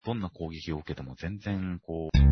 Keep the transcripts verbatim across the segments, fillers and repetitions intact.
どんな攻撃を受けても全然、こう、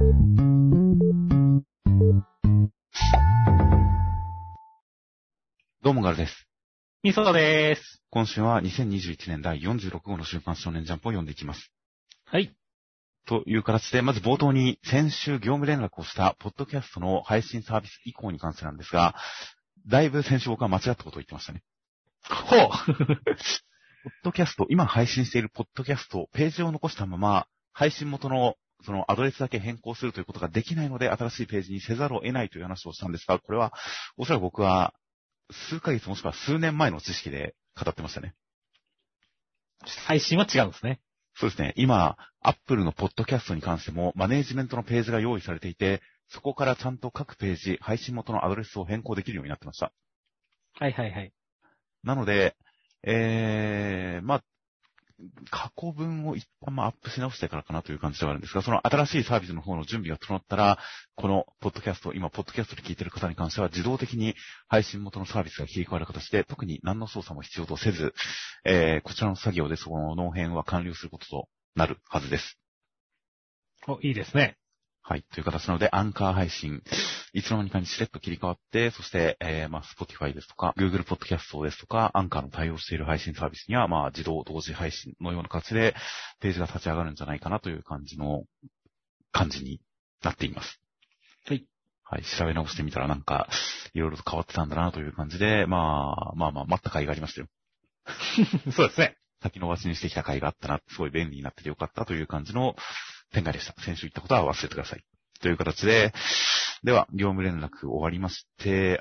どうもガルです。 みそでーす。 今週はにせんにじゅういちねんだいよんじゅうろく号の週刊少年ジャンプを読んでいきます。 はい。 という形で、まず冒頭に先週業務連絡をしたポッドキャストの配信サービス移行に関してなんですが、だいぶ先週僕は間違ったことを言ってましたね。 ほう。 ポッドキャスト、今配信しているポッドキャスト、ページを残したまま、配信元のそのアドレスだけ変更するということができないので、新しいページにせざるを得ないという話をしたんですが、これは、おそらく僕は、数ヶ月もしくは数年前の知識で語ってましたね。 配信は違うんですね。 そうですね。今、Apple のポッドキャストに関しても、マネージメントのページが用意されていて、そこからちゃんと各ページ、配信元のアドレスを変更できるようになってました。 はいはいはい。 なので、えー、まあ、過去文を一旦まあアップし直してからかなという感じではあるんですが、その新しいサービスの方の準備が整ったら、このポッドキャスト、今ポッドキャストで聞いている方に関しては自動的に配信元のサービスが切り替わる形で、特に何の操作も必要とせず、えー、こちらの作業でその納編は完了することとなるはずです。 お、いいですね。 はい。という形なので、アンカー配信、いつの間にかにしれっと切り替わって、そして、えー、まあ、Spotify ですとか、Google Podcast ですとか、アンカーの対応している配信サービスには、まあ、自動同時配信のような形で、ページが立ち上がるんじゃないかなという感じの、感じになっています。 はい。 はい。調べ直してみたらなんか、いろいろと変わってたんだなという感じで、まあ、まあまあ、待った甲斐がありましたよ。 そうですね。 先延ばしにしてきた甲斐があったな、すごい便利になっててよかったという感じの展開でした。先週言ったことは忘れてください。という形で、では、業務連絡終わりまして、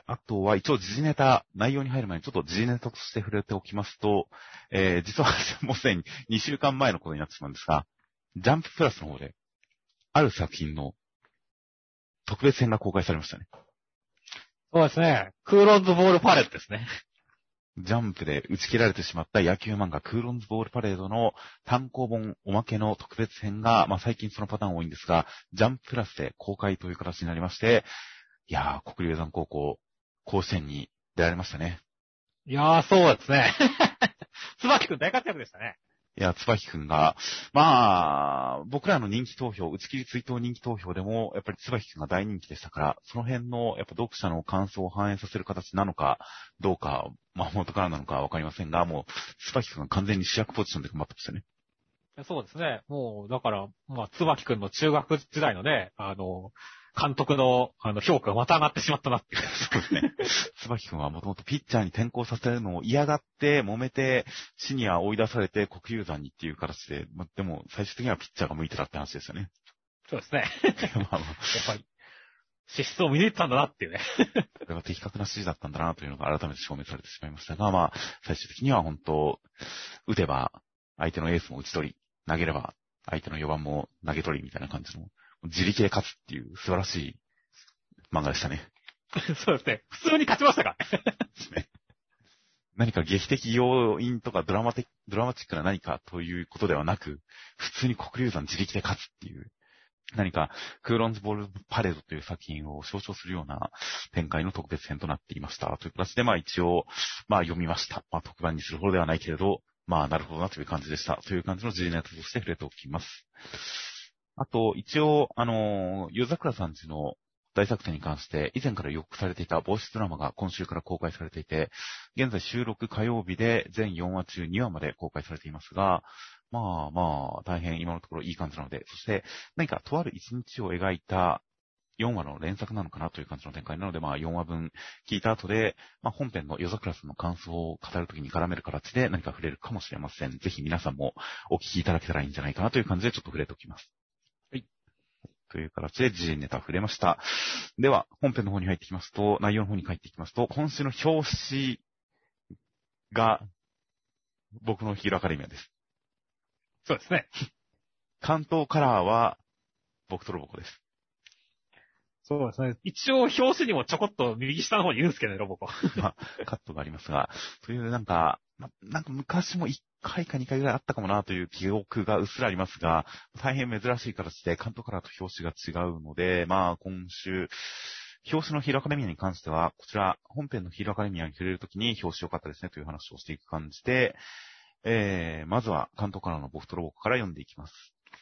あとは一応時事ネタ、内容に入る前にちょっと時事ネタとして触れておきますと、えー、実はもうすでににしゅうかんまえのことになってしまうんですが、ジャンププラスの方で、ある作品の特別編が公開されましたね。 そうですね。クーロンズボールパレットですね。 ジャンプで打ち切られてしまった野球漫画クーロンズボールパレードの単行本おまけの特別編が、まあ最近そのパターン多いんですが、ジャンププラスで公開という形になりまして、いやー、国立山高校、甲子園に出られましたね。 いやー、そうですね。椿くん大活躍でしたね。 いや、つばきくんが、まあ、僕らの人気投票、打ち切り追悼人気投票でも、やっぱりつばきくんが大人気でしたから、その辺の、やっぱ読者の感想を反映させる形なのか、どうか、まあ、元からなのかわかりませんが、もう、つばきくんが完全に主役ポジションで頑張ってましたね。 そうですね。もう、だから、まあ、椿くんの中学時代のね、あの、監督の、あの、評価がまた上がってしまったなっていう。 そうですね。つばきくんはもともとピッチャーに転向させるのを嫌がって、揉めて、シニア追い出されて国有山にっていう形で、まあ、でも最終的にはピッチャーが向いてたって話ですよね。 そうですね。 まあまあ。 やっぱり、資質を見抜いてたんだなっていうね。 これは的確な指示だったんだなというのが改めて証明されてしまいましたが、まあ、最終的には本当、打てば相手のエースも打ち取り、投げれば相手のよばんも投げ取りみたいな感じの、自力で勝つっていう素晴らしい漫画でしたね。 そうですね。普通に勝ちましたからね。何か劇的要因とかドラマ的、ドラマチックな何かということではなく、普通に国立山自力で勝つっていう、何かクーロンズボールパレードという作品を象徴するような展開の特別編となっていました。という形で、まあ一応、まあ読みました。まあ特番にするほどではないけれど、まあなるほどなという感じでした。という感じの時事ネタとして触れておきます。あと、一応、あの、夜桜さんちの大作戦に関して、以前から予告されていたボイスドラマが今週から公開されていて、現在収録火曜日で全よんわ中にわまで公開されていますが、まあまあ、大変今のところいい感じなので、そして何かとある一日を描いたよんわの連作なのかなという感じの展開なので、まあよんわぶん聞いた後で、まあ本編の夜桜さんの感想を語るときに絡める形で何か触れるかもしれません。ぜひ皆さんもお聞きいただけたらいいんじゃないかなという感じでちょっと触れておきます。 はい。 という形で時事ネタ触れました。では、本編の方に入ってきますと、内容の方に入っていきますと、今週の表紙が僕のヒーローアカデミアです。 そうですね。 関東カラーは僕とロボコです。 そうですね。一応表紙にもちょこっと右下の方にいるんですけどね、ロボコ。 まあ、カットがありますが、というなんか、なんか昔もいっかいかにかいぐらいあったかもなという記憶がうっすらありますが、大変珍しい形で関東カラーと表紙が違うので、まあ今週、表紙のヒーローアカデミアに関しては、こちら、本編のヒーローアカデミアに触れるときに表紙良かったですねという話をしていく感じで、えー、まずは関東カラーのボフトロボコから読んでいきます。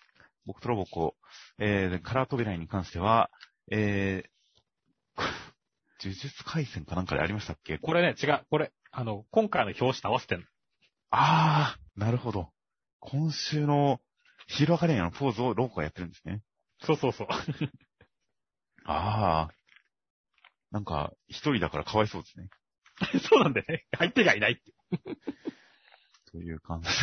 僕とロボコ、えー、カラー扉に関しては、えー、呪術廻戦かなんかでありましたっけ？ これね、違う。これ、あの、今回の表紙と合わせてんの。 あー、なるほど。今週のヒーローアカデミアのポーズをロボコがやってるんですね。 そうそうそう。 あー。なんか、一人だからかわいそうですね。 そうなんだよね。相手がいないって。 という感じです。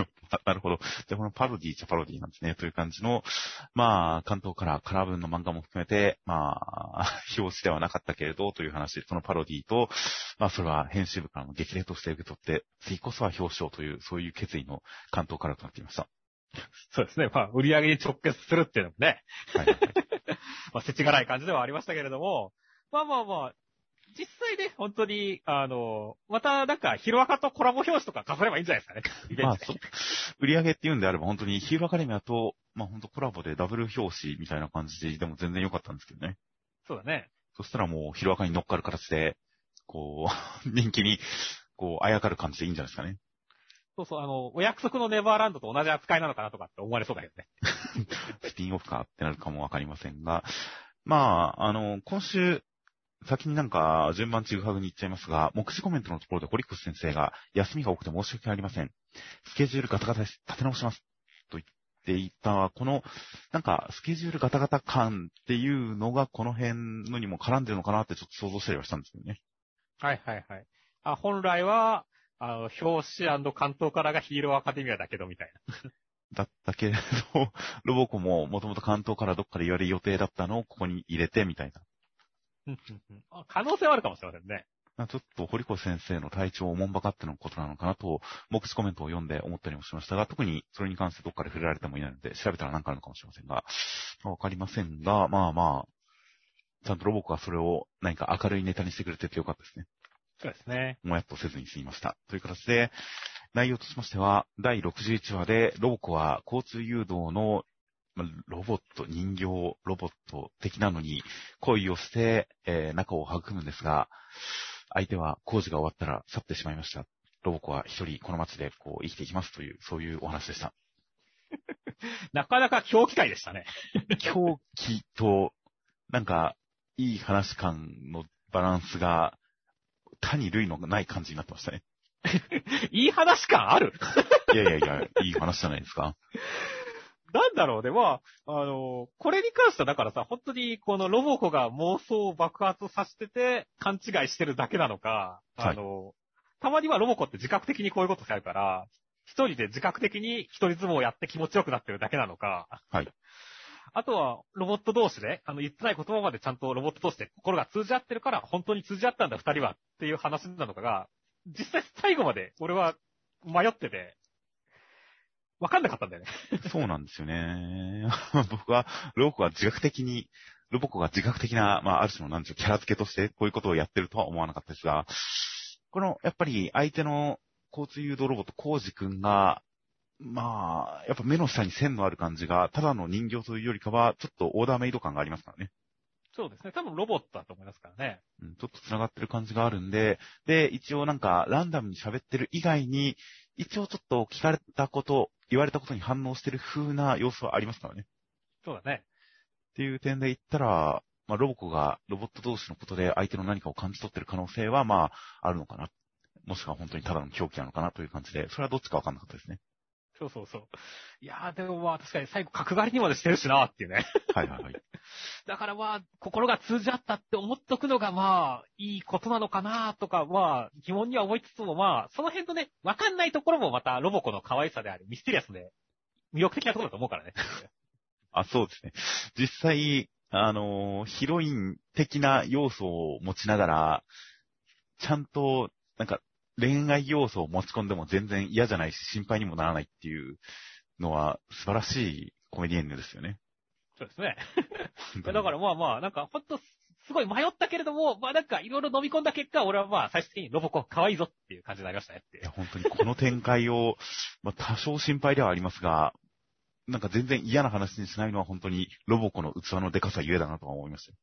なるほど。じゃあこのパロディーじゃパロディーなんですね。という感じの、まあ、関東からカラー文の漫画も含めて、まあ、表紙ではなかったけれど、という話、そのパロディーと、まあ、それは編集部からの激励として受け取って、次こそは表彰という、そういう決意の関東からとなっていました。 そうですね。まあ、売り上げに直結するっていうのもね。 はいはいはい。 まあ、世知辛い感じではありましたけれども、まあまあまあ、実際ね、本当に、あの、またなんか、ヒロアカとコラボ表紙とか飾ればいいんじゃないですかね。イベンまあ、 トで。 そ売り上げっていうんであれば、本当にヒーローアカデミアと、まあ本当コラボでダブル表紙みたいな感じで、でも全然良かったんですけどね。 そうだね。 そしたらもうヒロアカに乗っかる形で、こう、人気に、こう、あやかる感じでいいんじゃないですかね。 そうそう、あの、お約束のネバーランドと同じ扱いなのかなとかって思われそうだけどね。 スピンオフかってなるかもわかりませんが、まあ、あの、今週、先になんか、順番ちぐはぐに行っちゃいますが、目次コメントのところでホリックス先生が、休みが多くて申し訳ありません。スケジュールガタガタです。立て直します。と言っていた、この、なんか、スケジュールガタガタ感っていうのが、この辺のにも絡んでるのかなってちょっと想像したりはしたんですけどね。 はいはいはい。あ、本来は、あの、表紙関東からがヒーローアカデミアだけどみたいな。 だったけれど、ロボコももともと関東からどっかで言われる予定だったのをここに入れてみたいな。 可能性はあるかもしれませんね。 ちょっと堀子先生の体調をおもんばかってのことなのかなと、目次コメントを読んで思ったりもしましたが、特にそれに関してどっかで触れられてもいないので、調べたら何かあるのかもしれませんが、わかりませんが、まあまあ、ちゃんとロボコがそれを何か明るいネタにしてくれててよかったですね。 そうですね。 もやっとせずに済みました。という形で、内容としましては、だいろくじゅういちわで、ロボコは交通誘導のロボット、人形ロボット的なのに恋をして、えー、仲を育むんですが、相手は工事が終わったら去ってしまいました。ロボコは一人この街でこう生きていきますという、そういうお話でした。 なかなか狂気会でしたね。 狂気と、なんか、いい話感のバランスが、他に類のない感じになってましたね。 いい話感あるいやいやいや、いい話じゃないですか。 なんだろうね。まあ、あの、これに関してはだからさ、本当にこのロボコが妄想を爆発させてて勘違いしてるだけなのか、あの、はい、たまにはロボコって自覚的にこういうことされるから、一人で自覚的に一人相撲をやって気持ちよくなってるだけなのか、 はい。 あとは、ロボット同士で、あの、言ってない言葉までちゃんとロボット同士で心が通じ合ってるから、本当に通じ合ったんだ、二人はっていう話なのかが、実際最後まで俺は迷ってて、わかんなかったんだよね。 そうなんですよね。僕は、ロボコが自覚的に、ロボコが自覚的な、まあ、ある種のなんでしょう、キャラ付けとしてこういうことをやってるとは思わなかったですが、この、やっぱり相手の交通誘導ロボット、コウジ君が、まあ、やっぱ目の下に線のある感じが、ただの人形というよりかは、ちょっとオーダーメイド感がありますからね。 そうですね。多分ロボットだと思いますからね。 うん、ちょっと繋がってる感じがあるんで、で、一応なんか、ランダムに喋ってる以外に、一応ちょっと聞かれたこと、言われたことに反応してる風な様子はありますからね。 そうだね。 っていう点で言ったら、まあ、ロボコがロボット同士のことで相手の何かを感じ取ってる可能性は、まあ、あるのかな。もしくは本当にただの狂気なのかなという感じで、それはどっちかわかんなかったですね。 そうそうそう。いやー、でもまあ確かに最後角刈りにまでしてるしなーっていうね。 はいはいはい。 だからまあ、心が通じ合ったって思っとくのがまあ、いいことなのかなとか、まあ、疑問には思いつつもまあ、その辺のね、わかんないところもまたロボコの可愛さであるミステリアスで、魅力的なところだと思うからね。 あ、そうですね。実際、あのー、ヒロイン的な要素を持ちながら、ちゃんと、なんか、恋愛要素を持ち込んでも全然嫌じゃないし、心配にもならないっていうのは、素晴らしいコメディエンヌですよね。 そうですね。だからまあまあ、なんかほんと、すごい迷ったけれども、まあなんかいろいろ飲み込んだ結果、俺はまあ最終的にロボコ可愛いぞっていう感じになりましたねって。 いや、本当にこの展開を、まあ多少心配ではありますが、なんか全然嫌な話にしないのは本当にロボコの器のデカさゆえだなとは思いました。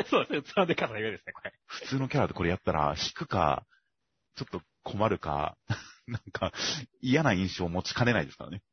そうですね、器のデカさゆえですね、これ。 普通のキャラでこれやったら、引くか、ちょっと困るか、なんか嫌な印象を持ちかねないですからね。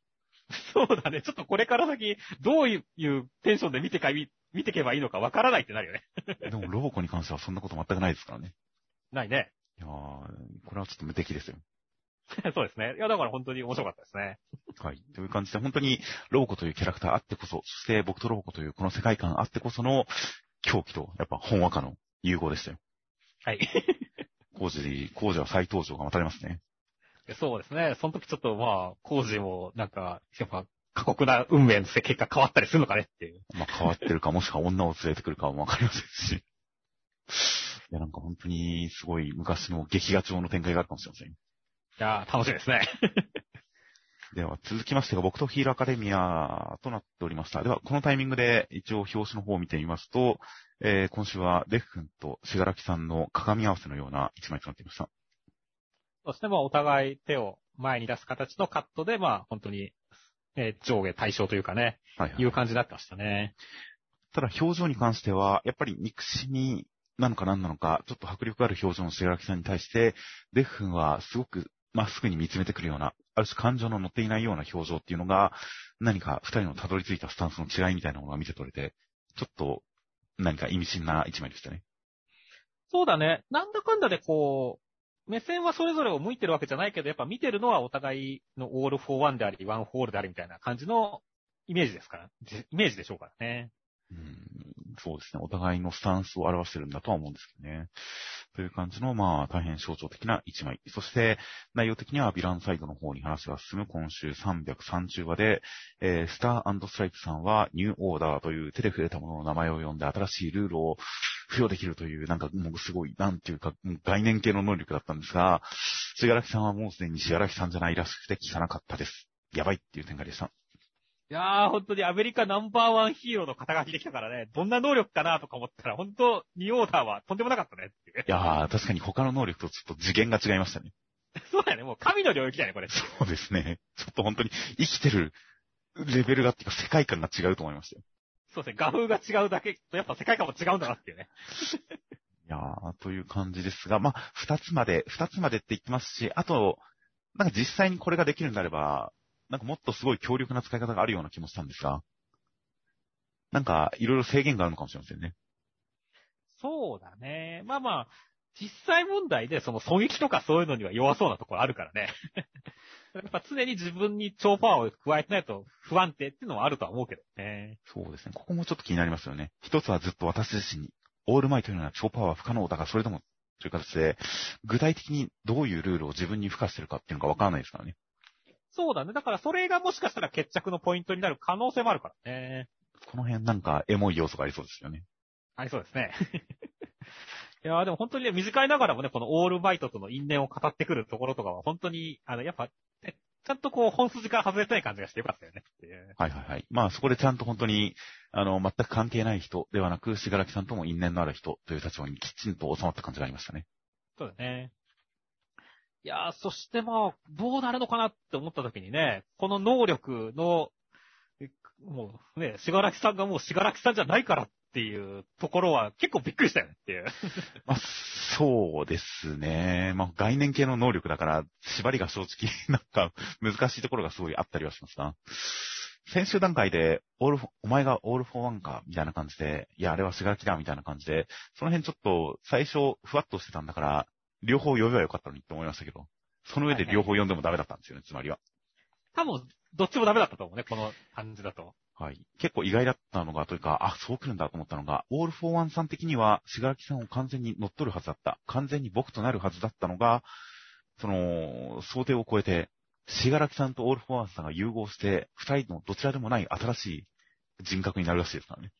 そうだね。ちょっとこれから先、どういうテンションで見てか、見てけばいいのかわからないってなるよね。 でもロボコに関してはそんなこと全くないですからね。 ないね。 いやー、これはちょっと無敵ですよ。 そうですね。いや、だから本当に面白かったですね。 はい。という感じで、本当にロボコというキャラクターあってこそ、そして僕とロボコというこの世界観あってこその狂気と、やっぱ本和歌の融合でしたよ。 はい。 コージ、コージは再登場が待たれますね。 そうですね。その時ちょっとまあ、コージもなんか、やっぱ過酷な運命の結果変わったりするのかねっていう。 まあ変わってるか、もしくは女を連れてくるかもわかりませんし。いや、なんか本当にすごい昔の劇画調の展開があるかもしれません。 いやー、楽しみですね。 では、続きましてが、僕とヒーローアカデミアとなっておりました。では、このタイミングで一応表紙の方を見てみますと、えー、今週はデフ君としがらきさんの鏡合わせのような一枚となっていました。 そしてまあ、お互い手を前に出す形のカットで、まあ、本当に、えー、上下対称というかね、 はいはい。 いう感じになってましたね。 ただ、表情に関しては、やっぱり憎しみなのか何なのか、ちょっと迫力ある表情のしがらきさんに対して、デフ君はすごくまっすぐに見つめてくるような、ある種感情の乗っていないような表情っていうのが、何か二人のたどり着いたスタンスの違いみたいなものが見て取れて、ちょっと何か意味深な一枚でしたね。 そうだね。なんだかんだでこう、目線はそれぞれを向いてるわけじゃないけど、やっぱ見てるのはお互いのオールフォーワンであり、ワンフォールでありみたいな感じのイメージですから、イメージでしょうからね。 うん、そうですね。お互いのスタンスを表してるんだとは思うんですけどね。という感じの、まあ、大変象徴的な一枚。そして、内容的にはヴィランサイドの方に話が進む今週さんびゃくさんじゅうわで、えー、スター&ストライプさんはニューオーダーという手で触れたものの名前を呼んで新しいルールを付与できるという、なんかもうすごい、なんていうか、概念系の能力だったんですが、しがらきさんはもうすでにしがらきさんじゃないらしくて聞かなかったです。やばいっていう展開でした。 いやー、本当にアメリカナンバーワンヒーローの肩書きできたからね、どんな能力かなとか思ったら、本当ニューオーダーはとんでもなかったねっていう。 いやー、確かに他の能力とちょっと次元が違いましたね。 そうだよね、もう神の領域だよね、これ。 そうですね。ちょっと本当に生きてるレベルがっていうか世界観が違うと思いましたよ。 そうですね、画風が違うだけと、やっぱ世界観も違うんだなっていうね。 いやー、という感じですが、まあ、二つまで、二つまでって言ってますし、あと、なんか実際にこれができるんであれば、なんかもっとすごい強力な使い方があるような気もしたんですが、なんかいろいろ制限があるのかもしれませんね。 そうだね。まあまあ、実際問題でその狙撃とかそういうのには弱そうなところあるからね。やっぱ常に自分に超パワーを加えてないと不安定っていうのはあるとは思うけどね。 そうですね。ここもちょっと気になりますよね。一つはずっと私自身に、オールマイトのような超パワーは不可能だが、それでも、という形で、具体的にどういうルールを自分に付加してるかっていうのがわからないですからね。 そうだね。だからそれがもしかしたら決着のポイントになる可能性もあるからね。 この辺なんかエモい要素がありそうですよね。 ありそうですね。いやーでも本当にね、短いながらもね、このオールバイトとの因縁を語ってくるところとかは本当に、あの、やっぱ、ね、ちゃんとこう本筋から外れてない感じがしてよかったよねっていう。 はいはいはい。まあそこでちゃんと本当に、あの、全く関係ない人ではなく、しがらきさんとも因縁のある人という立場にきちんと収まった感じがありましたね。 そうだね。いやー、そしてまあ、どうなるのかなって思った時にね、この能力の、もうね、しがらきさんがもうしがらきさんじゃないからっていうところは結構びっくりしたよねっていう。 まあ、そうですね。まあ、概念系の能力だから、縛りが正直、なんか、難しいところがすごいあったりはしますが、先週段階で、オールフォ、お前がオールフォーワンか、みたいな感じで、いや、あれはしがらきだ、みたいな感じで、その辺ちょっと、最初、ふわっとしてたんだから、両方呼べばよかったのにって思いましたけど、その上で両方呼んでもダメだったんですよね、つまりは。 多分、どっちもダメだったと思うね、この感じだと。 はい。結構意外だったのが、というか、あ、そう来るんだと思ったのが、オールフォーワンさん的には、しがらきさんを完全に乗っ取るはずだった。完全に僕となるはずだったのが、その、想定を超えて、しがらきさんとオールフォーワンさんが融合して、二人のどちらでもない新しい人格になるらしいですからね。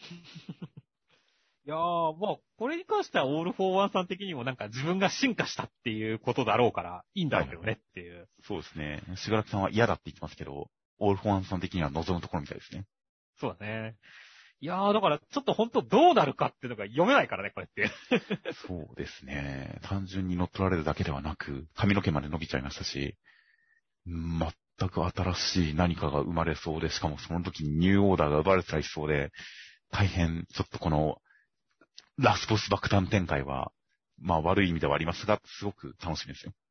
いやー、まあ、これに関してはオールフォーワンさん的にもなんか自分が進化したっていうことだろうから、いいんだろうけどねっていう。 そうですね。しがらきさんは嫌だって言ってますけど、オールフォーワンさん的には望むところみたいですね。 そうだね。いやー、だからちょっと本当どうなるかっていうのが読めないからね、これって。 そうですね。単純に乗っ取られるだけではなく、髪の毛まで伸びちゃいましたし、全く新しい何かが生まれそうで、しかもその時にニューオーダーが奪われてたりしそうで、大変、ちょっとこの、ラスボス爆弾展開は、まあ悪い意味ではありますが、すごく楽しみですよ。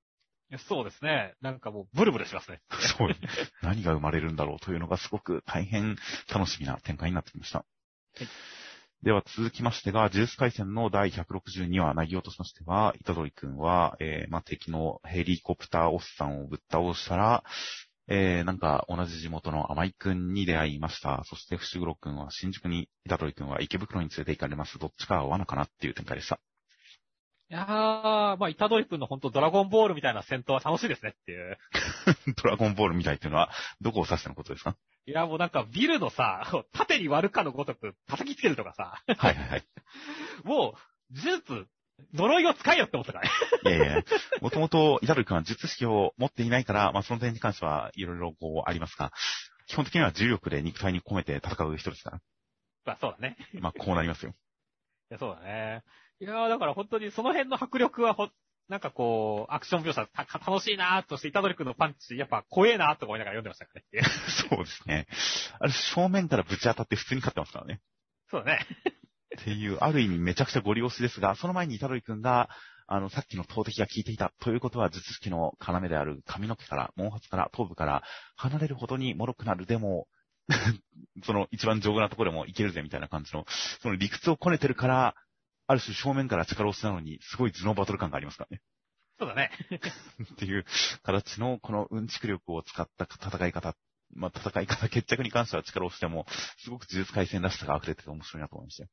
そうですね。なんかもうブルブルしますね。 そう。何が生まれるんだろうというのがすごく大変楽しみな展開になってきました。はい、では続きましてが、呪術廻戦のだいひゃくろくじゅうにわ内容としましては、虎杖くんは、えー、まあ、敵のヘリコプターおっさんをぶっ倒したら、えー、なんか同じ地元の甘井くんに出会いました。そして伏黒くんは新宿に、虎杖くんは池袋に連れて行かれます。どっちかは罠かなっていう展開でした。 いやー、まあ、虎杖くんの本当ドラゴンボールみたいな戦闘は楽しいですねっていう。 ドラゴンボールみたいっていうのは、どこを指してのことですか？ いや、もうなんかビルのさ、縦に割るかのごとく叩きつけるとかさ。 はいはいはい。 もう、呪術、呪いを使えよって思ったから。 いやいや、もともと虎杖くんは術式を持っていないから、まあその点に関してはいろいろこうありますが、基本的には重力で肉体に込めて戦う人ですから。 まあそうだね。 まあこうなりますよ。 いや、そうだね。いやー、だから本当にその辺の迫力はほ、なんかこう、アクション描写た楽しいなーとして、虎杖くんのパンチ、やっぱ怖えなーと思いながら読んでましたからね。 そうですね。あれ正面からぶち当たって普通に勝ってますからね。 そうだね。 っていう、ある意味めちゃくちゃゴリ押しですが、その前に虎杖くんが、あの、さっきの投擲が効いていたということは、術式の要である髪の毛から、毛髪から、頭部から離れるほどに脆くなる。でも、その一番丈夫なところでもいけるぜみたいな感じの、その理屈をこねてるから、ある種正面から力押しなのに、すごい頭脳バトル感がありますからね。 そうだね。 っていう形の、このうんちく力を使った戦い方、まあ、戦い方、決着に関しては力を押しても、すごく呪術廻戦らしさが溢れてて面白いなと思いましたよ。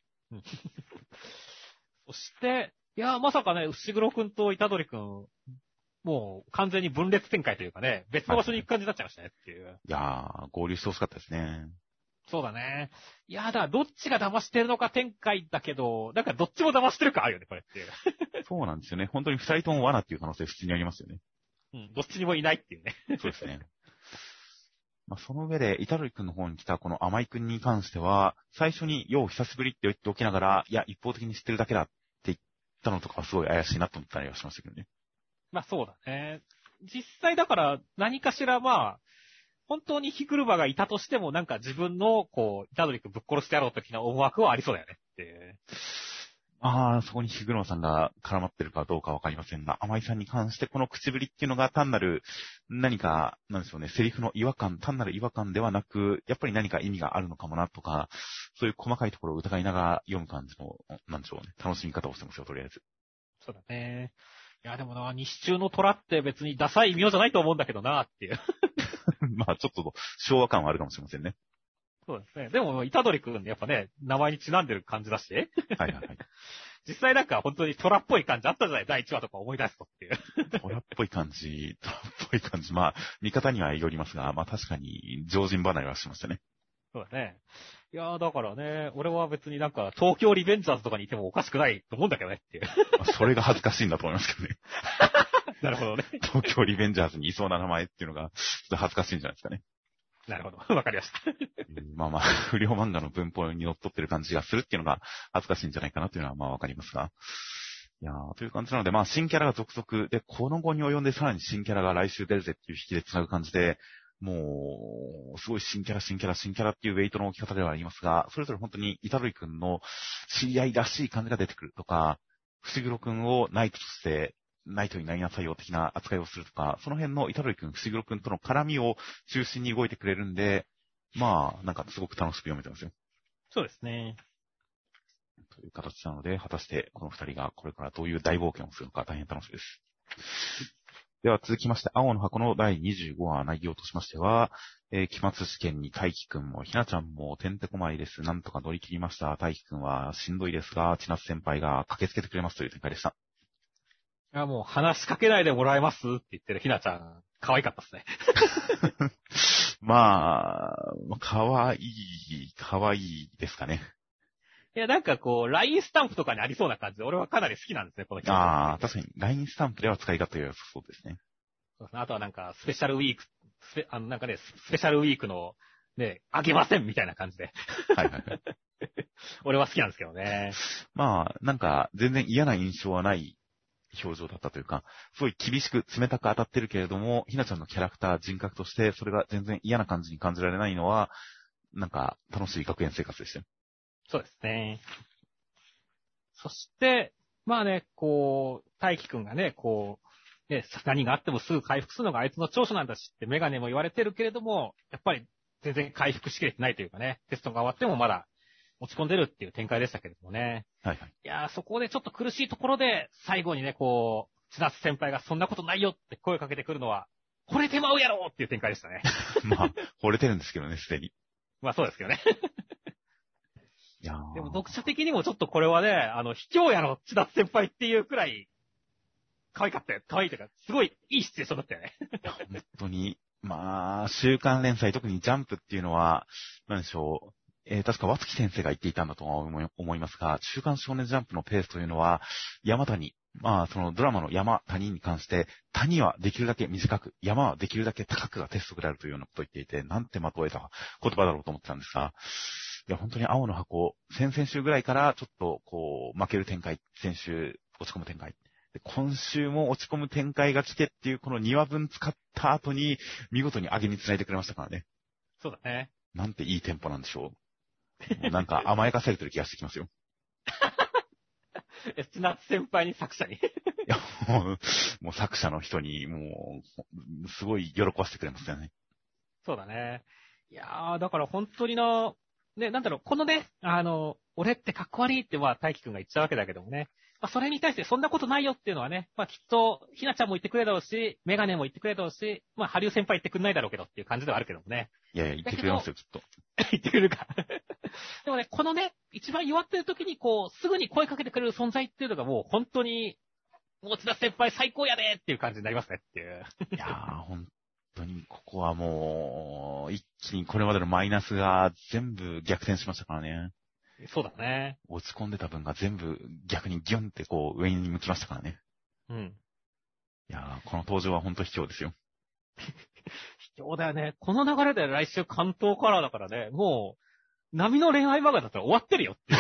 そして、いや、まさかね、伏黒くんと虎杖くん、もう完全に分裂展開というかね、別の場所に行く感じになっちゃいましたねっていう。はい、 いやー、合流してほしかったですね。 そうだね。いや、だからどっちが騙してるのか展開だけど、なんかどっちも騙してるかあるよね、これっていう。 そうなんですよね。本当に二人とも罠っていう可能性普通にありますよね。 うん、どっちにもいないっていうね。 そうですね。まあ、その上で、虎杖くんの方に来たこの甘井くんに関しては、最初に、よう久しぶりって言っておきながら、いや、一方的に知ってるだけだって言ったのとかはすごい怪しいなと思ったりはしましたけどね。 まあそうだね。実際だから何かしらまあ、本当にヒクルバがいたとしてもなんか自分のこう、虎杖くんぶっ殺してやろう的な思惑はありそうだよねって。 ああ、そこにヒグロさんが絡まってるかどうかわかりませんが、甘井さんに関してこの口ぶりっていうのが単なる何か、なんでしょうね、セリフの違和感、単なる違和感ではなく、やっぱり何か意味があるのかもなとか、そういう細かいところを疑いながら読む感じの、なんでしょうね、楽しみ方をしてますよ、とりあえず。 そうだね。いやでもな、西中の虎って別にダサい異名じゃないと思うんだけどなっていう。 まあちょっと昭和感はあるかもしれませんね。 そうですね。でも、虎杖くんやっぱね、名前にちなんでる感じだし。はいはいはい。 実際なんか本当に虎っぽい感じあったじゃないだいいちわとか思い出すとっていう。 虎っぽい感じ、虎っぽい感じ。まあ、見方にはよりますが、まあ確かに常人離れはしましたね。 そうだね。いやーだからね、俺は別になんか東京リベンジャーズとかにいてもおかしくないと思うんだけどねっていう。 まあ、それが恥ずかしいんだと思いますけどね。 なるほどね。 東京リベンジャーズにいそうな名前っていうのが、ちょっと恥ずかしいんじゃないですかね。 なるほど。わかりました。 まあまあ、不良漫画の文法に則っってる感じがするっていうのが恥ずかしいんじゃないかなというのはまあわかりますが。いやー、という感じなので、まあ新キャラが続々で、この後に及んでさらに新キャラが来週出るぜっていう引きで繋ぐ感じで、もう、すごい新キャラ、新キャラ、新キャラっていうウェイトの置き方ではありますが、それぞれ本当に虎杖くんの知り合いらしい感じが出てくるとか、伏黒くんをナイトとしてナイトになりなさいよ的な扱いをするとか、その辺の虎杖くん、伏黒くんとの絡みを中心に動いてくれるんで、まあ、なんかすごく楽しく読めてますよ。 そうですね。 という形なので、果たしてこの二人がこれからどういう大冒険をするのか大変楽しみです。では続きまして、青の箱のだいにじゅうごわ内容としましては、えー、期末試験に大輝くんもひなちゃんもてんてこまいです。なんとか乗り切りました。大輝くんはしんどいですが、千夏先輩が駆けつけてくれますという展開でした。 いや、もう話しかけないでもらえますって言ってるひなちゃん、可愛かったですね。 まあ、可愛い、可愛いですかね。 いや、なんかこう、ライン スタンプとかにありそうな感じで、俺はかなり好きなんですね、この人。 ああ、確かに、ライン スタンプでは使い勝手が良さそうですね。 そうですね。あとはなんか、スペシャルウィーク、スペ、あの、なんかね、スペシャルウィークの、ね、あげませんみたいな感じで。 はいはいはい。 俺は好きなんですけどね。 まあ、なんか、全然嫌な印象はない表情だったというか、すごい厳しく冷たく当たってるけれども、ひなちゃんのキャラクター、人格として、それが全然嫌な感じに感じられないのは、なんか、楽しい学園生活でしたよ。 そうですね。そして、まあね、こう、大輝くんがね、こう、 ね、何があってもすぐ回復するのがあいつの長所なんだしってメガネも言われてるけれども、やっぱり全然回復しきれてないというかね、テストが終わってもまだ落ち込んでるっていう展開でしたけれどもね。 はいはい。 いやー、そこでちょっと苦しいところで、最後にね、こう、千夏先輩がそんなことないよって声をかけてくるのは、惚れてまうやろっていう展開でしたね。 まあ、惚れてるんですけどね、すでに。 まあそうですけどね。 いやーでも読者的にもちょっとこれはね、あの、卑怯やろ、千夏先輩っていうくらい、可愛かったよ。可愛いというか、すごいいいシチュエーションだったよね。 いや、本当に、まあ、週刊連載、特にジャンプっていうのは、なんでしょう。えー、確か、和月先生が言っていたんだとは思い思いますが、週刊少年ジャンプのペースというのは、山谷、まあ、そのドラマの山、谷に関して、谷はできるだけ短く、山はできるだけ高くが鉄則であるというようなことを言っていて、なんてまとえた言葉だろうと思ってたんですが、いや、本当に青の箱、先々週ぐらいからちょっと、こう、負ける展開、先週、落ち込む展開。で今週も落ち込む展開が来てっていう、このにわぶん使った後に、見事に上げに繋いでくれましたからね。 そうだね。 なんていいテンポなんでしょう。もうなんか甘やかされてる気がしてきますよ。 え、千夏先輩に作者に。 いや、もう、もう作者の人に、もう、すごい喜ばせてくれますよね。 そうだね。いやー、だから本当にな、ね、なんだろう、このね、あの、俺ってかっこ悪いって、まあ、大輝くんが言っちゃうわけだけどもね。まあ、それに対してそんなことないよっていうのはね、まあ、きっと、ひなちゃんも言ってくれるだろうし、メガネも言ってくれるだろうし、まあ、ハリウ先輩言ってくんないだろうけどっていう感じではあるけどもね。 いやいや、言ってくれますよ、きっと。 言ってくれるか。でもね、このね、一番弱ってる時にこう、すぐに声かけてくれる存在っていうのがもう本当に、もう津田先輩最高やでっていう感じになりますねっていう。 いやー、本当に、ここはもう、一気にこれまでのマイナスが全部逆転しましたからね。 そうだね。 落ち込んでた分が全部逆にギュンってこう上に向きましたからね。 うん。 いやー、この登場は本当卑怯ですよ。 卑怯だよね。この流れで来週関東カラーだからね、もう、波の恋愛漫画だったら終わってるよっていう。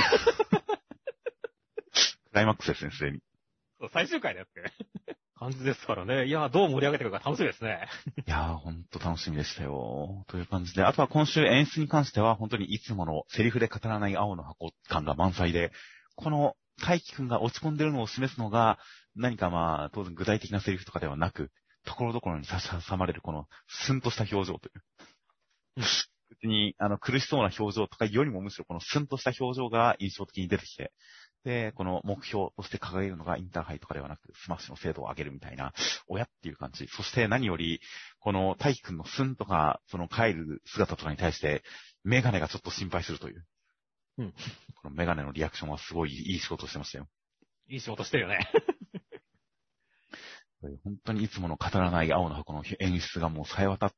クライマックスですね、すでに。 そう最終回だよって感じですからね。いや、どう盛り上げてくるか楽しみですね。 いやー、ほんと楽しみでしたよ。という感じで、あとは今週演出に関しては、本当にいつものセリフで語らない青の箱感が満載で、この大輝くんが落ち込んでるのを示すのが、何かまあ、当然具体的なセリフとかではなく、ところどころに差し挟まれるこの、スンとした表情という。別に、あの、苦しそうな表情とかよりもむしろこのスンとした表情が印象的に出てきて、で、この目標として掲げるのがインターハイとかではなく、スマッシュの精度を上げるみたいな、親っていう感じ。そして何より、この大輝くんのスンとか、その帰る姿とかに対して、メガネがちょっと心配するという。 うん。 このメガネのリアクションはすごいいい仕事をしてましたよ。 いい仕事してるよね。 本当にいつもの語らない青の箱の演出がもう冴え渡って、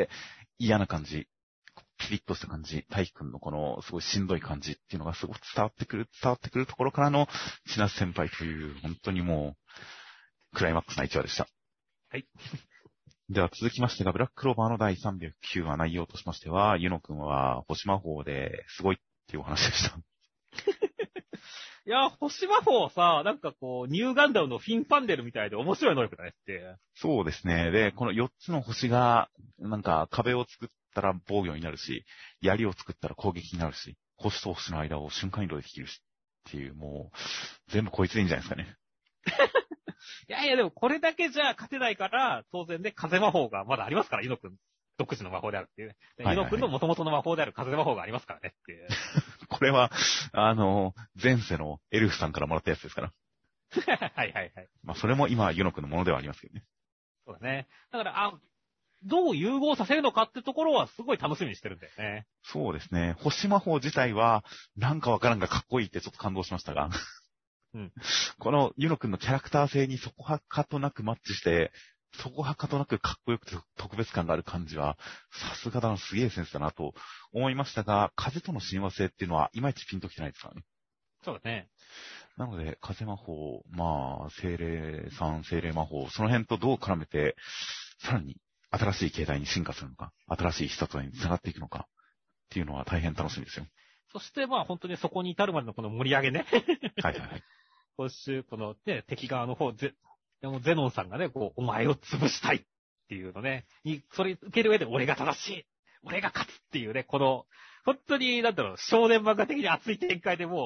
嫌な感じ。ピリッとした感じ、大輝くんのこのすごいしんどい感じっていうのがすごく伝わってくる、伝わってくるところからの千夏先輩という、本当にもう、クライマックスな一話でした。 はい。 では続きましてが、ブラッククローバーのだいさんびゃくきゅうわ内容としましては、ユノくんは星魔法ですごいっていうお話でした。 いや、星魔法さ、なんかこう、ニューガンダムのフィンファンデルみたいで面白い能力だねって。 そうですね。で、このよっつの星が、なんか壁を作ったら防御になるし、槍を作ったら攻撃になるし、星と星の間を瞬間移動できるし、っていう、もう、全部こいつでいいんじゃないですかね。 いやいや、でもこれだけじゃ勝てないから、当然ね、風魔法がまだありますから、イノ君独自の魔法であるっていうね。イノ君の元々の魔法である風魔法がありますからねっていう。 これは、あの、前世のエルフさんからもらったやつですから。 はいはいはい。 まあ、それも今、ユノ君のものではありますけどね。 そうだね。だから、あ、どう融合させるのかってところはすごい楽しみにしてるんだよね。 そうですね。星魔法自体は、なんかわからんがかっこいいってちょっと感動しましたが。 うん。 このユノ君のキャラクター性にそこはかとなくマッチして、そこはかとなくかっこよくて特別感がある感じは、さすがだな、すげえセンスだなと思いましたが、風との親和性っていうのはいまいちピンときてないですからね。 そうだね。 なので、風魔法、まあ、精霊さん、精霊魔法、その辺とどう絡めて、さらに新しい形態に進化するのか、新しい必殺技に繋がっていくのか、っていうのは大変楽しみですよ。 そしてまあ本当にそこに至るまでのこの盛り上げね。 はいはいはい。 今週、このね、敵側の方、ゼ、でもゼノンさんがね、こう、お前を潰したいっていうのね、に、それ受ける上で俺が正しい俺が勝つっていうね、この、本当に、なんだろう、少年漫画的に熱い展開でもう、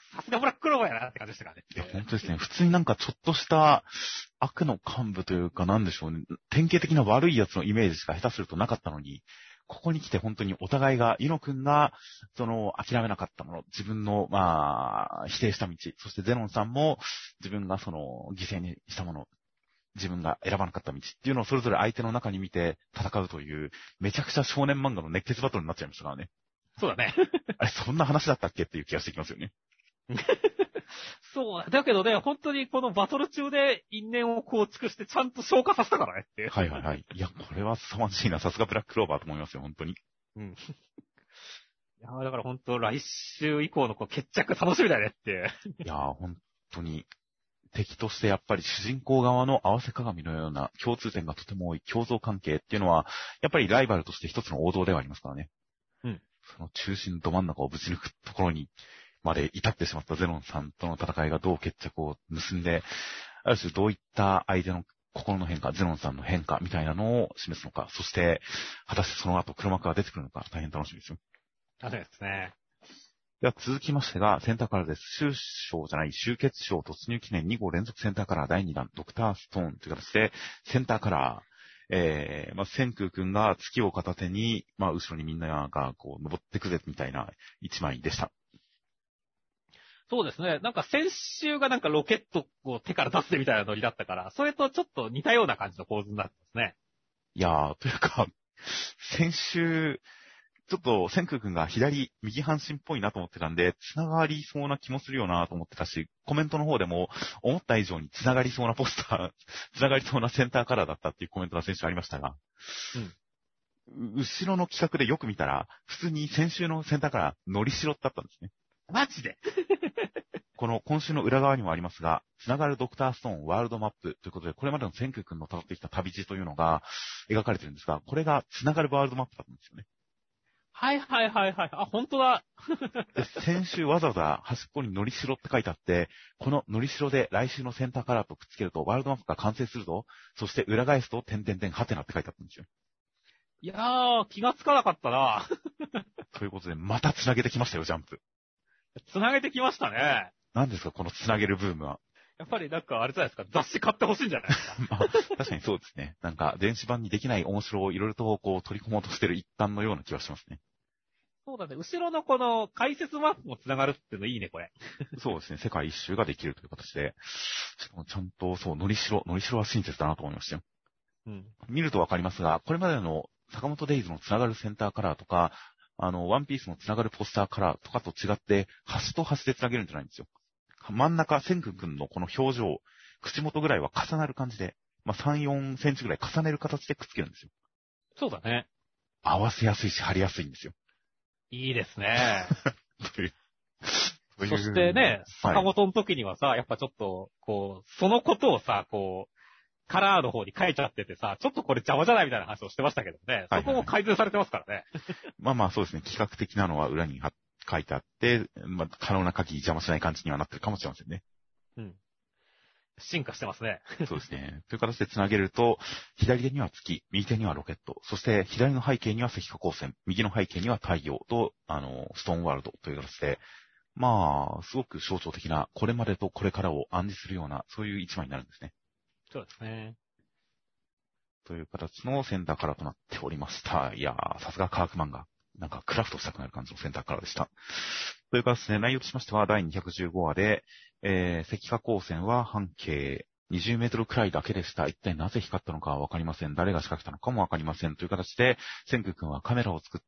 さすがブラッククローバーやなって感じでしたからね。 いや、本当ですね。普通になんかちょっとした悪の幹部というかなんでしょうね。典型的な悪い奴のイメージしか下手するとなかったのに、ここに来て本当にお互いが、イノくんが、その、諦めなかったもの、自分の、まあ、否定した道、そしてゼノンさんも、自分がその、犠牲にしたもの、自分が選ばなかった道っていうのをそれぞれ相手の中に見て戦うという、めちゃくちゃ少年漫画の熱血バトルになっちゃいましたからね。 そうだね。 あれ、そんな話だったっけっていう気がしてきますよね。 そう。だけどね、本当にこのバトル中で因縁を構築してちゃんと消化させたからねっていう。 はいはいはい。いや、これは凄まじいな。さすがブラッククローバーと思いますよ、本当に。 うん。いやだから本当来週以降のこう決着楽しみだよねっていう。 いやー、本当に。敵としてやっぱり主人公側の合わせ鏡のような共通点がとても多い共存関係っていうのは、やっぱりライバルとして一つの王道ではありますからね。 うん。 その中心ど真ん中をぶち抜くところにまで至ってしまったゼノンさんとの戦いがどう決着を結んで、ある種どういった相手の心の変化、ゼノンさんの変化みたいなのを示すのか、そして、果たしてその後黒幕が出てくるのか、大変楽しみですよ。 楽しみですね。 では続きましてが、センターカラーです。終章じゃない、終結章突入記念に号連続センターカラーだいにだん、ドクターストーンという形で、センターカラー、えー、まあ、千空くんが月を片手に、まあ、後ろにみんながこう、登ってくぜ、みたいな一枚でした。 そうですね。なんか先週がなんかロケットを手から出すみたいなノリだったから、それとちょっと似たような感じの構図になってますね。 いやー、というか、先週、ちょっと、千空くんが左、右半身っぽいなと思ってたんで、繋がりそうな気もするよなと思ってたし、コメントの方でも、思った以上に繋がりそうなポスター、繋がりそうなセンターカラーだったっていうコメントが先週ありましたが、うん、後ろの企画でよく見たら、普通に先週のセンターカラー、のりしろだったんですね。 マジでこの今週の裏側にもありますが、繋がるドクターストーンワールドマップということで、これまでの千空くんの辿ってきた旅路というのが描かれてるんですが、これが繋がるワールドマップだったんですよね。 はいはいはいはい。あ、本当だ。 で先週わざわざ端っこにのりしろって書いてあって、こののりしろで来週のセンターカラーとくっつけるとワールドマップが完成するぞ。そして裏返すと、点々点はてなって書いてあったんですよ。 いやー、気がつかなかったな。 ということで、また繋げてきましたよ、ジャンプ。 繋げてきましたね。 何ですか、この繋げるブームは。 やっぱりなんかあれじゃないですか、雑誌買ってほしいんじゃないですか。 まあ、確かにそうですね。なんか、電子版にできない面白をいろいろとこう取り込もうとしてる一環のような気がしますね。 そうだね。後ろのこの解説マップも繋がるっていうのいいね、これ。 そうですね。世界一周ができるという形で、しかもちゃんと、そう、のりしろ、のりしろは親切だなと思いましたよ。 うん。 見るとわかりますが、これまでの坂本デイズの繋がるセンターカラーとか、あの、ワンピースの繋がるポスターカラーとかと違って、端と端で繋げるんじゃないんですよ。真ん中、千空くんのこの表情、口元ぐらいは重なる感じで、まあ、さん、よんセンチぐらい重ねる形でくっつけるんですよ。 そうだね。 合わせやすいし、貼りやすいんですよ。 いいですね。 という。 そしてね、坂本の時にはさ、はい、やっぱちょっと、こう、そのことをさ、こう、カラーの方に書いちゃっててさ、ちょっとこれ邪魔じゃないみたいな話をしてましたけどね。そこも改善されてますからね。はいはいはい、 まあまあそうですね。企画的なのは裏に書いてあって、まあ可能な限り邪魔しない感じにはなってるかもしれませんね。 うん。進化してますね。 そうですね。という形で繋げると、左手には月、右手にはロケット、そして左の背景には赤火光線、右の背景には太陽と、あの、ストーンワールドという形で、まあ、すごく象徴的な、これまでとこれからを暗示するような、そういう一枚になるんですね。 そうですね。 という形のセンターカラーとなっておりました。いやー、さすが科学漫画。なんかクラフトしたくなる感じのセンターカラーでした。というかですね、内容としましてはだいにひゃくじゅうごわで、えー、赤火光線は半径にじゅうメートルくらいだけでした。一体なぜ光ったのかはわかりません。誰が仕掛けたのかもわかりません。という形で、千空くんはカメラを作って、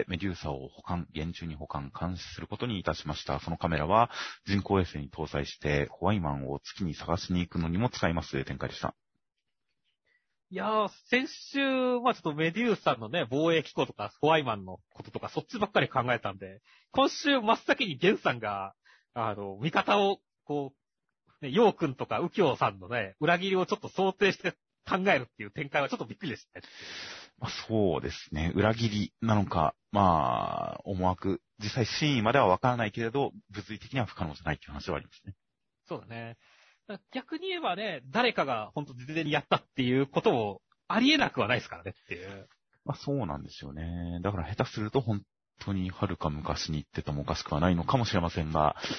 メデューサを保管、厳重に保管、監視することにいたしました。そのカメラは人工衛星に搭載して、ホワイマンを月に探しに行くのにも使いますという展開でした。 いやー、先週、まあちょっとメデューサのね、防衛機構とか、ホワイマンのこととか、そっちばっかり考えたんで、今週真っ先にゲンさんが、あの、味方を、こう、ね、ヨウ君とか右京さんのね、裏切りをちょっと想定して考えるっていう展開はちょっとびっくりでしたね。 まあ、そうですね。裏切りなのか、まあ、思惑。実際真意まではわからないけれど、物理的には不可能じゃないっていう話はありますね。 そうだね。逆に言えばね、誰かが本当事前にやったっていうこともありえなくはないですからねっていう。 まあそうなんですよね。だから下手すると本当に遥か昔に言っててもおかしくはないのかもしれませんが、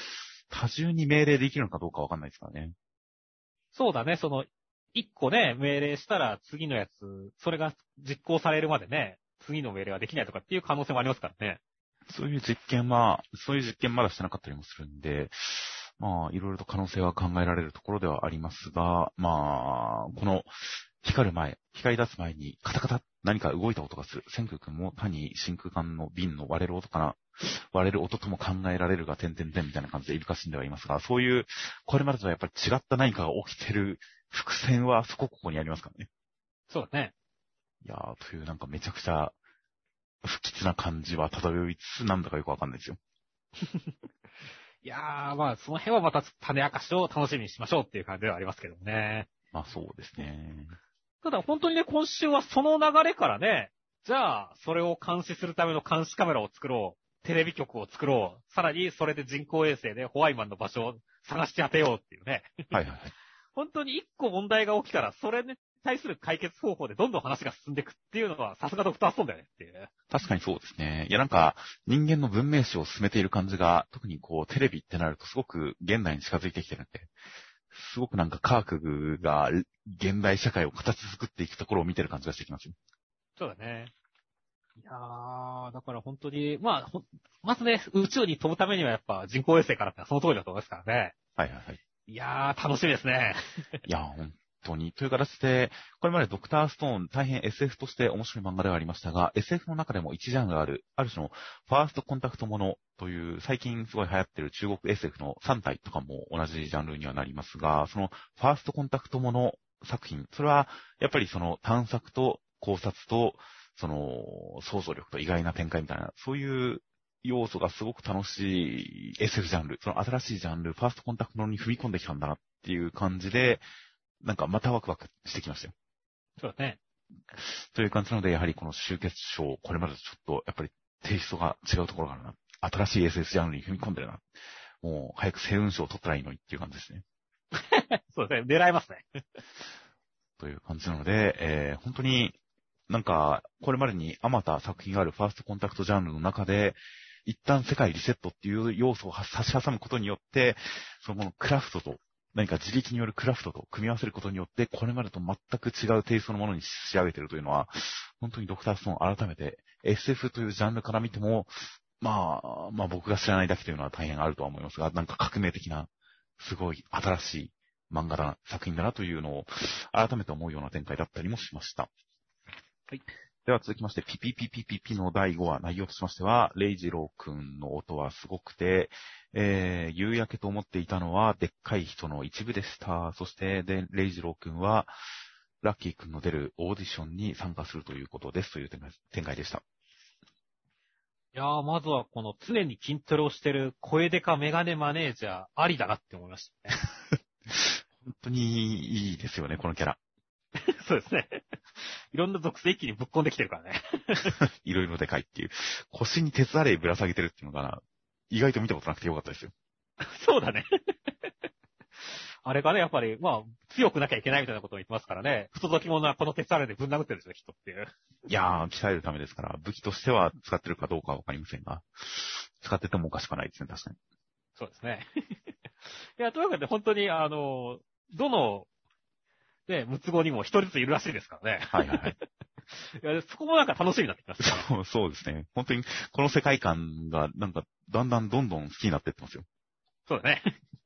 多重に命令できるのかどうかわかんないですからね。 そうだね、その、一個ね、命令したら次のやつ、それが実行されるまでね、次の命令ができないとかっていう可能性もありますからね。 そういう実験は、そういう実験まだしてなかったりもするんで、まあ、いろいろと可能性は考えられるところではありますが、まあ、この、光る前、光り出す前にカタカタ何か動いた音がする。千空君も他に真空管の瓶の割れる音かな。割れる音とも考えられるが、点々点みたいな感じでイルカシンではいますが、そういう、これまでとはやっぱり違った何かが起きてる伏線はそこここにありますからね。 そうだね。 いやー、というなんかめちゃくちゃ不吉な感じは漂いつつなんだかよくわかんないですよ。 いやー、まあ、その辺はまた種明かしを楽しみにしましょうっていう感じではありますけどもね。 まあそうですね。 ただ本当にね、今週はその流れからね、じゃあ、それを監視するための監視カメラを作ろう。テレビ局を作ろう。さらに、それで人工衛星でホワイマンの場所を探し当てようっていうね。 はいはいはい。 本当に一個問題が起きたら、それに対する解決方法でどんどん話が進んでいくっていうのは、さすがドクターストーンだよねっていう。 確かにそうですね。いやなんか、人間の文明史を進めている感じが、特にこう、テレビってなるとすごく現代に近づいてきてるんで、すごくなんか科学が現代社会を形作っていくところを見てる感じがしてきますよ。 そうだね。いやー、だから本当に、まあ、ほまずね、宇宙に飛ぶためにはやっぱ人工衛星からってその通りだと思いますからね。 はいはいはい。 いやー、楽しみですね。 いや、本当に。という形で、これまでドクターストーン大変 エスエフ として面白い漫画ではありましたが、エスエフ の中でも一ジャンルある、ある種のファーストコンタクトものという、最近すごい流行ってる中国 エスエフ のさん体とかも同じジャンルにはなりますが、そのファーストコンタクトもの作品、それはやっぱりその探索と考察と、その想像力と意外な展開みたいな、そういう要素がすごく楽しい エスエフ ジャンル、その新しいジャンル、ファーストコンタクトに踏み込んできたんだなっていう感じで、なんかまたワクワクしてきましたよ。 そうだね。 という感じなので、やはりこの集結賞、これまでとちょっとやっぱりテイストが違うところがあるな。新しい エスエフ ジャンルに踏み込んでるな。もう早く星雲賞を取ったらいいのにっていう感じですね。 そうですね。狙いますね。 という感じなので、えー、本当になんか、これまでにあまた作品があるファーストコンタクトジャンルの中で、一旦世界リセットっていう要素を差し挟むことによって、そのクラフトと、何か自力によるクラフトと組み合わせることによって、これまでと全く違うテイストのものに仕上げているというのは、本当にドクターストーン改めて エスエフ というジャンルから見ても、まあ、まあ僕が知らないだけというのは大変あるとは思いますが、なんか革命的な、すごい新しい漫画だな、作品だなというのを改めて思うような展開だったりもしました。 はい。 では続きまして、ピピピピピピのだいごわ、内容としましては、レイジローくんの音はすごくて、えー、夕焼けと思っていたのは、でっかい人の一部でした。そして、で、レイジローくんは、ラッキーくんの出るオーディションに参加するということですという展開でした。 いやー、まずはこの常に筋トレをしてる声デカメガネマネージャーありだなって思いましたね。 本当にいいですよね、このキャラ。 そうですね。いろんな属性一気にぶっ込んできてるからね。 いろいろでかいっていう。腰に鉄アレイぶら下げてるっていうのが、意外と見たことなくてよかったですよ。 そうだね。あれがね、やっぱり、まあ、強くなきゃいけないみたいなことを言ってますからね。不届き者はこの鉄アレイでぶん殴ってるんですよ、きっとっていう。 いやー、鍛えるためですから、武器としては使ってるかどうかはわかりませんが、使っててもおかしくはないですね、確かに。 そうですね。いや、というわけで本当に、あの、どの、ね、六つ子にも一人ずついるらしいですからね。 はいはいはい。 いや、そこもなんか楽しみになってきました、ね。 そう、そうですね。本当に、この世界観が、なんか、だんだんどんどん好きになっていってますよ。 そうだね。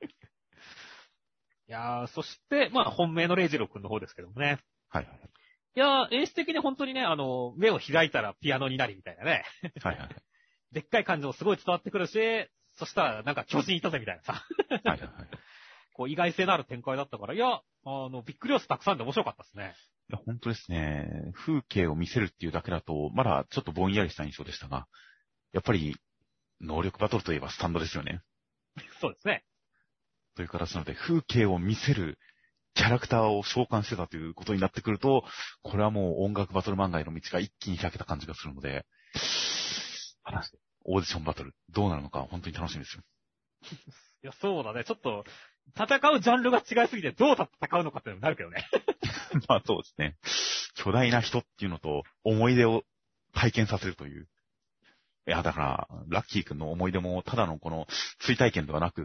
いやー、そして、まあ、本命のレイジロー君の方ですけどもね。 はいはい。 いやー、演出的に本当にね、あの、目を開いたらピアノになりみたいなね。 はいはい。 でっかい感情すごい伝わってくるし、そしたらなんか巨人いたぜみたいなさ。 はいはいはい。 こう意外性のある展開だったから、いや、あの、びっくり要素たくさんで面白かったですね。 いや、本当ですね。風景を見せるっていうだけだと、まだちょっとぼんやりした印象でしたが、やっぱり、能力バトルといえばスタンドですよね。 そうですね。 という形なので、風景を見せるキャラクターを召喚してたということになってくると、これはもう音楽バトル漫画への道が一気に開けた感じがするので、果たして、オーディションバトル、どうなるのか本当に楽しみですよ。 いや、そうだね。ちょっと、戦うジャンルが違いすぎてどう戦うのかっていうのになるけどね。 まあそうですね。巨大な人っていうのと思い出を体験させるという。いや、だから、ラッキー君の思い出もただのこの追体験ではなく、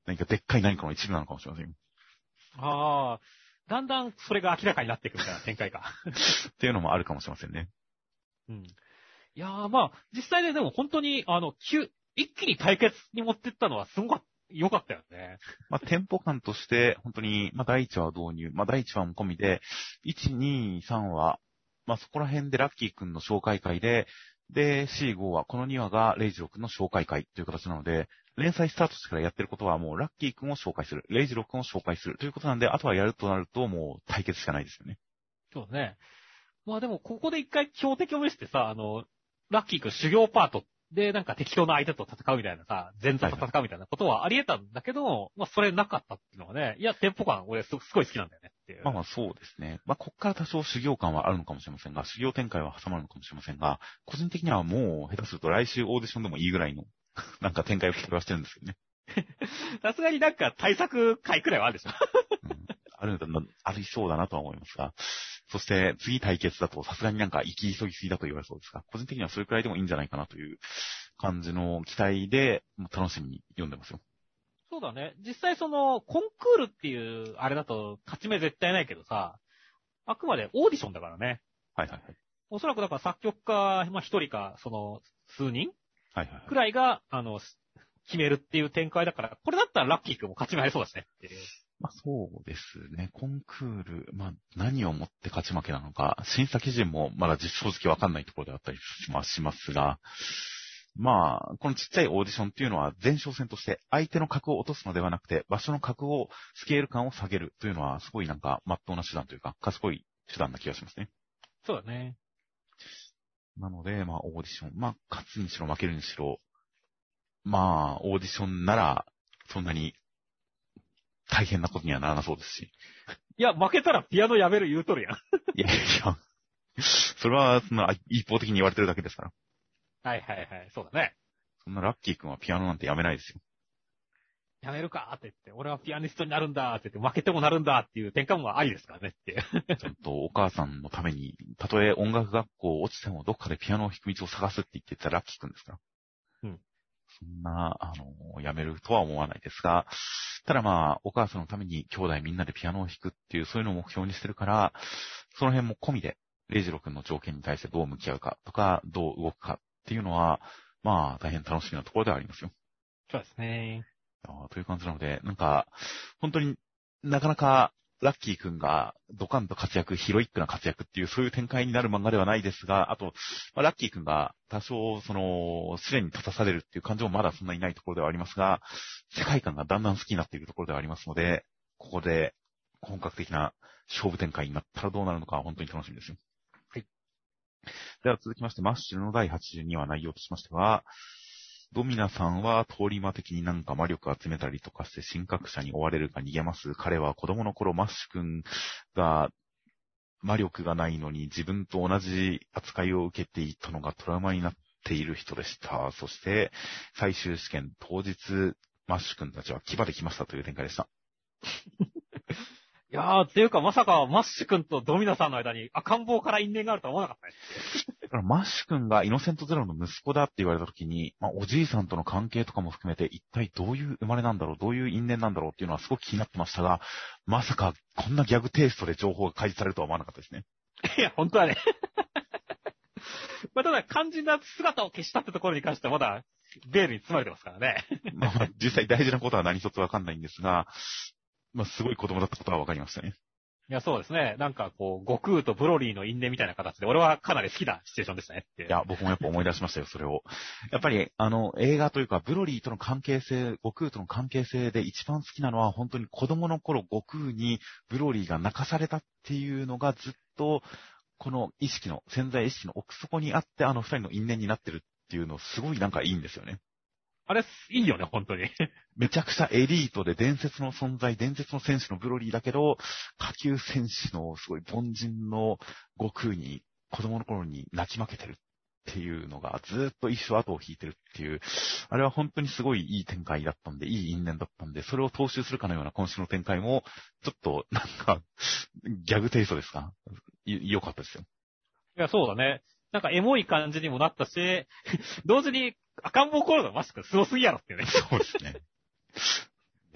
何かでっかい何かの一部なのかもしれませんよ。 ああ、だんだんそれが明らかになっていくみたいな展開か。 っていうのもあるかもしれませんね。 うん。いやーまあ、実際ね、でも本当に、あの、急、一気に対決に持っていったのはすごかった、良かったよね。 まあ、テンポ感として、本当に、まあ、だいいちわ導入、まあ、だいいちわも込みで、いち、に、さんわ、まあ、そこら辺でラッキーくんの紹介会で、で、よん、ごわ、このにわがレイジロくんの紹介会という形なので、連載スタートしてからやってることはもうラッキーくんを紹介する、レイジロくんを紹介するということなんで、あとはやるとなるともう対決しかないですよね。 そうね。まあでも、ここで一回標的を見せてさ、あの、ラッキーくん修行パートでなんか適当な相手と戦うみたいなさ、前座と戦うみたいなことはあり得たんだけど、はいはい、まあそれなかったっていうのはね、いや、テンポ感俺すごい好きなんだよねっていう。 まあまあそうですね。まあこっから多少修行感はあるのかもしれませんが、修行展開は挟まるのかもしれませんが、個人的にはもう下手すると来週オーディションでもいいぐらいの、なんか展開を期待はしてるんですけどね。 さすがになんか対策回くらいはあるでしょ。 うん、あるんだ、ありそうだなとは思いますが。そして次対決だとさすがになんか行き急ぎすぎだと言われそうですが、個人的にはそれくらいでもいいんじゃないかなという感じの期待で、楽しみに読んでますよ。 そうだね。実際その、コンクールっていう、あれだと勝ち目絶対ないけどさ、あくまでオーディションだからね。 はいはいはい。 おそらくだから作曲家、まあ一人か、その、数人はいはいはい。 くらいが、あの、決めるっていう展開だから、これだったらラッキー君も勝ち目ありそうだしねっていう。 まあそうですね。コンクール、まあ何をもって勝ち負けなのか、審査基準もまだ正直わかんないところであったりしますが、まあ、このちっちゃいオーディションっていうのは前哨戦として相手の格を落とすのではなくて、場所の格を、スケール感を下げるというのはすごいなんか真っ当な手段というか、賢い手段な気がしますね。 そうだね。 なので、まあオーディション、まあ勝つにしろ負けるにしろ、まあオーディションならそんなに大変なことにはならなそうですし。 いや、負けたらピアノやめる言うとるやん。 いやいや、それはそんな一方的に言われてるだけですから。 はいはいはい、そうだね。 そんなラッキー君はピアノなんてやめないですよ。 やめるかって言って、俺はピアニストになるんだって言って、負けてもなるんだっていう転換もありですからねって。 ちゃんとお母さんのために、たとえ音楽学校落ちてもどっかでピアノを弾く道を探すって言ってたラッキー君ですから。 うん。 そんな、あの、やめるとは思わないですが、ただまあ、お母さんのために兄弟みんなでピアノを弾くっていう、そういうのを目標にしてるから、その辺も込みで、レイジロ君の条件に対してどう向き合うかとか、どう動くかっていうのは、まあ、大変楽しみなところではありますよ。 そうですね。 という感じなので、なんか、本当になかなかラッキーくんがドカンと活躍、ヒロイックな活躍っていうそういう展開になる漫画ではないですが、あと、まあ、ラッキーくんが多少その、試練に立たされるっていう感情もまだそんなにないところではありますが、世界観がだんだん好きになっているところではありますので、ここで本格的な勝負展開になったらどうなるのか本当に楽しみですよ。 はい。 では続きまして、マッシュルのだいはちじゅうにわ内容としましては、ドミナさんは通り魔的になんか魔力集めたりとかして神格者に追われるか逃げます。彼は子供の頃マッシュ君が魔力がないのに自分と同じ扱いを受けていたのがトラウマになっている人でした。そして最終試験当日マッシュ君たちは牙で来ましたという展開でした。 いやー、っていうかまさかマッシュ君とドミナさんの間に赤ん坊から因縁があるとは思わなかったね。 だからマッシュ君がイノセントゼロの息子だって言われたときに、まあ、おじいさんとの関係とかも含めて一体どういう生まれなんだろう、どういう因縁なんだろうっていうのはすごく気になってましたが、まさかこんなギャグテイストで情報が開示されるとは思わなかったですね。 いや、本当はね。まあ、ただ肝心な姿を消したってところに関してはまだベールに包まれてますからね。 まあ、実際大事なことは何一つわかんないんですが、まあ、すごい子供だったことはわかりましたね。 いや、そうですね。なんかこう、悟空とブロリーの因縁みたいな形で、俺はかなり好きなシチュエーションでしたねって。 いや、僕もやっぱ思い出しましたよ、それを。やっぱり、あの、映画というか、ブロリーとの関係性、悟空との関係性で一番好きなのは、本当に子供の頃、悟空にブロリーが泣かされたっていうのがずっと、この意識の、潜在意識の奥底にあって、あの二人の因縁になってるっていうの、すごいなんかいいんですよね。 あれ、いいよね、本当に。 めちゃくちゃエリートで伝説の存在、伝説の選手のブロリーだけど、下級選手のすごい凡人の悟空に子供の頃に泣き負けてるっていうのがずっと一生後を引いてるっていう、あれは本当にすごいいい展開だったんで、いい因縁だったんで、それを踏襲するかのような今週の展開も、ちょっとなんか、ギャグテイストですか？良かったですよ。 いや、そうだね。なんかエモい感じにもなったし、同時に赤ん坊頃のマスクすごすぎやろってね。 そうですね。い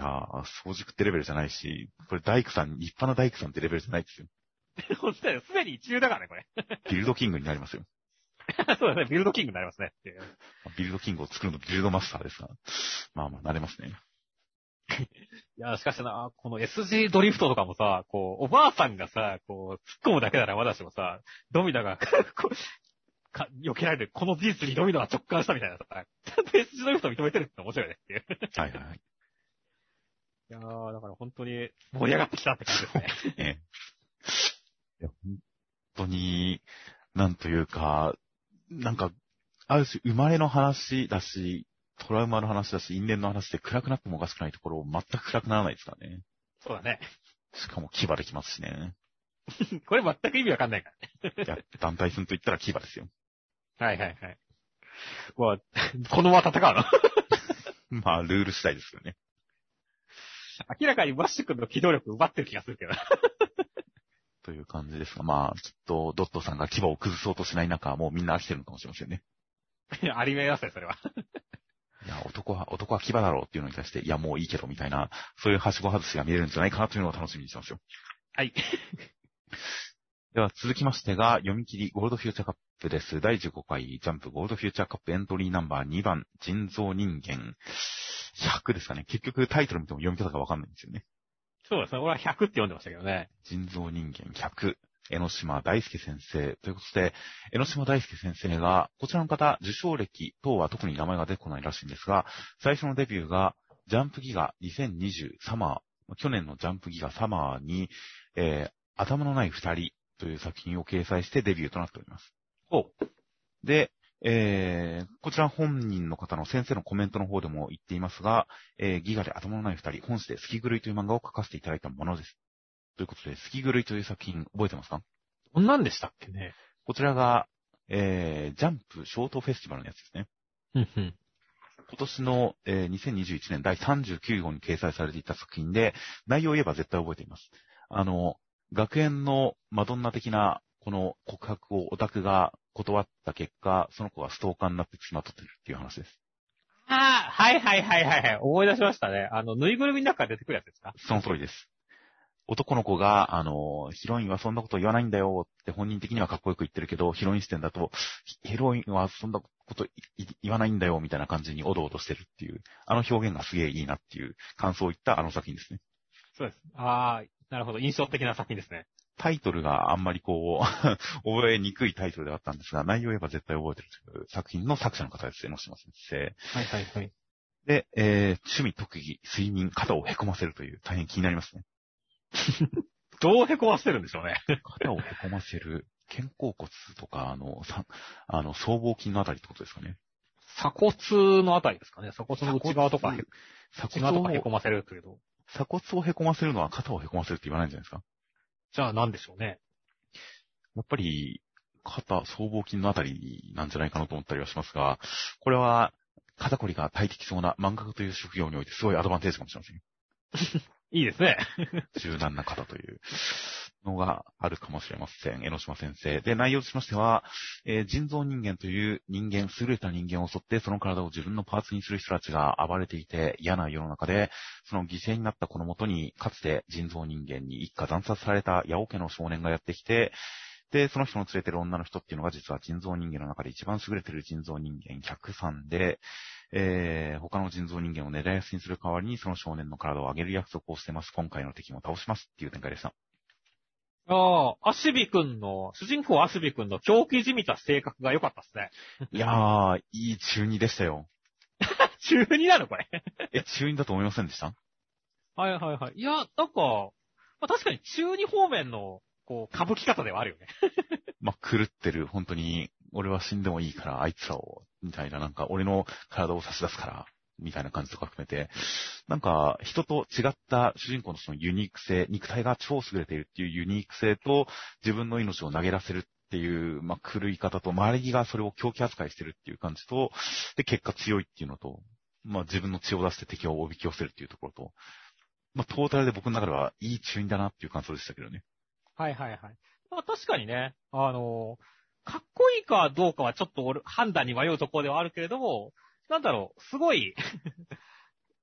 やー、早熟ってレベルじゃないし、これ大工さん、立派な大工さんってレベルじゃないですよ。 本当だよ。すでに一流だからね、これ。 ビルドキングになりますよ。 そうだね、ビルドキングになりますね。 ビルドキングを作るのビルドマスターですが、まあまあ、なれますね。 いや、しかしな、この エスジー ドリフトとかもさ、こう、おばあさんがさ、こう、突っ込むだけならまだしもさ、ドミノが、こう、か、避けられる、この事実にドミノが直感したみたいなさ、ちゃんと エスジー ドリフト認めてるって面白いねっていう。 はいはいはい。 いやー、だから本当に盛り上がってきたって感じですね。 ええ。いや、本当に、なんというか、なんか、ある種生まれの話だし、トラウマの話だし、因縁の話で暗くなってもおかしくないところを全く暗くならないですからね。 そうだね。 しかも牙できますしね。 これ全く意味わかんないかいら。 や、団体戦と言ったら牙ですよ。 はいはいはい。まあ、このまま戦うのまあ、ルール次第ですよね。 明らかにマッシュ君の機動力奪ってる気がするけど。 という感じですが、まあ、きっと、ドットさんが牙を崩そうとしない中、もうみんな飽きてるのかもしれませんね。 いや、ありめますね、それは。 いや、男は、男は牙だろうっていうのに対して、いや、もういいけど、みたいな、そういうはしご外しが見れるんじゃないかなというのを楽しみにしますよ。 はい。 では、続きましてが、読み切りゴールドフューチャーカップです。だいじゅうごかいジャンプゴールドフューチャーカップエントリーナンバーにばん、人造人間。ひゃくですかね。結局タイトル見ても読み方がわかんないんですよね。 そうですね。俺はひゃくって読んでましたけどね。 人造人間ひゃく。江ノ島大輔先生。ということで、江ノ島大輔先生が、こちらの方、受賞歴等は特に名前が出てこないらしいんですが、最初のデビューが、ジャンプギガにせんにじゅうサマー、去年のジャンプギガサマーに、えー、頭のない二人という作品を掲載してデビューとなっております。 おで、えー、こちら本人の方の先生のコメントの方でも言っていますが、えー、ギガで頭のない二人、本誌で好き狂いという漫画を書かせていただいたものです。ということで、好き狂いという作品覚えてますか？ どんなんでしたっけね。 こちらが、えー、ジャンプショートフェスティバルのやつですね。 うんうん。 今年の、えー、にせんにじゅういちねんだいさんじゅうきゅう号に掲載されていた作品で、内容を言えば絶対覚えています。あの、学園のマドンナ的な、この告白をオタクが断った結果、その子がストーカーになって付きまとっているっていう話です。 ああ、はいはいはいはいはい。思い出しましたね。あの、ぬいぐるみの中から出てくるやつですか？ その通りです。男の子が、あの、ヒロインはそんなこと言わないんだよって本人的にはかっこよく言ってるけど、ヒロイン視点だと、ヒロインはそんなこと言わないんだよみたいな感じにおどおどしてるっていう、あの表現がすげえいいなっていう感想を言ったあの作品ですね。 そうです。ああ、なるほど。印象的な作品ですね。 タイトルがあんまりこう、覚えにくいタイトルではあったんですが、内容を言えば絶対覚えてるという作品の作者の方です。江ノ島先生。 はいはいはい。 で、えー、趣味、特技、睡眠、肩をへこませるという大変気になりますね。 どうへこませてるんでしょうね。 肩をへこませる、肩甲骨とか、あの、さ、あの、僧帽筋のあたりってことですかね。 鎖骨のあたりですかね。鎖骨の内側とか、 鎖内側とかへ骨を、 こませるけど。 鎖骨をへこませるのは肩をへこませるって言わないんじゃないですか。 じゃあ何でしょうね。 やっぱり、肩、僧帽筋のあたりなんじゃないかなと思ったりはしますが、これは、肩こりが大敵そうな漫画家という職業においてすごいアドバンテージかもしれません。 いいですね。 柔軟な肩というのがあるかもしれません。江ノ島先生。で、内容としましては、えー、人造人間という人間、優れた人間を襲って、その体を自分のパーツにする人たちが暴れていて嫌な世の中で、その犠牲になった子のもとに、かつて人造人間に一家惨殺された八尾家の少年がやってきて、で、その人の連れてる女の人っていうのが実は人造人間の中で一番優れてる人造人間ひゃくさんで、えー、他の人造人間を狙いやすにする代わりにその少年の体を上げる約束をしてます。今回の敵も倒しますっていう展開でした。 ああ、アシビ君の、主人公アシビ君の狂気じみた性格が良かったですね。 いやー、いい中二でしたよ。 中二なのこれ。 え、中二だと思いませんでした？ はいはいはい。いや、なんか、まあ、確かに中二方面の、こう、歌舞伎方ではあるよね。 まあ、狂ってる、本当に、俺は死んでもいいから、あいつらを、みたいな、なんか、俺の体を差し出すから、みたいな感じとか含めて、なんか、人と違った主人公のそのユニーク性、肉体が超優れているっていうユニーク性と、自分の命を投げ出せるっていう、まあ、狂い方と、周りがそれを狂気扱いしてるっていう感じと、で、結果強いっていうのと、まあ、自分の血を出して敵をおびき寄せるっていうところと、まあ、トータルで僕の中では、いい中二だなっていう感想でしたけどね。 はいはいはい。まあ確かにね、あの、かっこいいかどうかはちょっと俺判断に迷うところではあるけれども、なんだろう、すごい、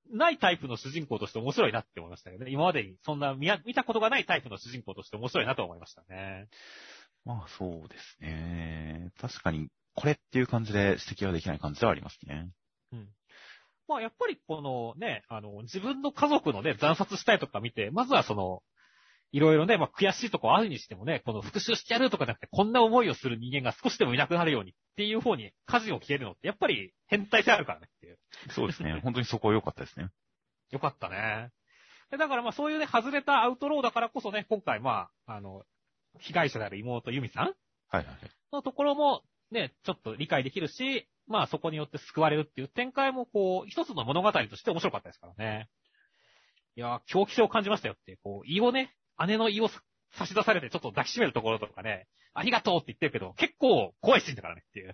ないタイプの主人公として面白いなって思いましたよね。今までにそんな見や見たことがないタイプの主人公として面白いなと思いましたね。 まあそうですね。確かに、これっていう感じで指摘はできない感じではありますね。 うん。まあやっぱりこのね、あの、自分の家族のね、惨殺したいとか見て、まずはその、いろいろね、まあ悔しいとこあるにしてもね、この復讐してやるとかじゃなくて、こんな思いをする人間が少しでもいなくなるようにっていう方に舵を切れるのって、やっぱり変態性あるからねっていう。 そうですね。本当にそこは良かったですね。 よかったね。だからまあそういうね、外れたアウトローだからこそね、今回まあ、あの、被害者である妹ユミさんはいはいはい。 のところもね、ちょっと理解できるし、まあそこによって救われるっていう展開もこう、一つの物語として面白かったですからね。いやー、狂気性を感じましたよって、こう、胃をね、姉の胃を差し出されてちょっと抱きしめるところとかね、ありがとうって言ってるけど、結構怖いシーンだからねっていう。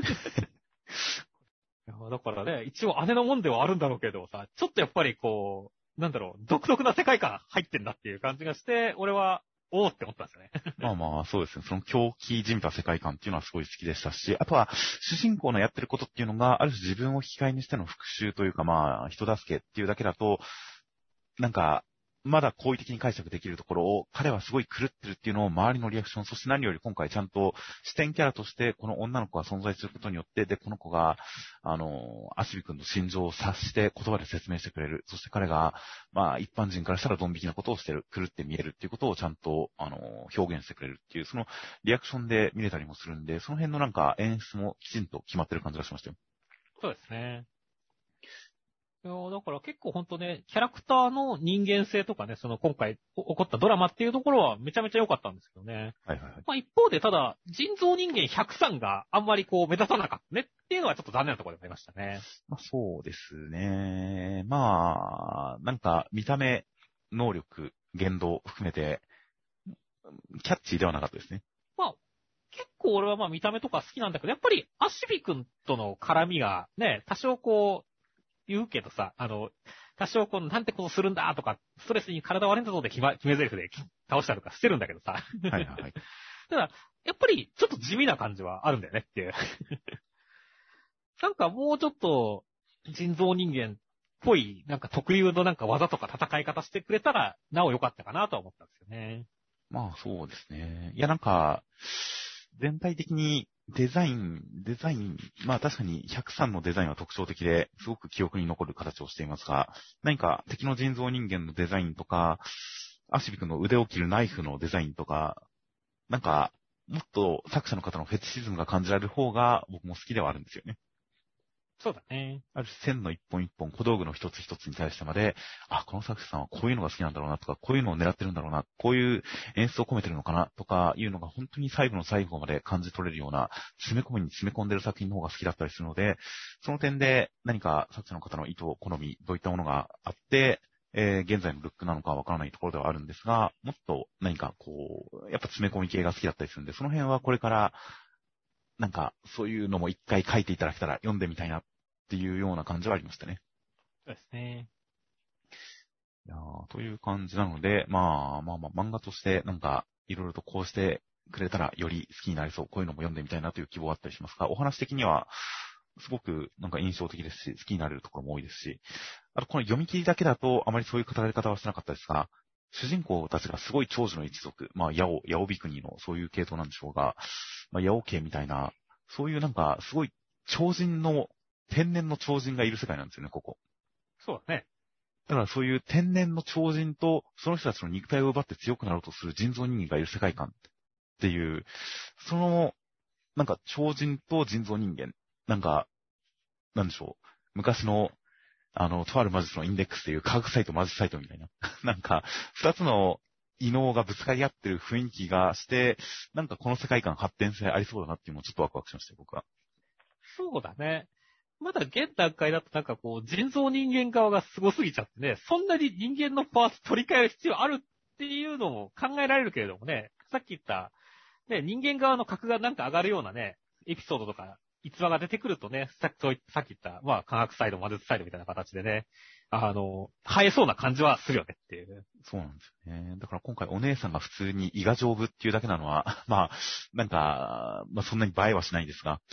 いやだからね、一応姉のもんではあるんだろうけどさ、ちょっとやっぱりこう、なんだろう、独特な世界観入ってんだっていう感じがして、俺は、おーって思ったんですよね。 まあまあ、そうですね。その狂気じみた世界観っていうのはすごい好きでしたし、あとは、主人公のやってることっていうのが、ある種自分を引き換えにしての復讐というか、まあ、人助けっていうだけだと、なんか、まだ好意的に解釈できるところを、彼はすごい狂ってるっていうのを周りのリアクション、そして何より今回ちゃんと視点キャラとしてこの女の子が存在することによって、で、この子が、あの、アシビ君の心情を察して言葉で説明してくれる。そして彼が、まあ一般人からしたらドン引きなことをしてる、狂って見えるっていうことをちゃんと、あの、表現してくれるっていう、そのリアクションで見れたりもするんで、その辺のなんか演出もきちんと決まってる感じがしましたよ。 そうですね。いやだから結構ほんとね、キャラクターの人間性とかね、その今回起こったドラマっていうところはめちゃめちゃ良かったんですけどね。 はいはいはい。 まあ一方でただ、人造人間ひゃくさんがあんまりこう目立たなかったねっていうのはちょっと残念なところでもありましたね。 まあそうですね。まあ、なんか見た目、能力、言動含めて、キャッチーではなかったですね。 まあ、結構俺はまあ見た目とか好きなんだけど、やっぱりアシビ君との絡みがね、多少こう、言うけどさ、あの、多少こう、なんてことするんだとか、ストレスに体悪いんだぞで決め台詞で倒したりとかしてるんだけどさ。 はいはいはい。 ただ、やっぱりちょっと地味な感じはあるんだよねっていう。なんかもうちょっと人造人間っぽい、なんか特有のなんか技とか戦い方してくれたら、なお良かったかなとは思ったんですよね。 まあそうですね。いやなんか、全体的にデザイン、デザイン、まあ確かにひゃくさんのデザインは特徴的で、すごく記憶に残る形をしていますが、何か敵の人造人間のデザインとか、アシビ君の腕を切るナイフのデザインとか、なんか、もっと作者の方のフェチシズムが感じられる方が僕も好きではあるんですよね。 そうだね。 ある線の一本一本、小道具の一つ一つに対してまで、あ、この作者さんはこういうのが好きなんだろうなとか、こういうのを狙ってるんだろうな、こういう演出を込めてるのかなとかいうのが本当に最後の最後まで感じ取れるような、詰め込みに詰め込んでる作品の方が好きだったりするので、その点で何か作者の方の意図、好み、どういったものがあって、えー、現在のルックなのかはわからないところではあるんですが、もっと何かこう、やっぱ詰め込み系が好きだったりするんで、その辺はこれから、なんかそういうのも一回書いていただけたら読んでみたいなっていうような感じはありましたね。 そうですね。 いやーという感じなので、まあまあまあ漫画としてなんかいろいろとこうしてくれたらより好きになりそう、こういうのも読んでみたいなという希望があったりしますが、お話的にはすごくなんか印象的ですし、好きになれるところも多いですし、あとこの読み切りだけだとあまりそういう語られ方はしてなかったですが、主人公たちがすごい長寿の一族、まあ、ヤオ、ヤオビクニのそういう系統なんでしょうが、まあ、ヤオ系みたいな、そういうなんか、すごい超人の、天然の超人がいる世界なんですよね、ここ。 そうだね。 だからそういう天然の超人と、その人たちの肉体を奪って強くなろうとする人造人間がいる世界観っていう、その、なんか超人と人造人間、なんか、なんでしょう、昔の、あの、とある魔術のインデックスという科学サイト、魔術サイトみたいな。なんか、二つの異能がぶつかり合ってる雰囲気がして、なんかこの世界観発展性ありそうだなっていうのをちょっとワクワクしましたよ、僕は。 そうだね。まだ現段階だとなんかこう、人造人間側がすごすぎちゃってね、そんなに人間のパーツ取り替える必要あるっていうのも考えられるけれどもね、さっき言った、ね、人間側の格がなんか上がるようなね、エピソードとか、逸話が出てくるとね、さっき、さっき言った、まあ、科学サイド、魔術サイドみたいな形でね、あの、生えそうな感じはするよねっていう。 そうなんですよね。だから今回お姉さんが普通に胃が丈夫っていうだけなのは、まあ、なんか、まあそんなに映えはしないんですが、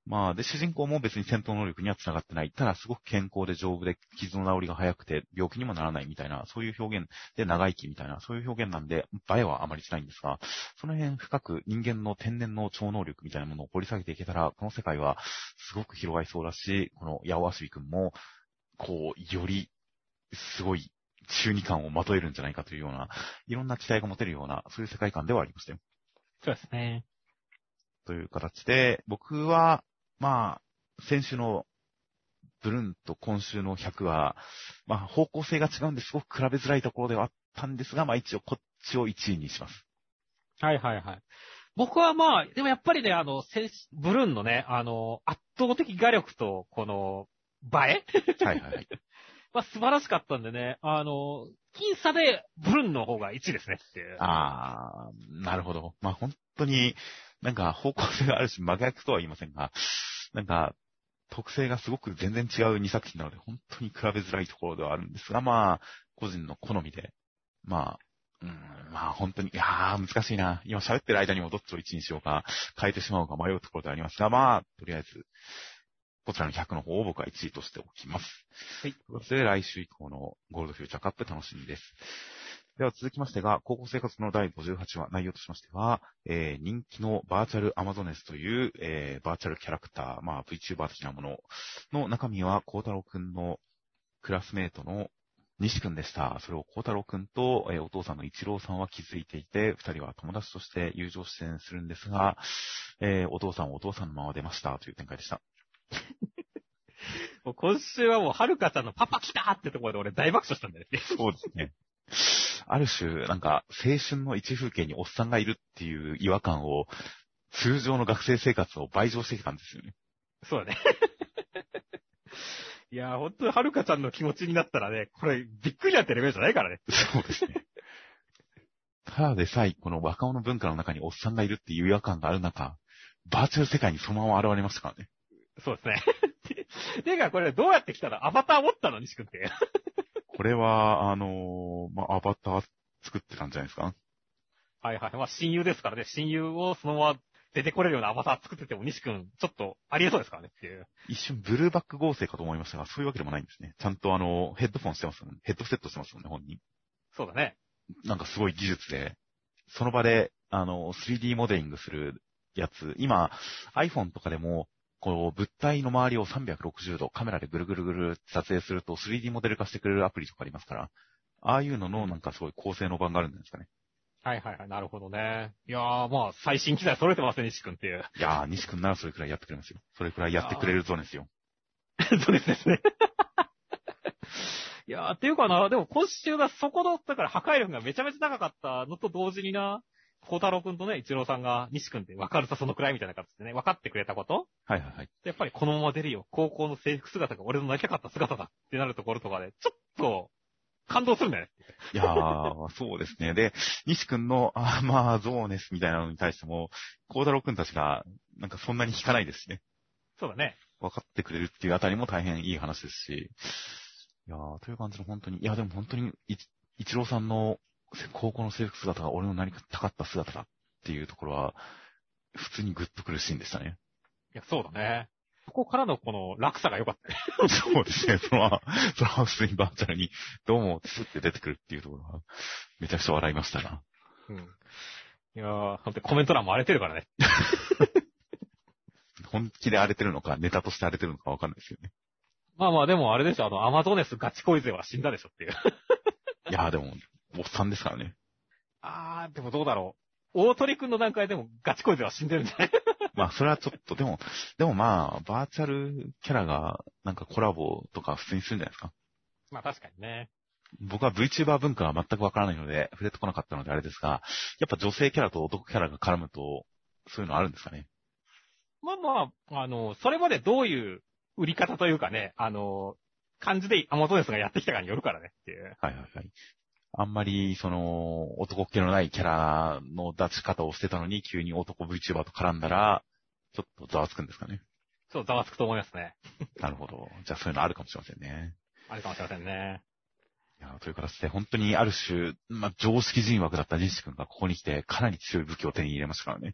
まあ、で、主人公も別に戦闘能力には繋がってない。ただ、すごく健康で丈夫で、傷の治りが早くて、病気にもならないみたいな、そういう表現で長生きみたいな、そういう表現なんで、映えはあまりしないんですが、その辺深く人間の天然の超能力みたいなものを掘り下げていけたら、この世界はすごく広がりそうだし、このヤオアシビ君も、こう、より、すごい、中二感をまとえるんじゃないかというような、いろんな期待が持てるような、そういう世界観ではありましたよ。 そうですね。 という形で、僕は、まあ、先週のブルーンと今週のひゃくは、まあ、方向性が違うんですごく比べづらいところではあったんですが、まあ一応こっちをいちいにします。 はいはいはい。僕はまあ、でもやっぱりね、あの、先ブルーンのね、あの、圧倒的画力と、この、映えはいはいはい。 まあ素晴らしかったんでね、あの、僅差でブルーンの方がいちいですねっていう。 あー、なるほど。まあ本当に、なんか方向性があるし、真逆とは言いませんが、なんか、特性がすごく全然違うにさく品なので、本当に比べづらいところではあるんですが、まあ、個人の好みで、まあ、うん、まあ本当に、いやー、難しいな。今喋ってる間にもどっちをいちにしようか、変えてしまうか迷うところでありますが、まあ、とりあえず、こちらのひゃくの方を僕はいちいとしておきます。 はい。 そして来週以降のゴールドフューチャーカップ楽しみです。では続きましてが、高校生活のだいごじゅうはちわ、内容としましては、えー、人気のバーチャルアマゾネスという、えー、バーチャルキャラクター、まあ VTuber 的なものの中身は、孝太郎くんのクラスメイトの西くんでした。それを孝太郎くんと、えー、お父さんの一郎さんは気づいていて、二人は友達として友情出演するんですが、えー、お父さんはお父さんのまま出ましたという展開でした。 もう今週はもう、はるかちゃんのパパ来たってところで俺大爆笑したんだよね。 そうですね。ある種、なんか、青春の一風景におっさんがいるっていう違和感を、通常の学生生活を倍増してきたんですよね。 そうだね。いやー、ほんとにはるかちゃんの気持ちになったらね、これ、びっくりなってレベルじゃないからね。 そうですね。ただでさえ、この若者文化の中におっさんがいるっていう違和感がある中、バーチャル世界にそのまま現れましたからね。 そうですね。てか、これどうやって来たの？アバター持ったの西くんって。 これは、あのー、まあ、アバター作ってたんじゃないですか。 はいはい。まあ、親友ですからね。親友をそのまま出てこれるようなアバター作ってても西くん、ちょっとありえそうですからねっていう。 一瞬ブルーバック合成かと思いましたが、そういうわけでもないんですね。ちゃんとあの、ヘッドフォンしてますもんね。ヘッドセットしてますもんね、本人。 そうだね。 なんかすごい技術で、その場で、あの、スリーディー モデリングするやつ、今、iPhone とかでも、こう、物体の周りをさんびゃくろくじゅうどカメラでぐるぐるぐる撮影すると スリーディー モデル化してくれるアプリとかありますから、ああいうののなんかすごい高性能版があるんですかね。 はいはいはい。なるほどね。いやー、まあ、最新機材揃えてますね、西くんっていう。 いやー、西くんならそれくらいやってくれますよ。それくらいやってくれるぞですよ。 そうですですね。いやー、っていうかな、でも今週がそこの、だから破壊力がめちゃめちゃ高かったのと同時にな、孝太郎くんとね、一郎さんが、西くんって分かるさそのくらいみたいな形でね、分かってくれたことはいはいはい。 やっぱりこのまま出るよ。高校の制服姿が俺のなりたかった姿だってなるところとかで、ちょっと、感動するんだよね。 いやー、そうですね。で、西くんの、あーまあ、ゾーネスみたいなのに対しても、孝太郎くんたちが、なんかそんなに引かないですしね。 そうだね。 分かってくれるっていうあたりも大変いい話ですし。いやー、という感じの本当に、いやでも本当に、い一郎さんの高校の制服姿が俺のなりたかった姿だっていうところは、普通にグッとくるシーンでしたね。 いや、そうだね。そこからのこの落差が良かったね。 そうですね。そのまま、そのまま普通にバーチャルに、どうも、スッて出てくるっていうところは、めちゃくちゃ笑いましたな。 うん。いやー、ほんとコメント欄も荒れてるからね。 本気で荒れてるのか、ネタとして荒れてるのかわかんないですよね。 まあまあ、でもあれでしょ、あの、アマゾネスガチ恋勢は死んだでしょっていう。 いやーでも、おっさんですからね。 あー、でもどうだろう。大鳥くんの段階でもガチ恋勢は死んでるんじゃない？ まあ、それはちょっと、でも、でもまあ、バーチャルキャラが、なんかコラボとか普通にするんじゃないですか。 まあ確かにね。 僕は VTuber 文化は全くわからないので、触れてこなかったのであれですが、やっぱ女性キャラと男キャラが絡むと、そういうのあるんですかね。 まあまあ、あの、それまでどういう売り方というかね、あの、感じでアマゾネスがやってきたかによるからねっていう。 はいはいはい。あんまり、その、男っ気のないキャラの出し方をしてたのに、急に男 VTuber と絡んだら、ちょっとざわつくんですかね。 そう、ざわつくと思いますね。 なるほど。じゃあそういうのあるかもしれませんね。 あれかもしれませんね。 いや、という形で、本当にある種、まあ、常識人枠だった西君がここに来て、かなり強い武器を手に入れましたからね。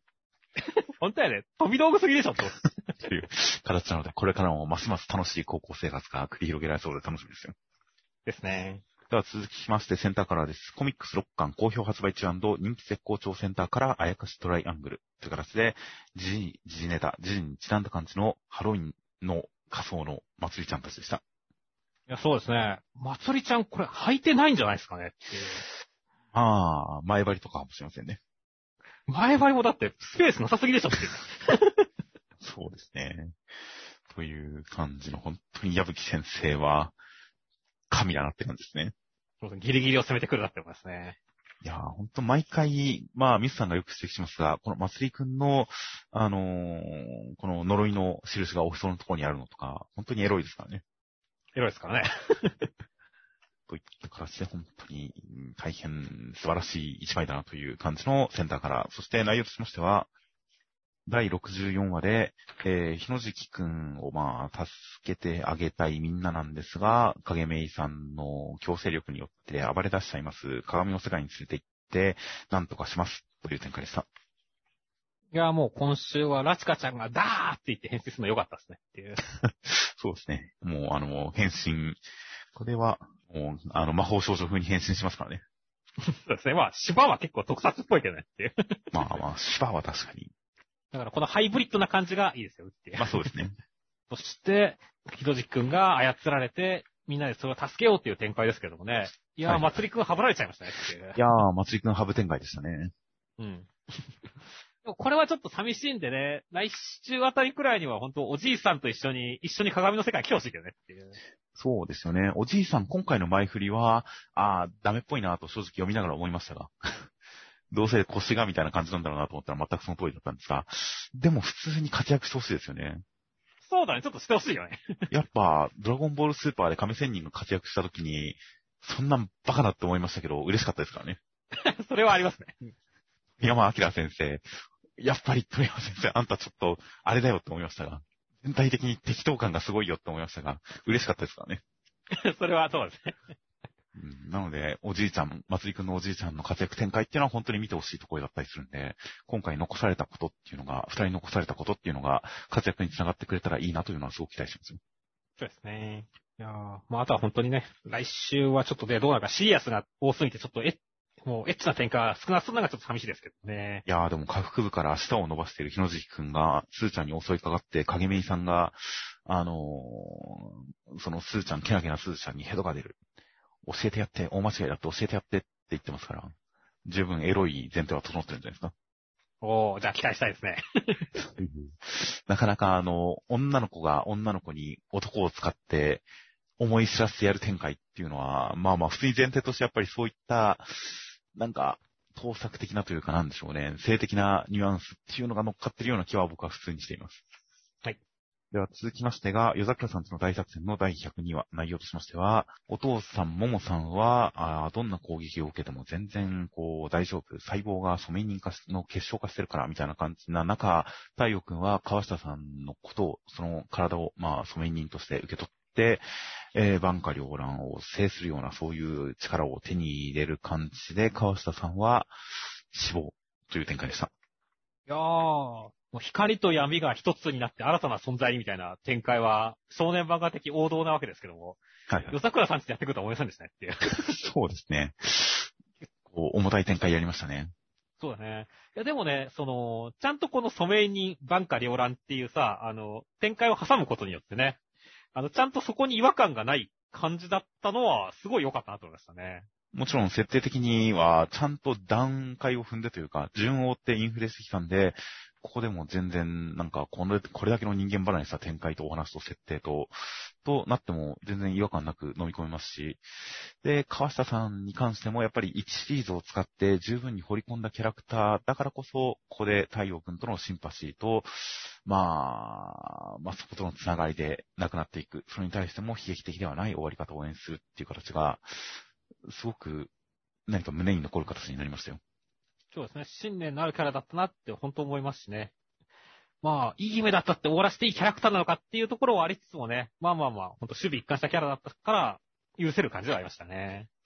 本当やね。飛び道具すぎでしょ、と。 という形なので、これからもますます楽しい高校生活が繰り広げられそうで楽しみですよ。 ですね。 では続きましてセンターカラーです。コミックスろっかん好評発売中&人気絶好調センターカラーあやかしトライアングルという形で、時事、時事ネタ、時事にちなんだ感じのハロウィンの仮装のまつりちゃんたちでした。 いや、そうですね。まつりちゃんこれ履いてないんじゃないですかねっていう。 ああ、前張りとかかもしれませんね。 前張りもだってスペースなさすぎでしょっていう。 そうですね。という感じの本当に矢吹先生は神だなって感じですね。 ギリギリを攻めてくるなって思いますね。 いやー、ほんと毎回、まあ、ミスさんがよく指摘しますが、このまつりくんの、あのー、この呪いの印がおへそのところにあるのとか、本当にエロいですからね。 エロいですからね。 といった形で本当に大変素晴らしい一枚だなという感じのセンターから、そして内容としましては、だいろくじゅうよんわで、えー、日野敷くんをまあ、助けてあげたいみんななんですが、影芽衣さんの強制力によって暴れ出しちゃいます。鏡の世界に連れて行って、なんとかします。という展開でした。 いや、もう今週はラチカちゃんがダーって言って変身するの良かったですねっていう。 そうですね。もう、あの、変身。これは、もう、あの、魔法少女風に変身しますからね。 そうですね。まあ、芝は結構特撮っぽいけどねっていう。 まあまあ、芝は確かに。 だからこのハイブリッドな感じがいいですよっていう。 まあそうですね。 そして、ひろじくんが操られて、みんなでそれを助けようっていう展開ですけどもね。いやー、 はいまつりくんはぶられちゃいましたねっていう。 いやー、まつりくんハブ展開でしたね。 うん。でもこれはちょっと寂しいんでね、来週あたりくらいには本当おじいさんと一緒に、一緒に鏡の世界に来てほしいけどねっていう。 そうですよね。おじいさん、今回の前振りは、あー、ダメっぽいなと正直読みながら思いましたが。どうせ腰がみたいな感じなんだろうなと思ったら全くその通りだったんですが、でも普通に活躍してほしいですよね。 そうだね、ちょっとしてほしいよね。 やっぱ、ドラゴンボールスーパーで亀仙人が活躍した時に、そんなバカだって思いましたけど、嬉しかったですからね。 それはありますね。 山明先生、やっぱり鳥山先生、あんたちょっと、あれだよって思いましたが、全体的に適当感がすごいよって思いましたが、嬉しかったですからね。 それはそうですね。 うん、なので、おじいちゃん、まつりくんのおじいちゃんの活躍展開っていうのは本当に見てほしいところだったりするんで、今回残されたことっていうのが、二人残されたことっていうのが、活躍につながってくれたらいいなというのはすごく期待しますよ。 そうですね。いやーまあ、あとは本当にね、来週はちょっとで、どうなるかシリアスが多すぎて、ちょっとえ、もうエッチな展開が少なすぎるのがちょっと寂しいですけどね。 いやーでも下腹部から舌を伸ばしている日野敷くんが、スーちゃんに襲いかかって、影芽衣さんが、あのー、そのスーちゃん、けなげなスーちゃんにヘドが出る。教えてやって、大間違いだって教えてやってって言ってますから、十分エロい前提は整ってるんじゃないですか。 おー、じゃあ期待したいですね。 なかなかあの、女の子が女の子に男を使って思い知らせてやる展開っていうのは、まあまあ普通に前提としてやっぱりそういった、なんか、盗作的なというかなんでしょうね、性的なニュアンスっていうのが乗っかってるような気は僕は普通にしています。 はい。 では続きましてが、夜桜さんちの大作戦のだいひゃくにわ、内容としましては、お父さん、ももさんは、あどんな攻撃を受けても全然、こう、大丈夫。細胞が染人化の結晶化してるから、みたいな感じな中、太陽くんは川下さんのことを、その体を、まあ、染人として受け取って、えー、万家両乱を制するような、そういう力を手に入れる感じで、川下さんは死亡という展開でした。 いやー、もう光と闇が一つになって新たな存在みたいな展開は、少年漫画的王道なわけですけども、 はい、はい。 夜桜さんちでやってくるとは思いませんでしたねっていう。 そうですね。結構重たい展開やりましたね。 そうだね。いやでもね、その、ちゃんとこの染井に万家両乱っていうさ、あの、展開を挟むことによってね、あの、ちゃんとそこに違和感がない感じだったのは、すごい良かったなと思いましたね。 もちろん設定的には、ちゃんと段階を踏んでというか、順を追ってインフレしてきたんで、ここでも全然、なんか、これ、これだけの人間離れした展開とお話と設定と、となっても全然違和感なく飲み込めますし、で、川下さんに関してもやっぱりいちシリーズを使って十分に掘り込んだキャラクターだからこそ、ここで太陽君とのシンパシーと、まあ、まあそことのつながりでなくなっていく。それに対しても悲劇的ではない終わり方を応援するっていう形が、すごく何か胸に残る形になりましたよ。 そうですね。信念のあるキャラだったなって本当思いますしね。まあ、いい夢だったって終わらせていいキャラクターなのかっていうところはありつつもね、まあまあまあ、本当守備一貫したキャラだったから、許せる感じはありましたね。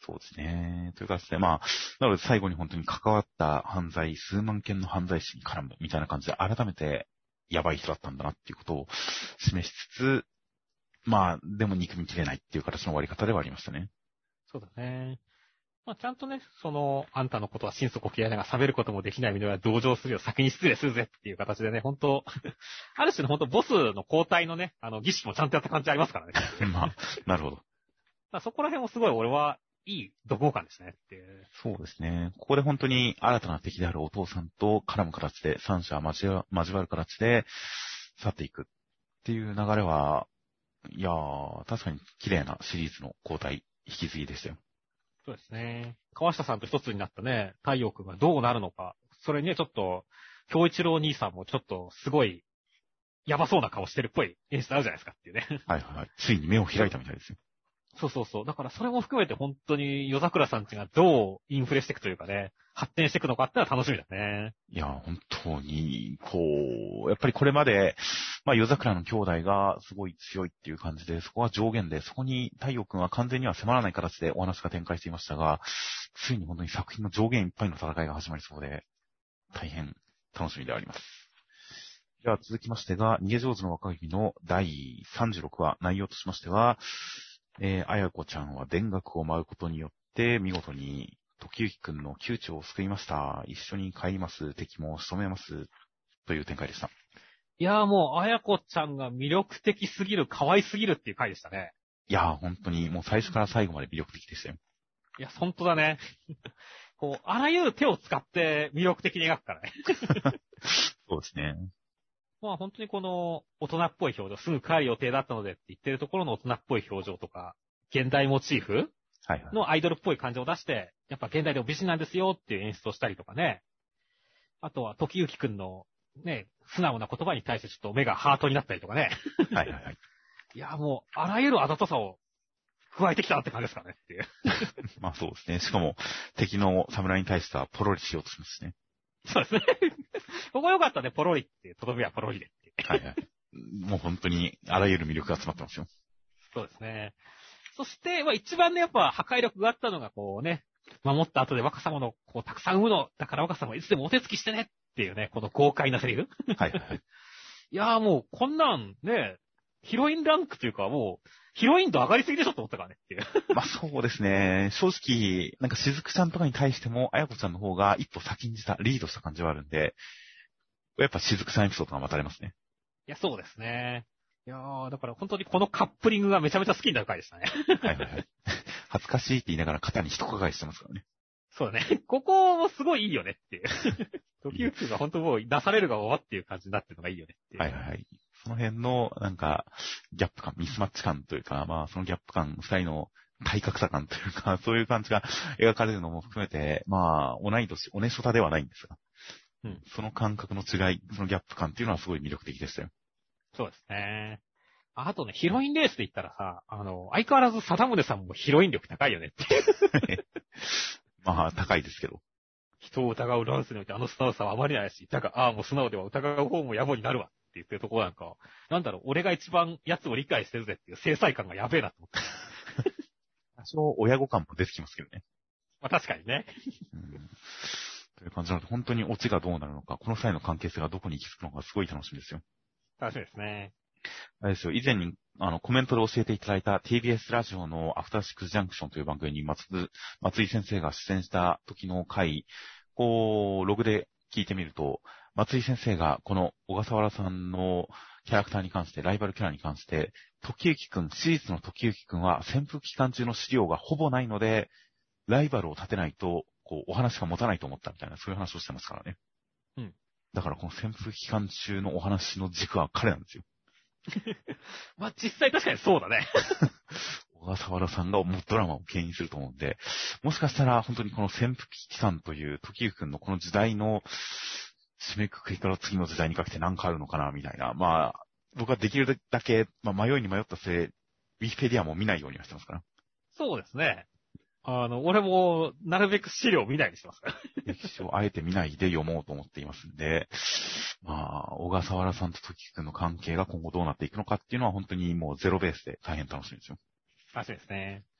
そうですね。というかですね、まあ、なので最後に本当に関わった犯罪、数万件の犯罪史に絡むみたいな感じで改めてやばい人だったんだなっていうことを示しつつ、まあ、でも憎みきれないっていう形の終わり方ではありましたね。 そうだね。まあ、ちゃんとね、その、あんたのことは心底嫌いだが喋ることもできない身は同情するよ、先に失礼するぜっていう形でね、本当ある種の本当ボスの交代のね、あの、儀式もちゃんとやった感じありますからね。 まあ、なるほど。 まあそこら辺もすごい俺はいい怒号感ですねっていう。 そうですね。ここで本当に新たな敵であるお父さんと絡む形で、三者交わ交わる形で去っていくっていう流れは、いやー、確かに綺麗なシリーズの交代、引き継ぎでしたよ。 そうですね。川下さんと一つになったね、太陽君がどうなるのか。それにね、ちょっと、京一郎兄さんもちょっとすごい、やばそうな顔してるっぽい演出あるじゃないですかっていうね。 はいはい。ついに目を開いたみたいですよ。 そうそうそう。だからそれも含めて本当に夜桜さんちがどうインフレしていくというかね、発展していくのかってのは楽しみだね。 いや、本当に、こう、やっぱりこれまで、まあ、夜桜の兄弟がすごい強いっていう感じで、そこは上限で、そこに太陽君は完全には迫らない形でお話が展開していましたが、ついに本当に作品の上限いっぱいの戦いが始まりそうで、大変楽しみであります。では続きましてが、逃げ上手の若君のだいさんじゅうろくわ、内容としましては、えー、あやこちゃんは田楽を舞うことによって、見事に、時行くんの窮地を救いました。一緒に帰ります。敵も仕留めます。という展開でした。 いやーもう、あやこちゃんが魅力的すぎる、可愛すぎるっていう回でしたね。 いやー、本当に、もう最初から最後まで魅力的でしたよ。 いや、本当だね。こう、あらゆる手を使って魅力的に描くからね。 そうですね。 まあ本当にこの大人っぽい表情、すぐ帰る予定だったのでって言ってるところの大人っぽい表情とか、現代モチーフはいはい。 のアイドルっぽい感情を出して、やっぱ現代でも美人なんですよっていう演出をしたりとかね。あとは時行くんのね、素直な言葉に対してちょっと目がハートになったりとかね。 はいはいはい。 いやもう、あらゆるあざとさを加えてきたって感じですかねっていう。 まあそうですね。しかも、敵の侍に対してはポロリしようとしますしね。 そうですね。ここ良かったね、ポロリっていう、とどめはポロリでっていう。 はいはい。もう本当に、あらゆる魅力が詰まってますよ。 そうですね。そして、まあ一番ね、やっぱ破壊力があったのが、こうね、守った後で若様の、こう、たくさん産むの、だから若様いつでもお手つきしてねっていうね、この豪快なセリフ。 はいはいはい。 いやーもう、こんなんね、ヒロインランクというかもう、ヒロイン度上がりすぎでしょと思ったからねっていう。 まあそうですね。正直、なんかしずくちゃんとかに対しても、あやこちゃんの方が一歩先にした、リードした感じはあるんで、やっぱしずくさんエピソードが待たれますね。 いや、そうですね。いやー、だから本当にこのカップリングがめちゃめちゃ好きになる回でしたね。 はいはいはい。恥ずかしいって言いながら肩に一抱えしてますからね。 そうだね。ここもすごいいいよねっていう。時々が本当もう出されるが終わっていう感じになってるのがいいよねっていう。 はいはいはい。その辺の、なんか、ギャップ感、ミスマッチ感というか、まあ、そのギャップ感、二人の体格差感というか、そういう感じが描かれるのも含めて、まあ、同い年、おねしょたではないんですが、 うん。 その感覚の違い、そのギャップ感っていうのはすごい魅力的でしたよ。 そうですね。あとね、ヒロインレースで言ったらさ、あの、相変わらず貞宗さんもヒロイン力高いよねっていう。 まあ、高いですけど。 人を疑うランスにおいてあの素直さはあまりないし、だが、ああ、もう素直では疑う方も野暮になるわって言ってるところなんか、なんだろう、俺が一番奴を理解してるぜっていう制裁感がやべえなと思って。 多少親子感も出てきますけどね。 まあ確かにね。 うんという感じなので、本当にオチがどうなるのか、この際の関係性がどこに行き着くのかすごい楽しみですよ。 楽しみですね。 あれですよ、以前に、あの、コメントで教えていただいた ティービーエス ラジオのアフターシックスジャンクションという番組に松津、松井先生が出演した時の回、こう、ログで聞いてみると、松井先生がこの小笠原さんのキャラクターに関して、ライバルキャラに関して、時行くん、シリーズの時行くんは潜伏期間中の資料がほぼないので、ライバルを立てないと、こう、お話が持たないと思ったみたいな、そういう話をしてますからね。 うん。 だからこの潜伏期間中のお話の軸は彼なんですよ。 まあ実際確かにそうだね。 小笠原さんがドラマを牽引すると思うんで、もしかしたら本当にこの潜伏期間という時行くんのこの時代の締めくくりから次の時代にかけて何かあるのかな、みたいな。まあ、僕はできるだけ、まあ、迷いに迷ったせい、ウィキペディアも見ないようにはしてますから。 そうですね。あの、俺も、なるべく資料を見ないようにしてますから。 歴史をあえて見ないで読もうと思っていますんで、まあ、小笠原さんと時くんの関係が今後どうなっていくのかっていうのは本当にもうゼロベースで大変楽しみですよ。 楽しみですね。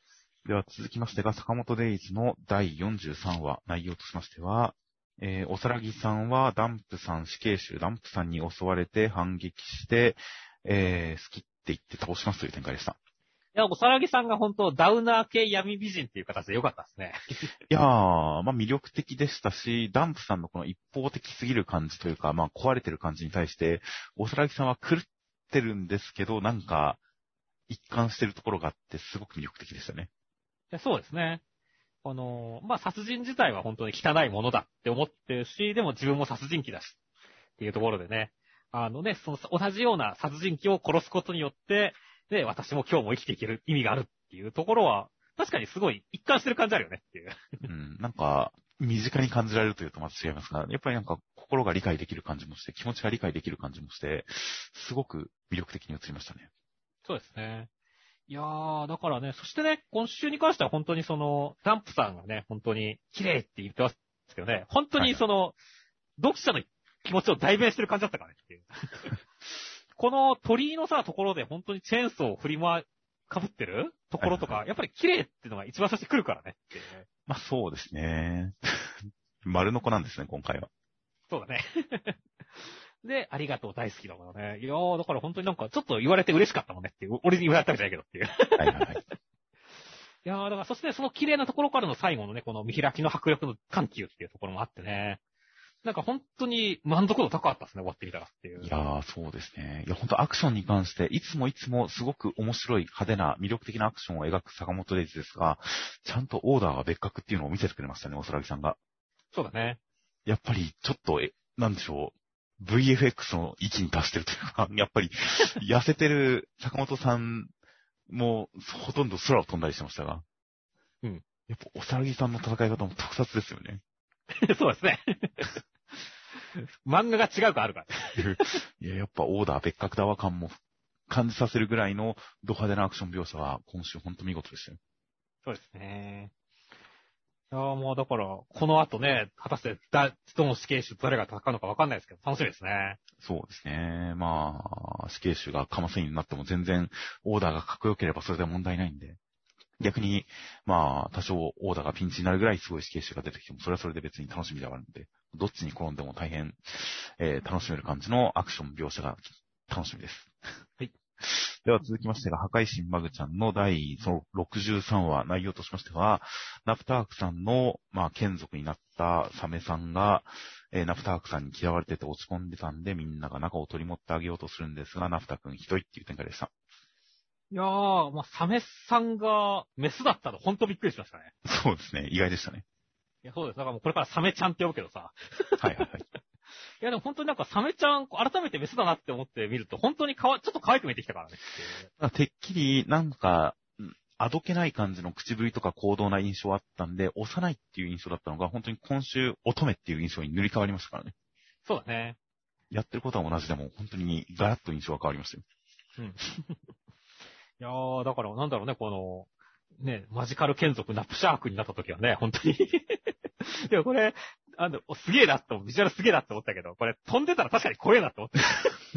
では続きましてが、坂本デイズのだいよんじゅうさんわ、内容としましては、えー、おさらぎさんはダンプさん、死刑囚ダンプさんに襲われて反撃して、えー、スキっていって倒しますという展開でした。 いや、おさらぎさんが本当ダウナー系闇美人っていう形で良かったですね。 いやー、まあ魅力的でしたし、ダンプさんのこの一方的すぎる感じというか、まあ壊れてる感じに対して、おさらぎさんは狂ってるんですけど、なんか、一貫してるところがあって、すごく魅力的でしたね。 そうですね。あの、まあ、殺人自体は本当に汚いものだって思ってるし、でも自分も殺人鬼だし、っていうところでね、あのね、その同じような殺人鬼を殺すことによって、で、私も今日も生きていける意味があるっていうところは、確かにすごい一貫してる感じあるよねっていう。 うん、なんか、身近に感じられるというとまた違いますが、やっぱりなんか心が理解できる感じもして、気持ちが理解できる感じもして、すごく魅力的に映りましたね。 そうですね。いやー、だからね、そしてね、今週に関しては本当にその、ダンプさんがね、本当に綺麗って言ってますけどね、本当にその、はい、読者の気持ちを代弁してる感じだったからねっていう。この鳥居のさ、ところで本当にチェーンソーを振り回、かぶってるところとか、はいはい、やっぱり綺麗っていうのが一番最初に来るからねっていうね。 まあそうですね。丸の子なんですね、今回は。 そうだね。で、ありがとう大好きだからね。いやー、だから本当になんかちょっと言われて嬉しかったもんねっていう。俺に言われたわけじゃないけどっていう。はいはいはい。いやー、だからそしてその綺麗なところからの最後のね、この見開きの迫力の緩急っていうところもあってね。なんか本当に満足度高かったですね、終わってみたらっていう。 いやー、そうですね。いや、本当アクションに関して、いつもいつもすごく面白い、派手な、魅力的なアクションを描く坂本デイズですが、ちゃんとオーダーが別格っていうのを見せてくれましたね、おそらぎさんが。 そうだね。 やっぱり、ちょっと、え、なんでしょう。ブイエフエックス の域に達してるというか、やっぱり、痩せてる坂本さんも、ほとんど空を飛んだりしてましたが。 うん。 やっぱ、おさらぎさんの戦い方も特撮ですよね。 そうですね。漫画が違うかあるから。 いや、やっぱオーダー別格だわ感も感じさせるぐらいのド派手なアクション描写は今週ほんと見事でしたよ。 そうですね。いやもうだから、この後ね、果たしてだ、どの死刑囚誰が戦うのかわかんないですけど、楽しみですね。 そうですね。まあ、死刑囚がカマセインになっても全然オーダーがかっこよければそれで問題ないんで。逆に、まあ、多少オーダーがピンチになるぐらいすごい死刑囚が出てきても、それはそれで別に楽しみではあるので、どっちに転んでも大変、えー、楽しめる感じのアクション描写が楽しみです。 はい。 では続きましてが、破壊神マグちゃんの第ろくじゅうさんわ、内容としましては、ナプタークさんの、まあ、眷属になったサメさんが、えー、ナプタークさんに嫌われてて落ち込んでたんで、みんなが中を取り持ってあげようとするんですが、ナプタ君ひどいっていう展開でした。 いやー、まあ、サメさんがメスだったの、ほんとびっくりしましたね。 そうですね。意外でしたね。 いや、そうです。だからもうこれからサメちゃんって呼ぶけどさ。 はいはいはい。 いや、でも本当になんかサメちゃん、改めてメスだなって思って見ると、本当にかわ、ちょっと可愛く見えてきたからね。 てっきり、なんか、あどけない感じの口ぶりとか行動な印象あったんで、幼いっていう印象だったのが、本当に今週、乙女っていう印象に塗り替わりましたからね。 そうだね。 やってることは同じでも、本当にガラッと印象が変わりましたよ。 うん。いやー、だからなんだろうね、この、ね、マジカル眷属ナプシャークになった時はね、本当に。でもこれ、あの、すげえなってビジュアルすげえなって思ったけど、これ飛んでたら確かに怖えなって思った。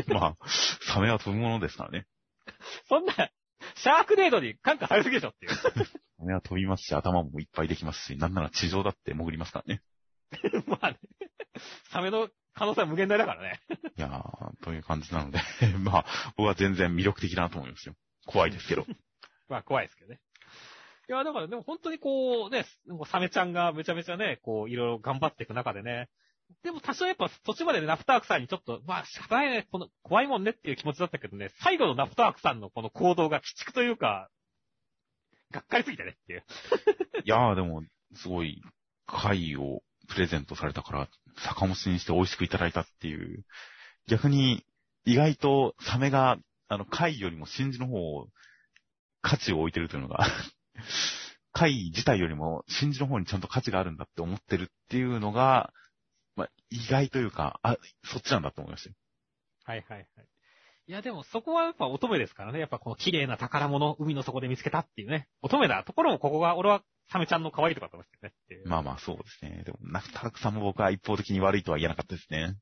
まあ、サメは飛ぶものですからね。 そんな、シャークネードに感化されすぎでしょっていう。 サメは飛びますし、頭もいっぱいできますし、なんなら地上だって潜りますからね。 まあね。サメの可能性は無限大だからね。 いやー、という感じなので、まあ、僕は全然魅力的だなと思いますよ。怖いですけど。 まあ怖いですけどね。いや、だからでも本当にこうね、サメちゃんがめちゃめちゃね、こういろいろ頑張っていく中でね、でも多少やっぱ途中までね、ナプタークさんにちょっと、まあ仕方ないね、この怖いもんねっていう気持ちだったけどね、最後のナプタークさんのこの行動が鬼畜というか、がっかりすぎたねっていう。 いやーでも、すごい、貝をプレゼントされたから、酒蒸しにして美味しくいただいたっていう、逆に、意外とサメが、あの、貝よりも真珠の方を価値を置いてるというのが、貝自体よりも真珠の方にちゃんと価値があるんだって思ってるっていうのが、まあ、意外というか、あ、そっちなんだと思いましたよ。 はいはいはい。いやでもそこはやっぱ乙女ですからね。やっぱこの綺麗な宝物、海の底で見つけたっていうね。乙女だところもここが、俺はサメちゃんの可愛いとこだと思いますけどね。 まあまあそうですね。でも、ナフタークさんも僕は一方的に悪いとは言えなかったですね。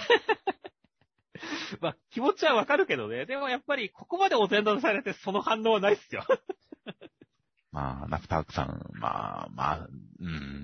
まあ気持ちはわかるけどね。でもやっぱりここまでお膳立てされてその反応はないっすよ。 まあ、ナプタークさん、まあ、まあ、うん、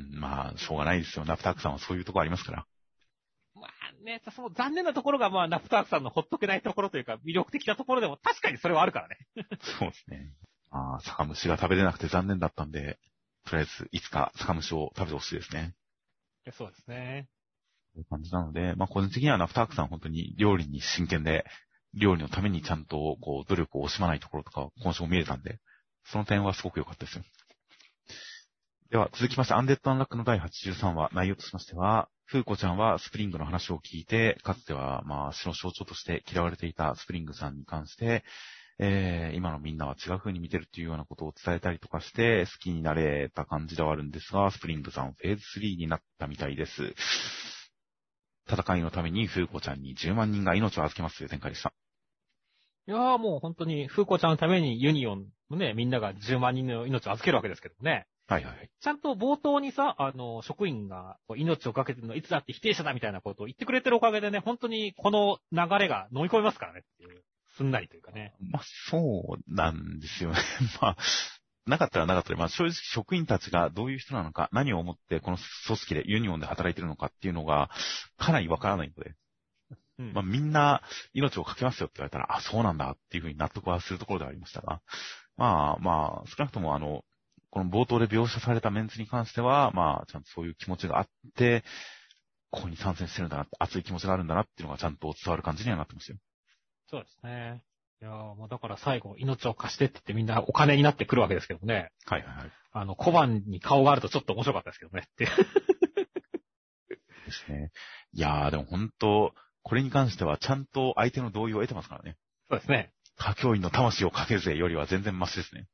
まあ、しょうがないですよ。ナプタークさんはそういうとこありますから。 まあね、その残念なところが、まあ、ナプタークさんのほっとけないところというか、魅力的なところでも確かにそれはあるからね。 そうですね。まあ、酒蒸しが食べれなくて残念だったんで、とりあえず、いつか酒蒸しを食べてほしいですね。 そうですね。 という感じなので、まあ、個人的にはナプタークさん本当に料理に真剣で、料理のためにちゃんと、こう、努力を惜しまないところとか、今週も見れたんで、その点はすごく良かったですよ。では、続きまして、アンデッド・アンラックのだいはちじゅうさんわ、内容としましては、フーコちゃんはスプリングの話を聞いて、かつては、まあ、死の象徴として嫌われていたスプリングさんに関して、えー、今のみんなは違う風に見てるっていうようなことを伝えたりとかして、好きになれた感じではあるんですが、スプリングさんフェーズスリーになったみたいです。戦いのためにフーコちゃんにじゅうまんにんが命を預けますという展開でした。 いやーもう本当に、フーコちゃんのためにユニオンのね、みんながじゅうまんにんの命を預けるわけですけどもね。 はいはいはい。 ちゃんと冒頭にさ、あの、職員が命をかけてるのいつだって否定者だみたいなことを言ってくれてるおかげでね、本当にこの流れが飲み込めますからねっていう、すんなりというかね。 まあ、そうなんですよね。まあ、なかったらなかったら、まあ正直職員たちがどういう人なのか、何を思ってこの組織でユニオンで働いてるのかっていうのが、かなりわからないので、うん、まあみんな命をかけますよって言われたら、あ、そうなんだっていうふうに納得はするところではありましたが、まあまあ、少なくともあの、この冒頭で描写されたメンツに関しては、まあ、ちゃんとそういう気持ちがあって、ここに参戦してるんだな、熱い気持ちがあるんだなっていうのがちゃんと伝わる感じにはなってますよ。 そうですね。いやーもうだから最後、命を貸してって言ってみんなお金になってくるわけですけどね。 はいはいはい。 あの、小判に顔があるとちょっと面白かったですけどね。ってですね。いやー、でも本当、これに関してはちゃんと相手の同意を得てますからね。 そうですね。 歌教員の魂をかけるぜよりは全然マシですね。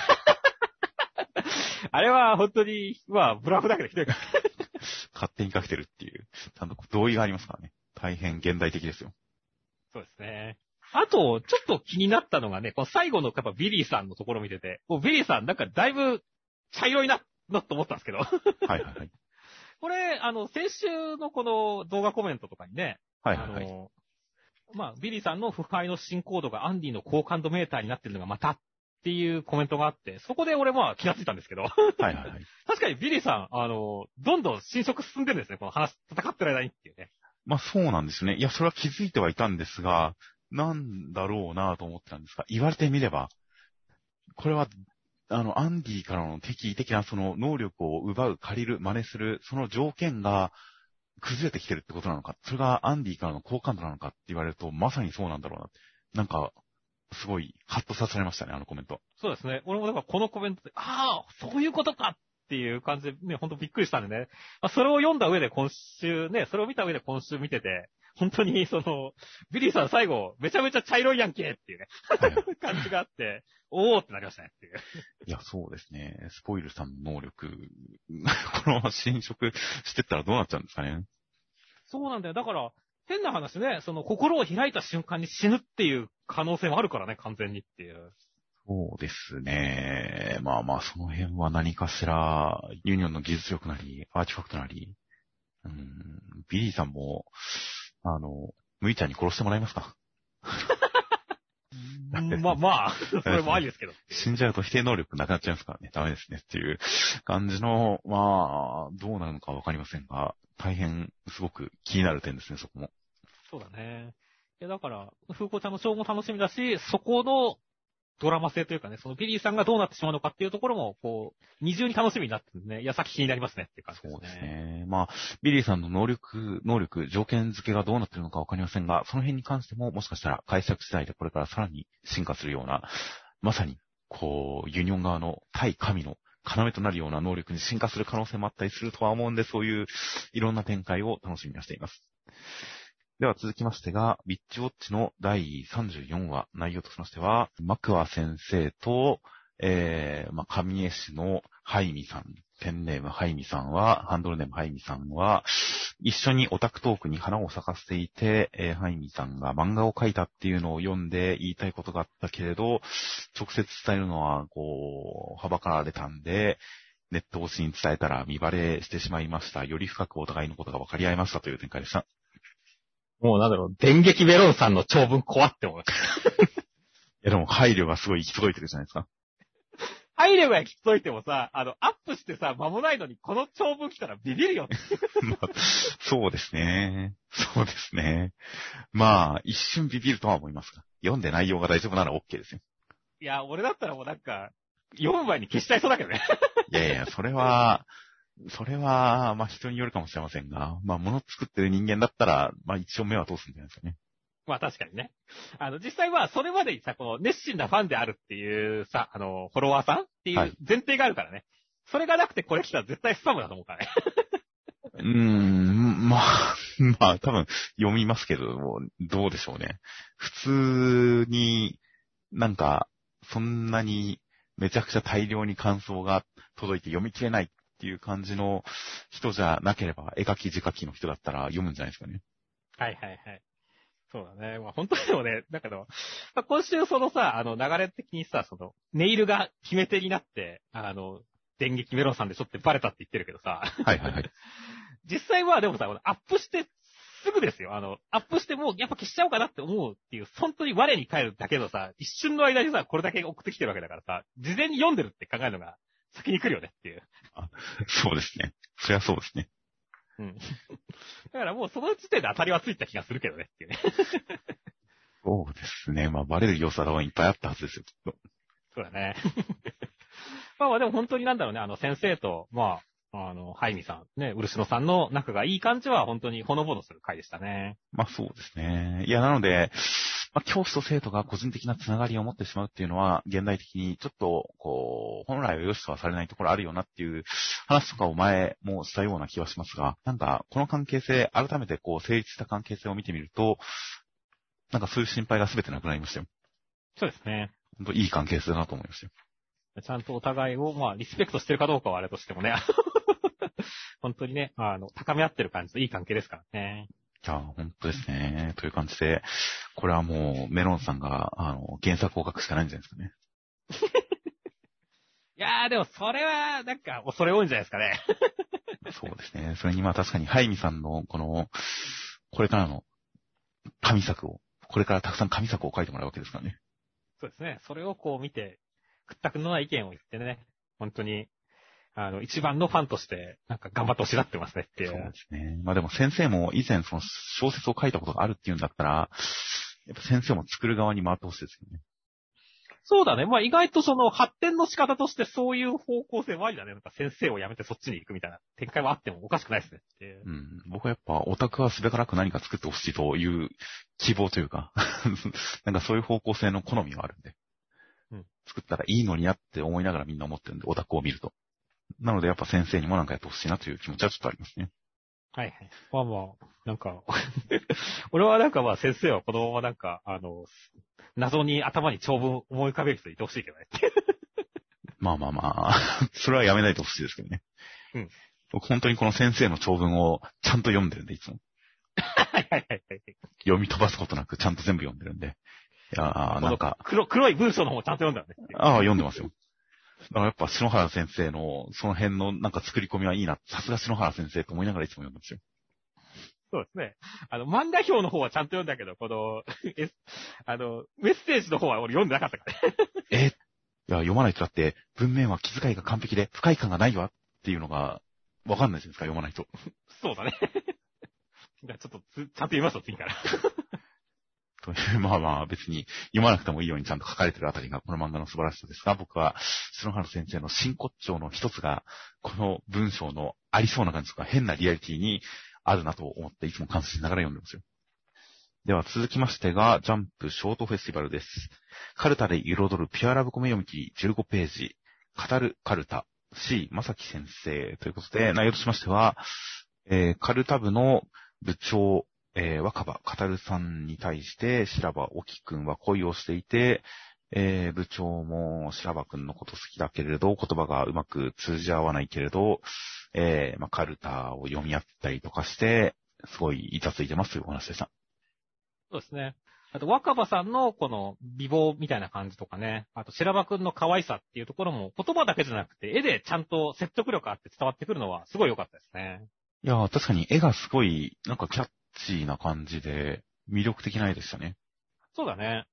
あれは本当に、まあ、ブラフだけどひどいから。 勝手にかけてるっていう、ちゃんと同意がありますからね。大変現代的ですよ。 そうですね。あと、ちょっと気になったのがね、この最後のやっぱビリーさんのところを見てて、もうビリーさんなんかだいぶ茶色いな、なと思ったんですけど。はいはいはい。 これ、あの、先週のこの動画コメントとかにね、 はいはいはい。 あの、まあ、ビリーさんの腐敗の進行度がアンディの好感度メーターになってるのがまたっていうコメントがあって、そこで俺まあ気がついたんですけど。はいはいはい。 確かにビリーさん、あの、どんどん侵食進んでるんですね、この話、戦ってる間にっていうね。 まあそうなんですよね。いや、それは気づいてはいたんですが、なんだろうなと思ってたんですが、言われてみれば、これは、あの、アンディからの敵意的なその能力を奪う、借りる、真似する、その条件が崩れてきてるってことなのか、それがアンディからの好感度なのかって言われると、まさにそうなんだろうな。なんか、すごい、ハッとさせられましたね、あのコメント。 そうですね。俺もだからこのコメントで、ああ、そういうことかっていう感じでね、ほんとびっくりしたんでね。まあ、それを読んだ上で今週ね、それを見た上で今週見てて、本当にその、ビリーさん最後、めちゃめちゃ茶色いやんけっていうね、はい、感じがあって、おーってなりましたねっていう。 いや、そうですね。スポイルさんの能力、このまま侵食してったらどうなっちゃうんですかね。 そうなんだよ。だから、変な話ね、その心を開いた瞬間に死ぬっていう可能性もあるからね、完全にっていう。 そうですね。まあまあ、その辺は何かしら、ユニオンの技術力なり、アーティファクトなり、うん、ビリーさんも、あの、ムイちゃんに殺してもらえますかまあまあ、それもありですけど。 死んじゃうと否定能力なくなっちゃいますからね。ダメですねっていう感じの、まあ、どうなるのかわかりませんが、大変すごく気になる点ですね、そこも。 そうだね。いや、だから、風子ちゃんのショーも楽しみだし、そこのドラマ性というかね、そのビリーさんがどうなってしまうのかっていうところも、こう、二重に楽しみになってるんでね、いや、さっき気になりますねっていう感じですね。 そうですね。まあ、ビリーさんの能力、能力、条件付けがどうなってるのかわかりませんが、その辺に関しても、もしかしたら解釈次第でこれからさらに進化するような、まさに、こう、ユニオン側の対神の要となるような能力に進化する可能性もあったりするとは思うんで、そういういろんな展開を楽しみにしています。では続きましてが、ビッチウォッチのだいさんじゅうよんわ、内容としましては、マクワ先生と、えー、まあ、神江市のハイミさん、ペンネームハイミさんは、ハンドルネームハイミさんは、一緒にオタクトークに花を咲かせていて、えー、ハイミさんが漫画を描いたっていうのを読んで言いたいことがあったけれど、直接伝えるのは、こう、はばかられたんで、ネット越しに伝えたら見バレしてしまいました。より深くお互いのことが分かり合いましたという展開でした。 もうなんだろう、電撃メロンさんの長文怖って思いました。 いやでも配慮がすごい行き届いてるじゃないですか。 配体力がきつといてもさ、あの、アップしてさ、間もないのにこの長文来たらビビるよ。 まあ、そうですね。そうですね。まあ、一瞬ビビるとは思いますが、読んで内容が大丈夫なら OK ですよ。 いや、俺だったらもうなんか、読む前に消しちゃいそうだけどね。 いやいや、それは、それは、まあ人によるかもしれませんが、まあ物作ってる人間だったら、まあ一応目は通すんじゃないですかね。 まあ確かにね。あの、実際はそれまでにさ、この熱心なファンであるっていうさ、あの、フォロワーさんっていう前提があるからね。はい、それがなくてこれ来たら絶対スパムだと思うからね。 うーん、まあ、まあ多分読みますけども、どうでしょうね。普通になんか、そんなにめちゃくちゃ大量に感想が届いて読み切れないっていう感じの人じゃなければ、絵描き字描きの人だったら読むんじゃないですかね。 はいはいはい。そうだね。まあ本当にでもね、だけど、まあ、今週そのさ、あの流れ的にさ、その、ネイルが決め手になって、あの、電撃メロンさんでしょってバレたって言ってるけどさ。 はいはいはい。 実際はでもさ、アップしてすぐですよ。あの、アップしてもうやっぱ消しちゃおうかなって思うっていう、本当に我に返るだけどさ、一瞬の間にさ、これだけ送ってきてるわけだからさ、事前に読んでるって考えるのが先に来るよねっていう。 あ、そうですね。そりゃそうですね。 うん。だからもうその時点で当たりはついた気がするけどねっていうね。 そうですね。まあ、バレる要素は多分いっぱいあったはずですよ、きっと。 そうだね。まあまあでも本当になんだろうね、あの先生と、まあ、あの、ハイミさん、ね、ウルシノさんの仲がいい感じは本当にほのぼのする回でしたね。 まあそうですね。いや、なので、まあ、教師と生徒が個人的なつながりを持ってしまうっていうのは、現代的にちょっと、こう、本来は良しとはされないところあるよなっていう話とかを前もしたような気はしますが、なんか、この関係性、改めてこう、成立した関係性を見てみると、なんかそういう心配が全てなくなりましたよ。 そうですね。 本当いい関係性だなと思いましたよ。 ちゃんとお互いを、まあ、リスペクトしてるかどうかはあれとしてもね、本当にね、あの、高め合ってる感じのいい関係ですからね。 いや、本当ですね。という感じで、これはもう、メロンさんが、あの、原作を書くしかないんじゃないですかね。 いやー、でもそれは、なんか、恐れ多いんじゃないですかね。 そうですね。それにまあ確かに、ハイミさんの、この、これからの、神作を、これからたくさん神作を書いてもらうわけですからね。 そうですね。それをこう見て、屈託のない意見を言ってね、本当に、あの、一番のファンとして、なんか頑張ってほしがってますねっていう。 そうですね。まあでも先生も以前その小説を書いたことがあるっていうんだったら、やっぱ先生も作る側に回ってほしいですよね。 そうだね。まあ意外とその発展の仕方としてそういう方向性もありだね。なんか先生を辞めてそっちに行くみたいな展開はあってもおかしくないですねっていう。 うん。僕はやっぱオタクはすべからく何か作ってほしいという希望というか、なんかそういう方向性の好みはあるんで。うん。作ったらいいのになって思いながらみんな思ってるんで、オタクを見ると。なのでやっぱ先生にもなんかやってほしいなという気持ちはちょっとありますね。 はいはい。まあまあ、なんか、俺はなんかまあ先生はこのままなんか、あの、謎に頭に長文思い浮かべる人いてほしいけどね。 まあまあまあ、それはやめないでほしいですけどね。うん。僕本当にこの先生の長文をちゃんと読んでるんで、いつも。 はいはいはいはい。 読み飛ばすことなくちゃんと全部読んでるんで。いやー、なんか。 黒、黒い文章の方ちゃんと読んだんね。 ああ、読んでますよ。だからやっぱ篠原先生のその辺のなんか作り込みはいいな。さすが篠原先生と思いながらいつも読んでますよ。 そうですね。あの、漫画表の方はちゃんと読んだけど、この、え、あの、メッセージの方は俺読んでなかったからね。 えいや、読まないとだって、文面は気遣いが完璧で不快感がないわっていうのが、わかんないじゃないですか、読まないと。 そうだね。じゃあちょっとつ、ちゃんと読みますよ、次から。 というまあまあ別に読まなくてもいいようにちゃんと書かれてるあたりがこの漫画の素晴らしさですが、僕は篠原先生の真骨頂の一つが、この文章のありそうな感じとか変なリアリティにあるなと思っていつも感謝しながら読んでますよ。では続きましてが、ジャンプショートフェスティバルです。カルタで彩るピュアラブコメ読み切りじゅうごページ、語るカルタ C 正木先生ということで、内容としましては、えー、カルタ部の部長、えー、若葉かたるさんに対して、白羽おきくんは恋をしていて、えー、部長も白羽くんのこと好きだけれど、言葉がうまく通じ合わないけれど、えー、まあ、カルタを読み合ったりとかして、すごいイチャついてますというお話でした。 そうですね。あと、若葉さんのこの美貌みたいな感じとかね、あと白羽くんの可愛さっていうところも言葉だけじゃなくて、絵でちゃんと説得力あって伝わってくるのはすごい良かったですね。 いやー、確かに絵がすごい、なんかキャッチーな感じで、魅力的な絵でしたね。 そうだね。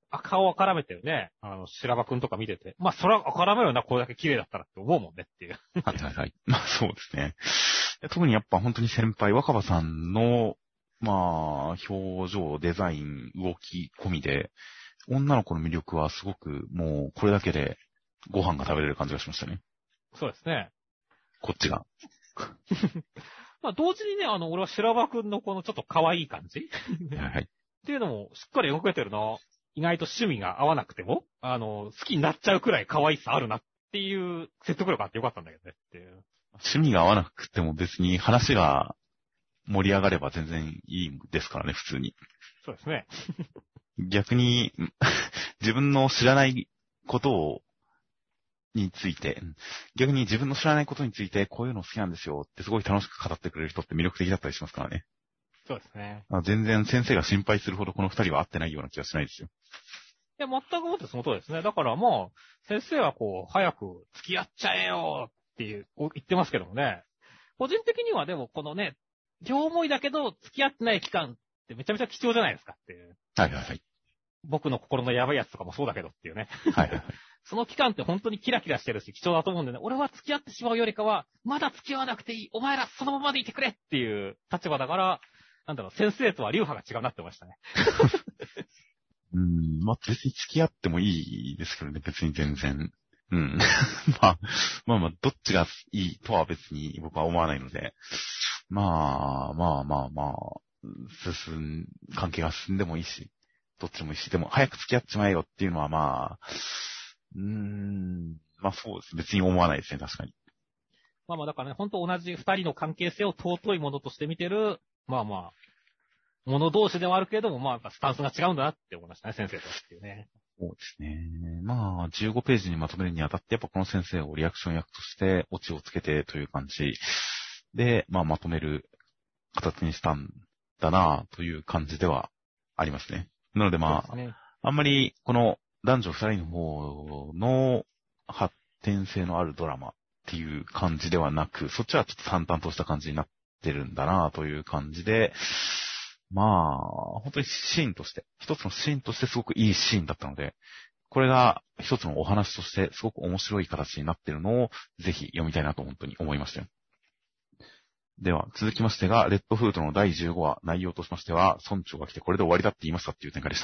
あ、顔赤らめてるね。あの、白場くんとか見てて。まあ、それは赤らめるな、これだけ綺麗だったらって思うもんねっていう。 はいはいはい。まあそうですね。特にやっぱ本当に先輩、若葉さんの、まあ、表情、デザイン、動き込みで、女の子の魅力はすごくもうこれだけでご飯が食べれる感じがしましたね。 そうですね。 こっちが。 まあ、同時にね、あの、俺は白場くんのこのちょっと可愛い感じはいはい。 っていうのもしっかり描けてるな。意外と趣味が合わなくても、あの、好きになっちゃうくらい可愛さあるなっていう説得力あってよかったんだけどねっていう。 趣味が合わなくても別に話が盛り上がれば全然いいですからね、普通に。 そうですね。 逆に、自分の知らないことを、について、逆に自分の知らないことについて、こういうの好きなんですよってすごい楽しく語ってくれる人って魅力的だったりしますからね。 そうですね。 全然先生が心配するほどこの二人は合ってないような気がしないですよ。 いや、全くもってその通りですね。だからもう、先生はこう、早く付き合っちゃえよっていう、言ってますけどもね。個人的にはでもこのね、両思いだけど付き合ってない期間ってめちゃめちゃ貴重じゃないですかっていう。 はいはいはい。 僕の心のやばいやつとかもそうだけどっていうね。 はいはいはい。 その期間って本当にキラキラしてるし貴重だと思うんでね。俺は付き合ってしまうよりかは、まだ付き合わなくていい。お前らそのままでいてくれっていう立場だから、なんだろう、先生とは流派が違うなってましたね。 うん、まあ別に付き合ってもいいですけどね、別に全然。うん。まあ、まあまあ、どっちがいいとは別に僕は思わないので、まあ、まあまあまあ、進ん、関係が進んでもいいし、どっちもいいし、でも早く付き合っちまえよっていうのはまあ、うーん、まあそうです。別に思わないですね、確かに。 まあまあだからね、本当同じ二人の関係性を尊いものとして見てる、まあまあ、もの同士ではあるけれども、まあスタンスが違うんだなって思いましたね、先生とっていうね。 そうですね。まあ、じゅうごページにまとめるにあたって、やっぱこの先生をリアクション役として、オチをつけてという感じで、まあまとめる形にしたんだなという感じではありますね。なのでまあ、ね、あんまりこの男女二人の方の発展性のあるドラマっていう感じではなく、そっちはちょっと淡々とした感じになってるんだなという感じで、まあ、本当にシーンとして、一つのシーンとしてすごくいいシーンだったので、これが一つのお話としてすごく面白い形になっているのをぜひ読みたいなと本当に思いましたよ。では、続きましてが、レッドフードのだいじゅうごわ、内容としましては、村長が来てこれで終わりだって言いましたっていう展開でした。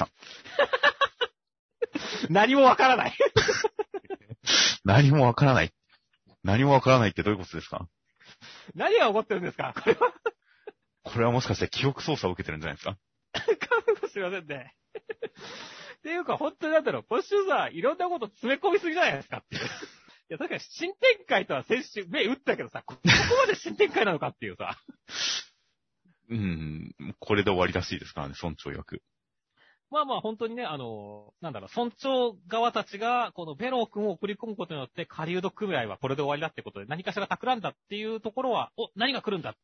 何もわからない。 何もわからない。何もわからないってどういうことですか？ 何が起こってるんですか？これは。 これはもしかして記憶操作を受けてるんじゃないですか？ かもしれませんね。っていうか、本当になんだろう、今週さ、いろんなこと詰め込みすぎじゃないですかっていう。いや、確かに新展開とは先週目打ったけどさ、ここまで新展開なのかっていうさ。 うん、これで終わりらしいですからね、村長曰く。 まあまあ本当にね、あの、なんだろう、村長側たちが、このベロー君を送り込むことによって、狩人組合はこれで終わりだってことで、何かしら企んだっていうところは、お、何が来るんだって、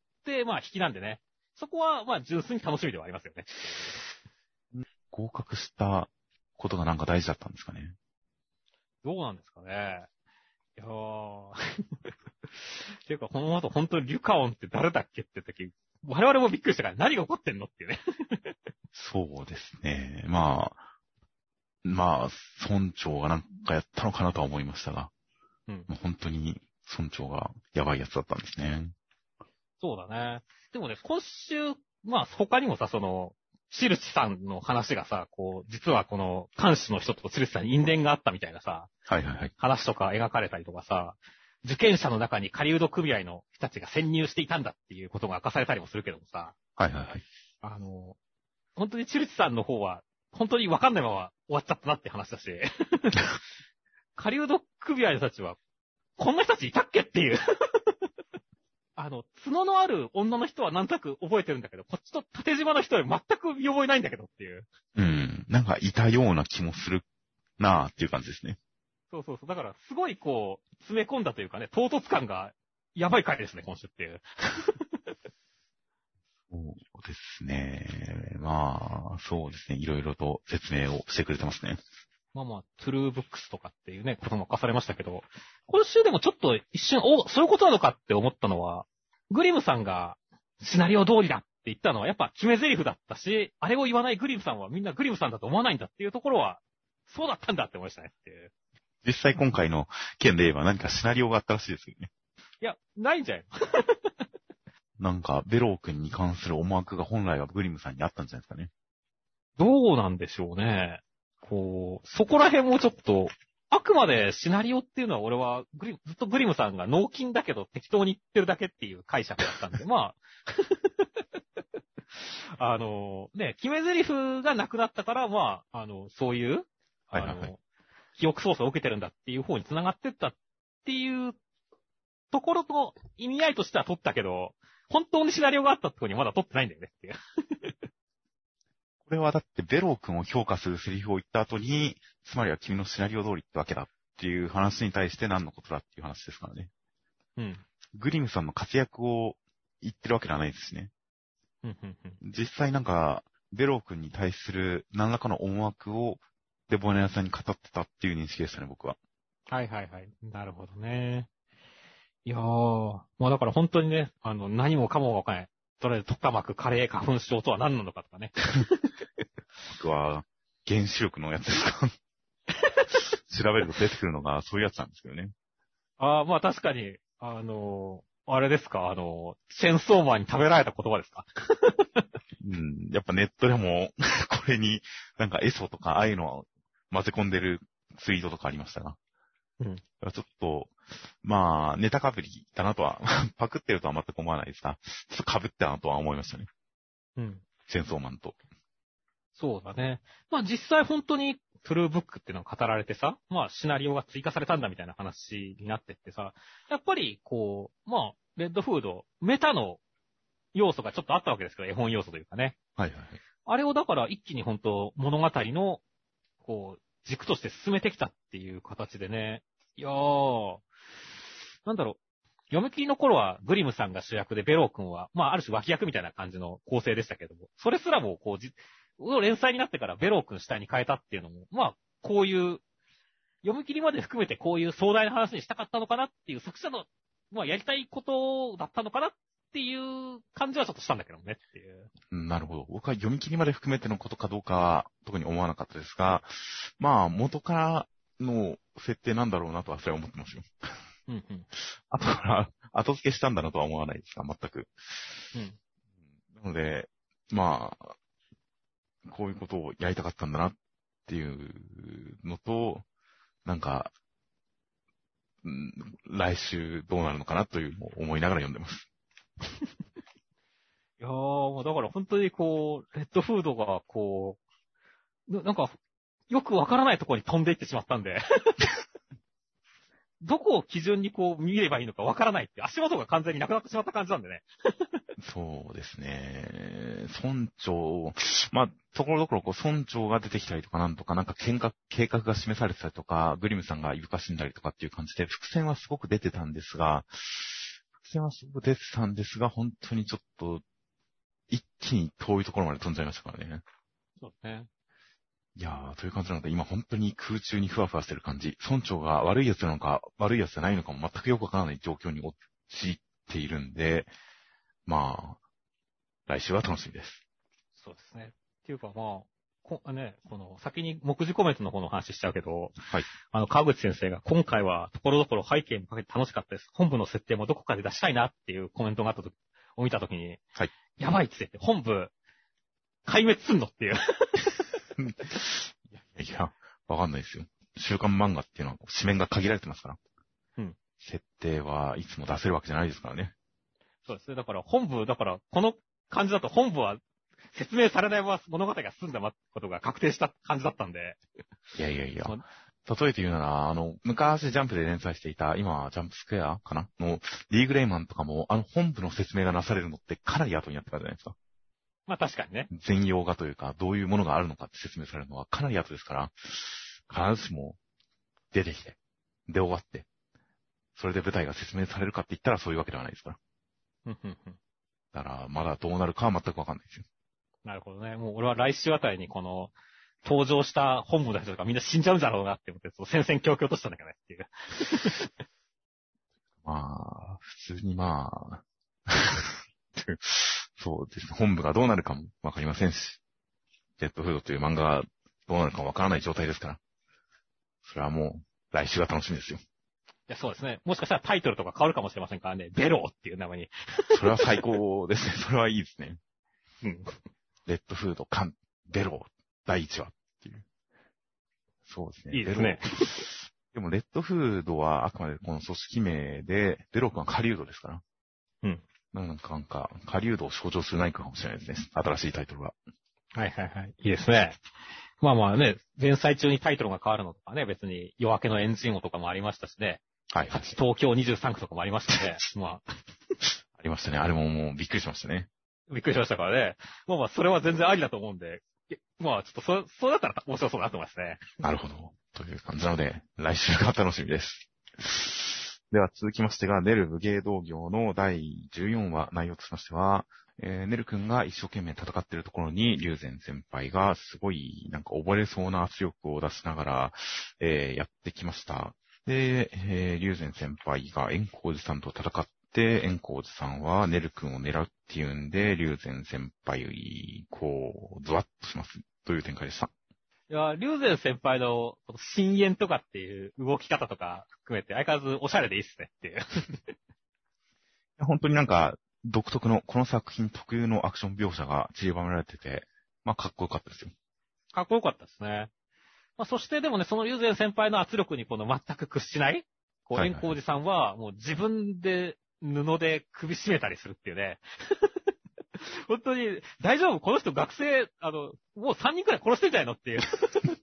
まあ引きなんでね。そこは、まあ純粋に楽しみではありますよね。 合格したことがなんか大事だったんですかね。 どうなんですかね。いやー。っていうか、この後本当にリュカオンって誰だっけって時、我々もびっくりしたから何が起こってんのっていうね。 そうですね。まあ、まあ、村長がなんかやったのかなとは思いましたが、うん、もう本当に村長がやばいやつだったんですね。 そうだね。でもね、今週、まあ他にもさ、その、シルチさんの話がさ、こう、実はこの、監視の人とシルチさんに因縁があったみたいなさ、 はいはいはい。 話とか描かれたりとかさ、受験者の中に狩人組合の人たちが潜入していたんだっていうことが明かされたりもするけどもさ、 はいはいはい。 あの、本当にシルチさんの方は、本当にわかんないまま終わっちゃったなって話だし、狩人組合の人たちは、こんな人たちいたっけっていう。あの、角のある女の人はなんとなく覚えてるんだけど、こっちと縦島の人は全く見覚えないんだけどっていう。 うん。なんかいたような気もするなーっていう感じですね。 そうそうそう。だから、すごいこう、詰め込んだというかね、唐突感がやばい回ですね、今週っていう。 そうですね。まあ、そうですね。いろいろと説明をしてくれてますね。 まあまあ、トゥルーブックスとかっていうね、ことも明かされましたけど、今週でもちょっと一瞬、お、そういうことなのかって思ったのは、グリムさんがシナリオ通りだって言ったのはやっぱ決め台詞だったし、あれを言わないグリムさんはみんなグリムさんだと思わないんだっていうところはそうだったんだって思いましたねっていう。 実際今回の件で言えば何かシナリオがあったらしいですよね。 いや、ないんじゃないのなんか、ベロー君に関する思惑が本来はグリムさんにあったんじゃないですかね。 どうなんでしょうね。こう、そこら辺もちょっと、あくまでシナリオっていうのは俺はグリ、ずっとグリムさんが脳筋だけど適当に言ってるだけっていう解釈だったんで、まあ、あの、ね、決め台詞がなくなったから、まあ、あの、そういう、あの、 はいはいはい、 記憶操作を受けてるんだっていう方に繋がってったっていうところと意味合いとしては取ったけど、本当にシナリオがあったところにはまだ取ってないんだよねっていう。 これはだってベロー君を評価するセリフを言った後に、つまりは君のシナリオ通りってわけだっていう話に対して何のことだっていう話ですからね。 うん。 グリムさんの活躍を言ってるわけではないですしね。 うんうんうん、 実際なんか、ベロー君に対する何らかの思惑をデボネアさんに語ってたっていう認識でしたね、僕は。 はいはいはい。なるほどね。いやー、まあだから本当にね、あの、何もかもわかんない。とりあえず特化膜、カレー、花粉症とは何なのかとかね。 僕は、原子力のやつですか調べると出てくるのがそういうやつなんですけどね。 ああ、まあ確かに、あのー、あれですか、あのー、チェンソーマンに食べられた言葉ですかうん、やっぱネットでも、これになんかエソとかああいうのを混ぜ込んでるツイートとかありましたが。 うん。 ちょっと、まあ、ネタかぶりだなとは、パクってるとは全く思わないですが、ちょっとかぶったなとは思いましたね。 うん。 チェンソーマンと。 そうだね。まあ実際本当にトゥルーブックっていうのが語られてさ、まあシナリオが追加されたんだみたいな話になってってさ、やっぱりこう、まあ、レッドフード、メタの要素がちょっとあったわけですけど、絵本要素というかね。 はいはいはい。 あれをだから一気に本当物語の、こう、軸として進めてきたっていう形でね。いやー、なんだろう。読み切りの頃はグリムさんが主役でベロー君は、まあある種脇役みたいな感じの構成でしたけども、それすらもこうじ、連載になってからベロー君主体に変えたっていうのも、まあこういう、読み切りまで含めてこういう壮大な話にしたかったのかなっていう作者の、まあやりたいことだったのかなっていう感じはちょっとしたんだけどねっていう。 なるほど。僕は読み切りまで含めてのことかどうかは特に思わなかったですが、まあ元からの設定なんだろうなとはそれは思ってますよ。 うんうん。 後から後付けしたんだなとは思わないですが、全く。 うん。 なので、まあ、こういうことをやりたかったんだなっていうのと、なんか、うん、来週どうなるのかなというのを思いながら読んでます。 いやー、もうだから本当にこう、レッドフードがこう、ななんか、よくわからないところに飛んでいってしまったんで、どこを基準にこう見ればいいのかわからないって足元が完全になくなってしまった感じなんでね。 そうですね。村長、まあ、ところどころこう村長が出てきたりとかなんとか、なんか計画、計画が示されてたりとか、グリムさんがいぶかしんだりとかっていう感じで、伏線はすごく出てたんですが、伏線はすごく出てたんですが、本当にちょっと、一気に遠いところまで飛んじゃいましたからね。 そうね。 いやー、という感じなので、今本当に空中にふわふわしてる感じ。村長が悪い奴なのか、悪い奴じゃないのかも全くよくわからない状況に陥っているんで、まあ、来週は楽しみです。 そうですね。っていうかまあ、こね、この先に目次コメントの方の話しちゃうけど、 はい。 あの、川口先生が今回はところどころ背景もかけて楽しかったです。本部の設定もどこかで出したいなっていうコメントがあったとき、を見たときに、 はい。 やばいっつって、本部、壊滅すんのっていう。 いやいやいや、わかんないですよ。週刊漫画っていうのは紙面が限られてますから。 うん。 設定はいつも出せるわけじゃないですからね。 そうですね。だから本部、だからこの感じだと本部は説明されないまま物語が進んだことが確定した感じだったんで。 いやいやいや。 ま例えて言うなら、あの、昔ジャンプで連載していた、今はジャンプスクエアかなの、リーグレイマンとかも、あの本部の説明がなされるのってかなり後にやってからじゃないですか。 まあ確かにね。 全容がというか、どういうものがあるのかって説明されるのはかなり後ですから、必ずしも出てきて、で終わって、それで舞台が説明されるかって言ったらそういうわけではないですから。 うんうんうん。 だから、まだどうなるかは全くわかんないですよ。 なるほどね。もう俺は来週あたりにこの、登場した本部の人とかみんな死んじゃうんだろうなって思って、戦々恐々としたんだけどねっていう。 まあ、普通にまあ、そうですね。本部がどうなるかもわかりませんし、ジェットフードという漫画がどうなるかわからない状態ですから。 それはもう、来週が楽しみですよ。 いや、そうですね。もしかしたらタイトルとか変わるかもしれませんからね。ベローっていう名前に。 それは最高ですね。それはいいですね。 うん。 レッドフード、カン、ベロー、第一話っていう。そうですね。 いいですね。 でも、レッドフードはあくまでこの組織名で、ベロー君は狩人ですから。 うん。 なんか、なんか、狩人を象徴する何かかもしれないですね。新しいタイトルが。 はいはいはい。いいですね。まあまあね、連載中にタイトルが変わるのとかね、別に夜明けのエンジン音とかもありましたしね。 はい、はい。 東京にじゅうさんくとかもありましたね。まあ。 ありましたね。あれももうびっくりしましたね。 びっくりしましたからね。まあまあ、それは全然ありだと思うんで。まあ、ちょっとそ、そうだったら面白そうだと思いますね。 なるほど。という感じなので、来週が楽しみです。では続きましてが、ネル武芸道業のだいじゅうよんわ、内容としましては、えー、ネル君が一生懸命戦っているところに、龍禅先輩がすごいなんか溺れそうな圧力を出しながら、えー、やってきました。で、えー、龍禅先輩が円光寺さんと戦って、円光寺さんはネル君を狙うっていうんで、龍禅先輩、こう、ズワッとしますという展開でした。 いや、龍禅先輩の深淵とかっていう動き方とか含めて相変わらずおしゃれでいいっすねっていう。 本当になんか独特のこの作品特有のアクション描写が散りばめられてて、まあかっこよかったですよ。 かっこよかったですね。まあそしてでもね、その龍禅先輩の圧力にこの全く屈しない、こう、円光寺さんはもう自分で布で首絞めたりするっていうね。本当に、大丈夫この人学生、あの、もうさんにんくらい殺してんじゃないのっていう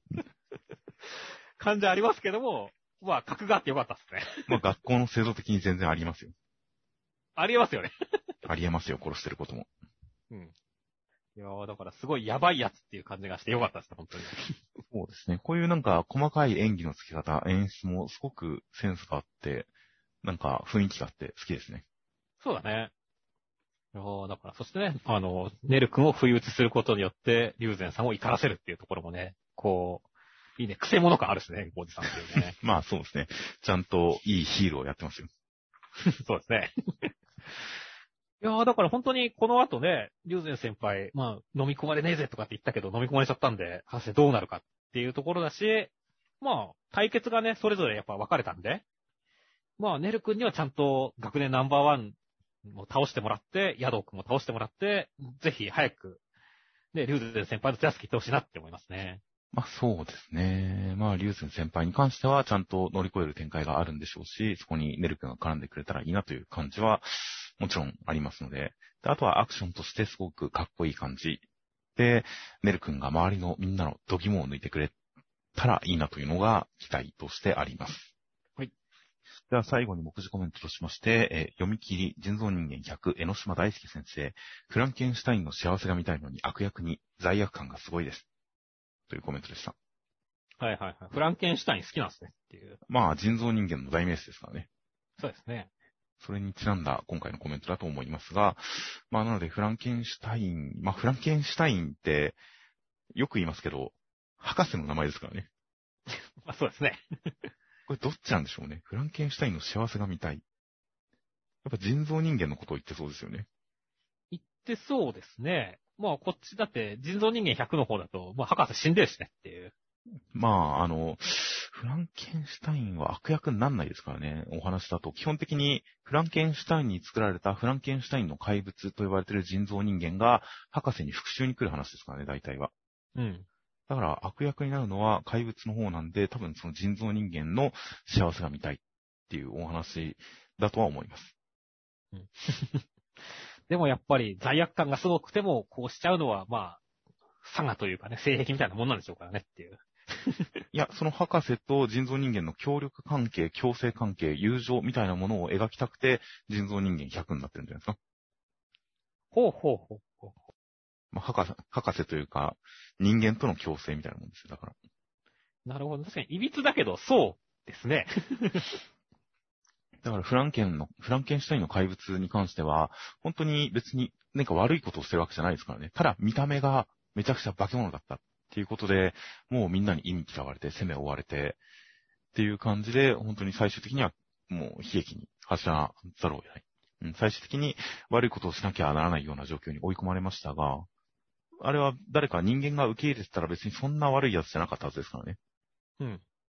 感じありますけども、まあ、格があってよかったですね。 まあ学校の制度的に全然ありますよ。 ありえますよね。 ありえますよ、殺してることも。 うん。いやー、だからすごいやばいやつっていう感じがしてよかったですね、本当に。 そうですね。こういうなんか細かい演技の付け方、演出もすごくセンスがあって、なんか雰囲気があって好きですね。 そうだね。いやーだから、そしてね、あの、ネル君を不意打ちすることによって、龍禅さんを怒らせるっていうところもね、こう、いいね、癖者感あるしね、おじさんっていうね。 まあそうですね。ちゃんといいヒーローをやってますよ。 そうですね。いやーだから本当にこの後ね、龍禅先輩、まあ、飲み込まれねえぜとかって言ったけど、飲み込まれちゃったんで、果たしてどうなるかっていうところだし、まあ、対決がね、それぞれやっぱ分かれたんで、まあ、ネル君にはちゃんと学年ナンバーワンも倒してもらって、ヤドウ君も倒してもらって、ぜひ早く、ね、龍禅先輩の手助けしてほしいなって思いますね。 まあそうですね。まあ龍禅先輩に関してはちゃんと乗り越える展開があるんでしょうし、そこにネル君が絡んでくれたらいいなという感じはもちろんありますので、であとはアクションとしてすごくかっこいい感じで、ネル君が周りのみんなの度肝を抜いてくれたらいいなというのが期待としてあります。 はい。 では最後に目次コメントとしまして、えー、読み切り人造人間ひゃく江ノ島大輔先生、フランケンシュタインの幸せが見たいのに悪役に罪悪感がすごいです。というコメントでした。 はいはいはい。フランケンシュタイン好きなんですねっていう。 まあ人造人間の代名詞ですからね。 そうですね。 それにちなんだ今回のコメントだと思いますが、まあなのでフランケンシュタイン、まあフランケンシュタインってよく言いますけど、博士の名前ですからね。 まあそうですね。 これどっちなんでしょうね。フランケンシュタインの幸せが見たい。やっぱ人造人間のことを言ってそうですよね。 言ってそうですね。まあこっちだって人造人間ひゃくの方だと、まあ博士死んでるしねっていう。 まあ、あの、フランケンシュタインは悪役になんないですからね、お話だと。基本的にフランケンシュタインに作られたフランケンシュタインの怪物と呼ばれている人造人間が博士に復讐に来る話ですからね、大体は。 うん。 だから悪役になるのは怪物の方なんで、多分その人造人間の幸せが見たいっていうお話だとは思います。 うん、でもやっぱり罪悪感がすごくても、こうしちゃうのは、まあ、差がというかね、性癖みたいなもんなんでしょうからねっていう。 いや、その博士と人造人間の協力関係、共生関係、友情みたいなものを描きたくて、人造人間ひゃくになってるんじゃないですか。 ほうほうほうほう。 まあ、博士、博士というか、人間との共生みたいなもんですよ、だから。 なるほど。確かに、いびつだけど、そうですね。 だからフランケンの、フランケンシュタインの怪物に関しては、本当に別に何か悪いことをしてるわけじゃないですからね。ただ見た目がめちゃくちゃ化け物だったっていうことで、もうみんなに意に嫌われて、攻めを追われて、っていう感じで、本当に最終的にはもう悲劇に走らざるを得ない。うん、最終的に悪いことをしなきゃならないような状況に追い込まれましたが、あれは誰か人間が受け入れてたら別にそんな悪いやつじゃなかったはずですからね。 うん。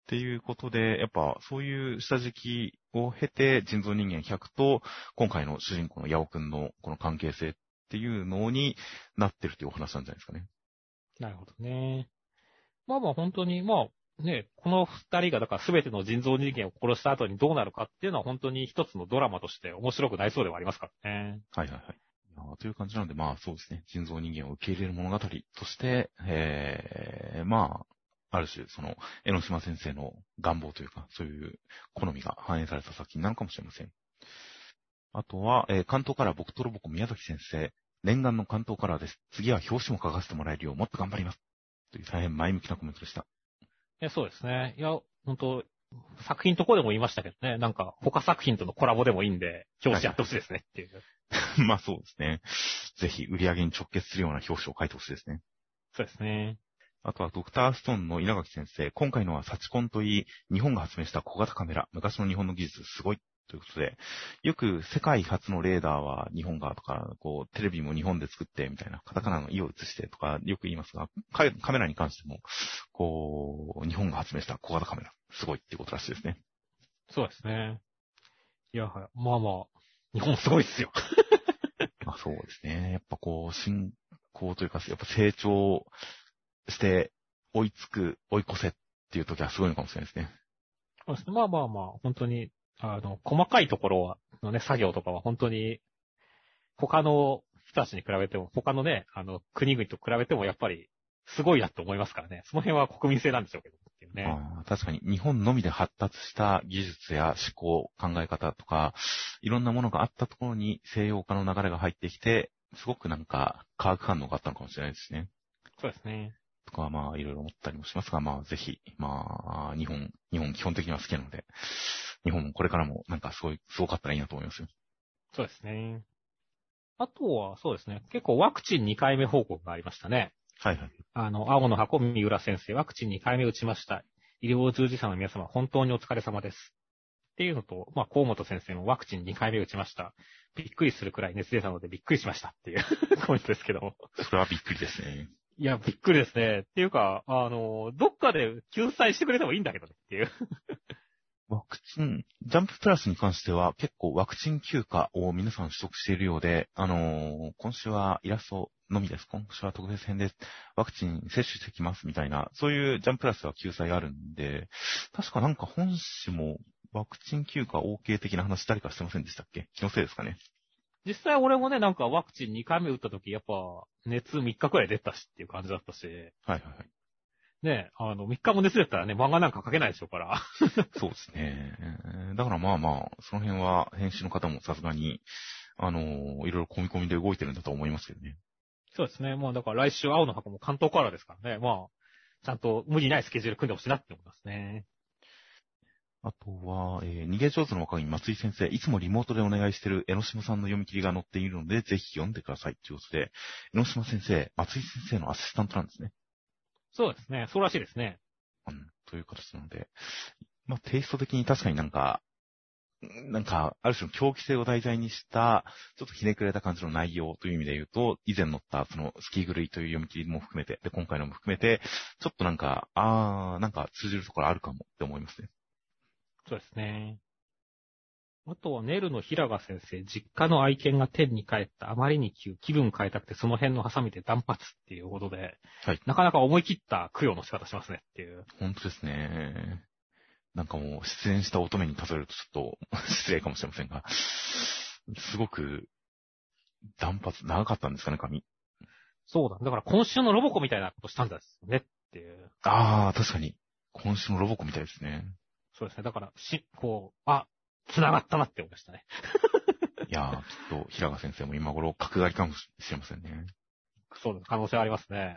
っていうことで、やっぱそういう下敷きを経て、人造人間ひゃくと、今回の主人公のヤオくんのこの関係性っていうのになってるというお話なんじゃないですかね。 なるほどね。まあまあ本当に、まあね、この二人がだから全ての人造人間を殺した後にどうなるかっていうのは本当に一つのドラマとして面白くなりそうではありますからね。 はいはいはい。という感じなので、まあそうですね。人造人間を受け入れる物語として、えー、まあ、ある種、その、江ノ島先生の願望というか、そういう好みが反映された作品なのかもしれません。あとは、えー、関東カラー僕とロボコ宮崎先生、念願の関東カラーです。次は表紙も書かせてもらえるようもっと頑張ります。という大変前向きなコメントでした。 いや、そうですね。いや、本当作品とこでも言いましたけどね。なんか、他作品とのコラボでもいいんで、表紙やってほしいですねっていう。 はい、まあそうですね。ぜひ売り上げに直結するような表紙を書いてほしいですね。 そうですね。 あとはドクターストーンの稲垣先生、今回のはサチコンといい、日本が発明した小型カメラ、昔の日本の技術すごいということで、よく世界初のレーダーは日本がとか、こう、テレビも日本で作ってみたいな、カタカナの意を移してとかよく言いますが、カメラに関しても、こう、日本が発明した小型カメラ、すごいっていうことらしいですね。 そうですね。いや、まあまあ、日本すごいっすよ。 まあそうですね。やっぱこう、進行というか、やっぱ成長して追いつく、追い越せっていう時はすごいのかもしれないですね。 そうですね。まあまあまあ、本当に、あの、細かいところは、のね、作業とかは本当に、他の人たちに比べても、他のね、あの、国々と比べてもやっぱり、すごいなと思いますからね。その辺は国民性なんでしょうけど、っていうね。 あ、確かに日本のみで発達した技術や思考、考え方とか、いろんなものがあったところに西洋化の流れが入ってきて、すごくなんか化学反応があったのかもしれないですね。 そうですね。 とかまあいろいろ思ったりもしますが、まあぜひ、まあ日本、日本基本的には好きなので、日本もこれからもなんかすごい、すごかったらいいなと思いますよ。 そうですね。あとは、そうですね。結構ワクチンにかいめ報告がありましたね。 はいはい。 あの、青の箱、三浦先生、ワクチンにかいめ打ちました。医療従事者の皆様、本当にお疲れ様です。っていうのと、まあ、河本先生もワクチンにかいめ打ちました。びっくりするくらい熱出たのでびっくりしましたっていうコメントですけども。 それはびっくりですね。 いや、びっくりですね。っていうか、あの、どっかで救済してくれてもいいんだけどねっていう。 ワクチン、ジャンププラスに関しては結構ワクチン休暇を皆さん取得しているようで、あのー、今週はイラストのみです。今週は特別編です。ワクチン接種してきますみたいな、そういうジャンププラスは救済あるんで、確かなんか本誌もワクチン休暇 OK 的な話誰かしてませんでしたっけ？気のせいですかね。 実際俺もね、なんかワクチンにかいめ打った時、やっぱ熱みっかくらい出たしっていう感じだったし。 はいはいはい。 ね、あの、みっかも熱出たらね、漫画なんか描けないでしょうから。 そうですね。だからまあまあ、その辺は編集の方もさすがに、あのー、いろいろ込み込みで動いてるんだと思いますけどね。 そうですね。もうだから来週青の箱も関東からですからね。まあ、ちゃんと無理ないスケジュール組んでほしいなって思いますね。 あとは、えー逃げ上手の若い松井先生、いつもリモートでお願いしている江ノ島さんの読み切りが載っているので、ぜひ読んでください。ということで、江ノ島先生、松井先生のアシスタントなんですね。 そうですね。そうらしいですね。 うん、という形なので、まあ、テイスト的に確かになんか、なんか、ある種の狂気性を題材にした、ちょっとひねくれた感じの内容という意味で言うと、以前載ったそのスキー狂いという読み切りも含めて、で、今回のも含めて、ちょっとなんか、あー、なんか通じるところあるかもって思いますね。 そうですね。あとはネルの平賀先生、実家の愛犬が天に帰ったあまりに急、気分変えたくてその辺のハサミで断髪っていうことで、 はい。 なかなか思い切った供養の仕方しますねっていう。 本当ですね。なんかもう出演した乙女に例えるとちょっと失礼かもしれませんが、すごく断髪長かったんですかね、髪。 そうだ。だから今週のロボコみたいなことしたんですよねっていう。 ああ、確かに。今週のロボコみたいですね。 そうですね。だから、し、こう、あ、繋がったなって思いましたね。 いやー、きっと平賀先生も今頃角刈りかもしれませんね。 そうです。可能性ありますね。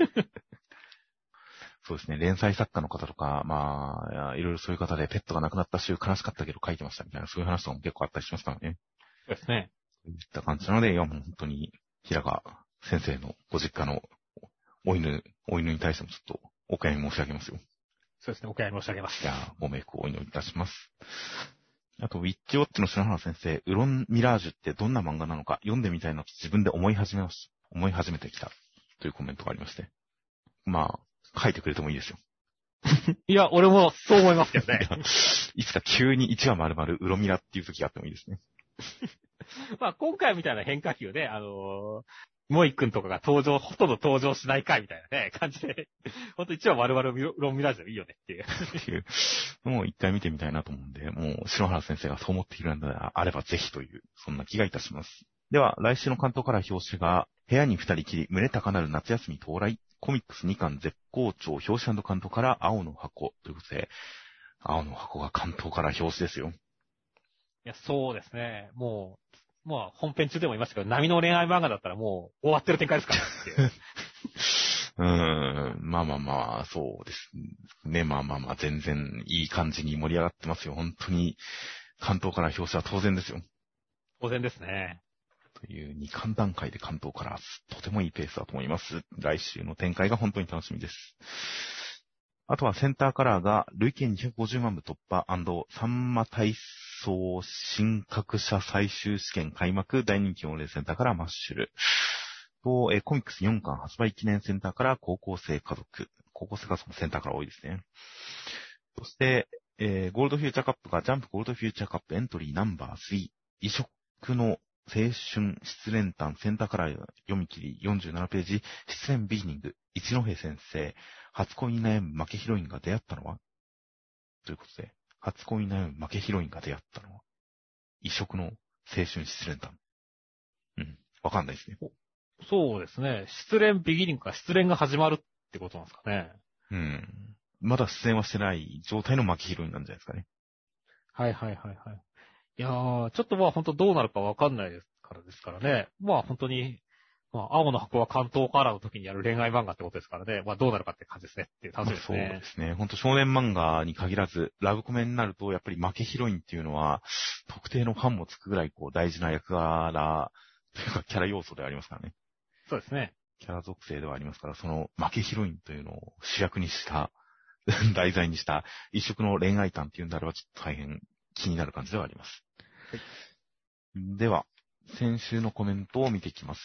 そうですね。連載作家の方とか、まあ、いやいろいろそういう方でペットが亡くなった週悲しかったけど書いてましたみたいな、そういう話とかも結構あったりしますからね。 そうですね。 そういった感じなので、いやもう本当に平賀先生のご実家のお犬、お犬に対してもちょっとお悔やみ申し上げますよ。 そうですね。お悔やみ申し上げます。 いやー、ご冥福をお祈りいたします。あと、ウィッチウォッチの篠原先生、ウロンミラージュってどんな漫画なのか読んでみたいなと自分で思い始めました。思い始めてきたというコメントがありまして。まあ、書いてくれてもいいですよ。 いや、俺もそう思いますけどね。 いつか急にいちわ丸々うろみらっていう時があってもいいですね。 まあ今回みたいな変化球で、あのー、モイ君とかが登場、ほとんど登場しない回みたいなね、感じで、ほんといちわ丸々うろみらでもいいよねっていう。 っていうもう一回見てみたいなと思うんで、もう篠原先生がそう思っているのであればぜひという、そんな気がいたします。では、来週の関東から表紙が、部屋に二人きり、胸高なる夏休み到来、コミックスにかん絶好調、表紙関東から青の箱ということで、青の箱が関東から表紙ですよ。 いや、そうですね。もう、まあ本編中でも言いましたけど、波の恋愛漫画だったらもう終わってる展開ですからっていう。 うーん、まあまあまあ、そうですね。まあまあまあ、全然いい感じに盛り上がってますよ。本当に、関東から表紙は当然ですよ。 当然ですね。 というにかん段階で関東からとてもいいペースだと思います。来週の展開が本当に楽しみです。あとはセンターカラーが累計にひゃくごじゅうまんぶ突破&さんま体操新格者最終試験開幕大人気御礼センターからマッシュル。と、えー、コミックスよんかん発売記念センターから高校生家族。高校生家族もセンターから多いですね。そして、えー、ゴールドフューチャーカップがジャンプゴールドフューチャーカップエントリーナンバースリー。異色の青春失恋譚センターから読み切りよんじゅうななページ失恋ビギニング一戸先生初恋に悩む負けヒロインが出会ったのはということで初恋に悩む負けヒロインが出会ったのは異色の青春失恋譚。うん。わかんないですね。 そうですね。失恋ビギニングか失恋が始まるってことなんですかね。 うん。まだ出演はしてない状態の負けヒロインなんじゃないですかね。 はいはいはいはい。いやー、ちょっとまあ本当どうなるかわかんないですからですからね。まあ本当に、まあ青の箱は関東カラーの時にやる恋愛漫画ってことですからね。まあどうなるかって感じですねっていう楽しみですね。 まあ、そうですね。本当少年漫画に限らず、ラブコメになるとやっぱり負けヒロインっていうのは、特定のファンもつくぐらいこう大事な役柄、というかキャラ要素ではありますからね。 そうですね。 キャラ属性ではありますから、その負けヒロインというのを主役にした、題材にした一色の恋愛譚っていうんであればちょっと大変気になる感じではあります。はい、では、先週のコメントを見ていきます。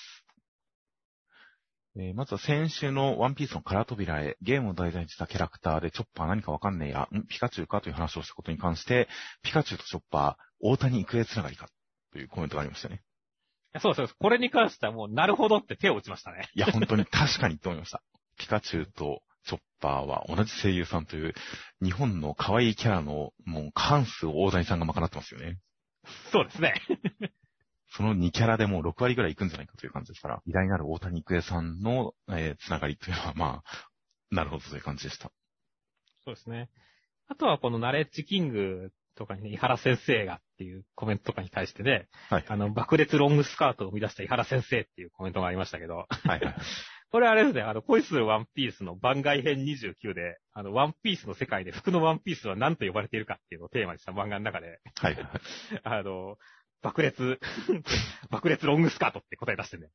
えー、まずは先週のワンピースの空扉へゲームを題材にしたキャラクターでチョッパー何かわかんねえや、んピカチュウかという話をしたことに関して、ピカチュウとチョッパー、大谷育英つながりかというコメントがありましたね。 そうです。これに関してはもうなるほどって手を打ちましたね。 いや、本当に確かにと思いました。ピカチュウとチョッパーは同じ声優さんという日本の可愛いキャラのもう過半数を大谷さんが賄ってますよね。 そうですね。 そのにキャラでもうろくわりぐらいいくんじゃないかという感じですから、偉大なる大谷育英さんの、えー、つながりというのはまあ、なるほどという感じでした。 そうですね。あとはこのナレッジキングとかにね、井原先生がっていうコメントとかに対してね、はい、あの、爆裂ロングスカートを生み出した井原先生っていうコメントがありましたけど、はいはい、これあれですね、あの、恋するワンピースの番外編にじゅうきゅうで、あの、ワンピースの世界で服のワンピースは何と呼ばれているかっていうのをテーマにした漫画の中で、はいはい、あの、爆裂、爆裂ロングスカートって答え出してね。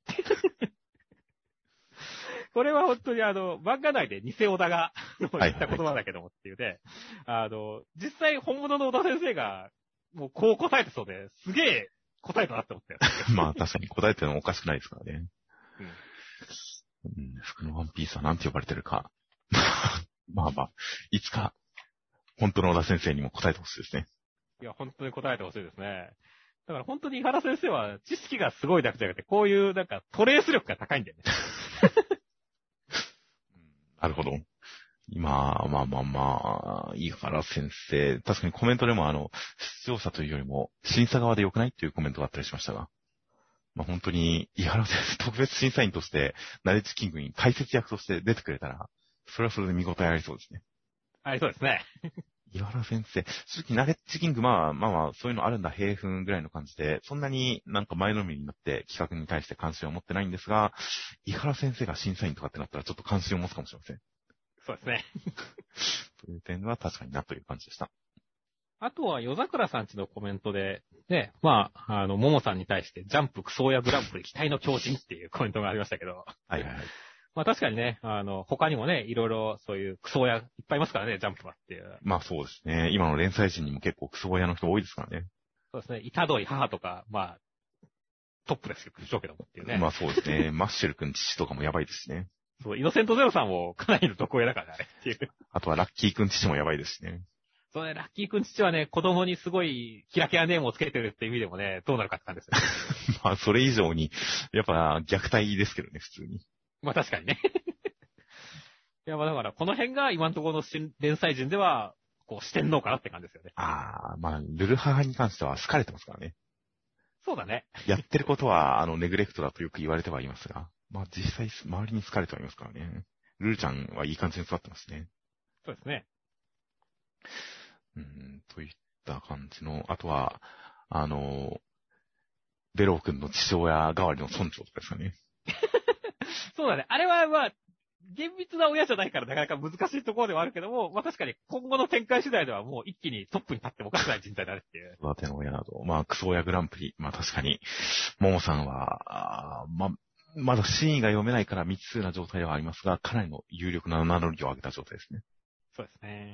これは本当にあの、漫画内で偽小田が言った言葉だけどもっていうね、はいはい、あの、実際本物の小田先生が、もうこう答えてそうで、すげえ答えたなって思ったよ。 まあ確かに答えてるのもおかしくないですからね。うん、うん、服のワンピースは何て呼ばれてるか。まあまあ、いつか、本当の小田先生にも答えてほしいですね。 いや、本当に答えてほしいですね。だから本当に井原先生は知識がすごいだけじゃなくて、こういうなんかトレース力が高いんだよね。 なるほど。今、まあまあまあ、井原先生、確かにコメントでもあの、出場者というよりも、審査側で良くないっていうコメントがあったりしましたが、まあ本当に、井原先生特別審査員として、ナレッジキングに解説役として出てくれたら、それはそれで見応えありそうですね。 ありそうですね。 井原先生、正直ナレッジキング、まあまあまあ、そういうのあるんだ、平粉ぐらいの感じで、そんなになんか前のめりになって企画に対して関心を持ってないんですが、井原先生が審査員とかってなったらちょっと関心を持つかもしれません。 そうですね。 という点は確かになという感じでした。 あとは、夜桜さんちのコメントで、ね、まあ、あの、ももさんに対して、ジャンプクソ親グランプリ期待の強靭っていうコメントがありましたけど。 はいはいはい。 まあ確かにね、あの、他にもね、いろいろそういうクソ親いっぱいいますからね、ジャンプはっていう。 まあそうですね。今の連載陣にも結構クソ親の人多いですからね。 そうですね。イタドイ母とか、まあ、トップですよ、しょうけどもっていうね。 まあそうですね。マッシェル君父とかもやばいですしね。 そう、イノセントゼロさんもかなりの毒親だからね、あれっていう。 あとはラッキーくん父もやばいですしね。 そうね、ラッキーくん父はね、子供にすごいキラキラネームをつけてるって意味でもね、どうなるかって感じですよね。 まあ、それ以上に、やっぱ虐待ですけどね、普通に。 まあ確かにね。いや、まあだから、この辺が今のところの連載陣では、こう、四天王かなって感じですよね。 ああ、まあ、ルル母に関しては好かれてますからね。 そうだね。 やってることは、あの、ネグレクトだとよく言われてはいますが、まあ実際、周りに好かれてはいますからね。ルルちゃんはいい感じに育ってますね。 そうですね。 うん、といった感じの、あとは、あの、ベロー君の父親代わりの村長とかですかね。 そうだね。あれは、まあ、厳密な親じゃないからなかなか難しいところではあるけども、まあ確かに今後の展開次第ではもう一気にトップに立ってもおかしくない人材だねっていう。 育ての親など、まあクソ親グランプリ、まあ確かに、モモさんは、あまあ、まだ真意が読めないから未知数な状態ではありますが、かなりの有力な名乗りを上げた状態ですね。 そうですね。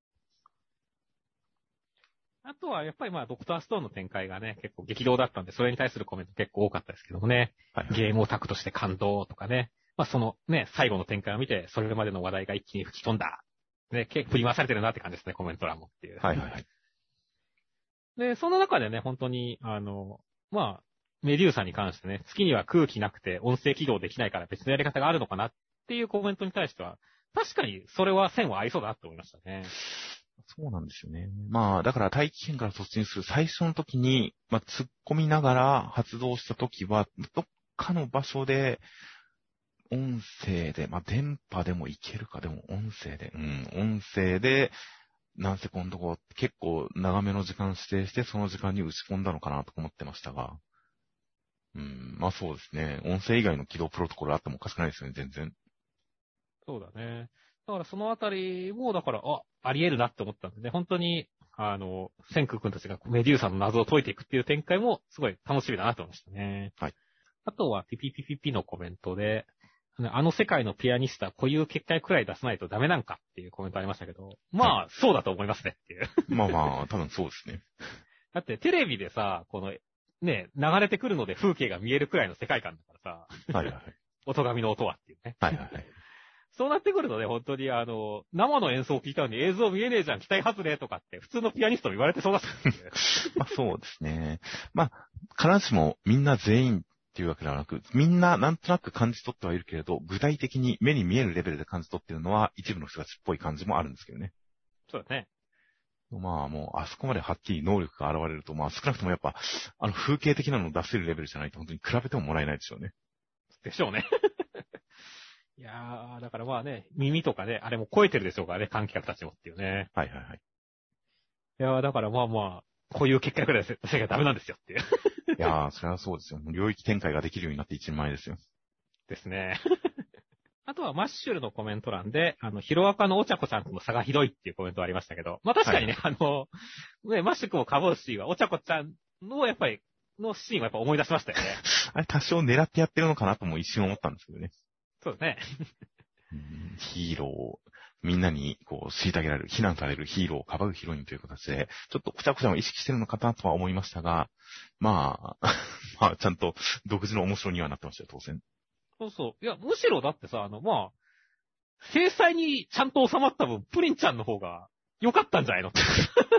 あとは、やっぱりまあ、ドクターストーンの展開がね、結構激動だったんで、それに対するコメント結構多かったですけどもね。はいはい、ゲームオタクとして感動とかね。まあ、そのね、最後の展開を見て、それまでの話題が一気に吹き飛んだ。ね、結構振り回されてるなって感じですね、コメント欄もっていう。 はいはいはい。 で、その中でね、本当に、あの、まあ、メデューサに関してね、月には空気なくて音声起動できないから別のやり方があるのかなっていうコメントに対しては、確かにそれは線は合いそうだなって思いましたね。 そうなんですよね。まあ、だから大気圏から突入する最初の時に、まあ、突っ込みながら発動した時は、どっかの場所で、音声で、まあ、電波でもいけるか、でも音声で、うん、音声で、何セコンド後、結構長めの時間指定して、その時間に打ち込んだのかなと思ってましたが、うん、まあそうですね。音声以外の起動プロトコルあってもおかしくないですよね、全然。 そうだね。だからそのあたりも、だから、あ、あり得るなって思ったんでね、本当に、あの、センク君たちがメデューサの謎を解いていくっていう展開も、すごい楽しみだなと思いましたね。 はい。 あとは、ピピピピピのコメントで、あの世界のピアニストは固有結界くらい出さないとダメなんかっていうコメントありましたけど、まあ、はい、そうだと思いますねっていう。 まあまあ、多分そうですね。 だってテレビでさ、この、ね、流れてくるので風景が見えるくらいの世界観だからさ、はいはいはい。 音神の音はっていうね。 はいはいはい。 そうなってくるとね、本当にあの、生の演奏を聞いたのに映像見えねえじゃん、期待外れとかって、普通のピアニストも言われてそうだったんですね。 まあそうですね。まあ、必ずしもみんな全員っていうわけではなく、みんななんとなく感じ取ってはいるけれど、具体的に目に見えるレベルで感じ取っているのは一部の人たちっぽい感じもあるんですけどね。 そうだね。 まあもう、あそこまではっきり能力が現れると、まあ少なくともやっぱ、あの風景的なのを出せるレベルじゃないと本当に比べてももらえないでしょうね。 でしょうね。いやー、だからまあね、耳とかね、あれも超えてるでしょうからね、観客たちもっていうね。 はいはいはい。 いやー、だからまあまあ、こういう結果くらいでせがダメなんですよっていう。 いやー、それはそうですよ。領域展開ができるようになって一人前ですよ。 ですね。あとはマッシュルのコメント欄で、あの、ヒロアカのお茶子ちゃんとの差がひどいっていうコメントありましたけど、まあ確かにね、はい、あの、ね、マッシュ君をかぼうシーンはお茶子ちゃんのやっぱり、のシーンはやっぱ思い出しましたよね。 あれ多少狙ってやってるのかなとも一瞬思ったんですけどね。 そうですね。 ヒーロー、みんなにこう虐げられる、非難されるヒーローをかばうヒロインという形で、ちょっとこちゃこちゃを意識してるのかなとは思いましたが、まあ、まあちゃんと独自の面白にはなってましたよ、当然。 そうそう。いや、むしろだってさ、あの、まあ、制裁にちゃんと収まった分、プリンちゃんの方が良かったんじゃないのって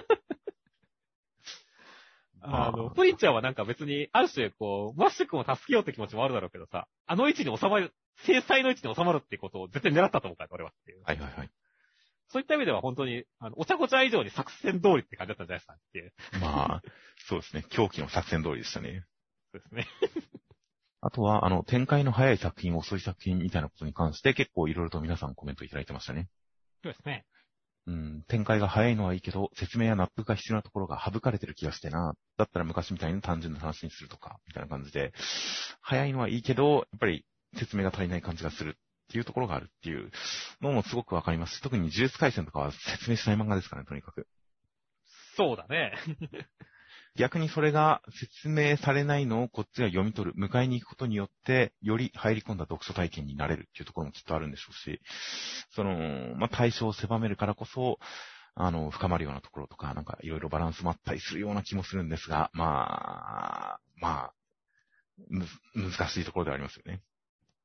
あの、プリンちゃんはなんか別に、ある種、こう、マッシュ君を助けようって気持ちもあるだろうけどさ、あの位置に収まる、制裁の位置に収まるってことを絶対狙ったと思うから、俺はっていう。 はいはいはい。 そういった意味では本当に、あの、お茶こちゃ以上に作戦通りって感じだったんじゃないですかっていう。 まあ、そうですね。狂気の作戦通りでしたね。 そうですね。 あとは、あの、展開の早い作品、遅い作品みたいなことに関して結構いろいろと皆さんコメントいただいてましたね。 そうですね。 うん、展開が早いのはいいけど、説明や納得が必要なところが省かれてる気がしてな。だったら昔みたいに単純な話にするとか、みたいな感じで、早いのはいいけど、やっぱり説明が足りない感じがするっていうところがあるっていうのもすごくわかりますし、特に呪術廻戦とかは説明しない漫画ですからね、とにかく。 そうだね。 逆にそれが説明されないのをこっちが読み取る、迎えに行くことによって、より入り込んだ読書体験になれるっていうところもきっとあるんでしょうし、その、まあ、対象を狭めるからこそ、あの、深まるようなところとか、なんかいろいろバランスもあったりするような気もするんですが、まあ、まあ、む、難しいところではありますよね。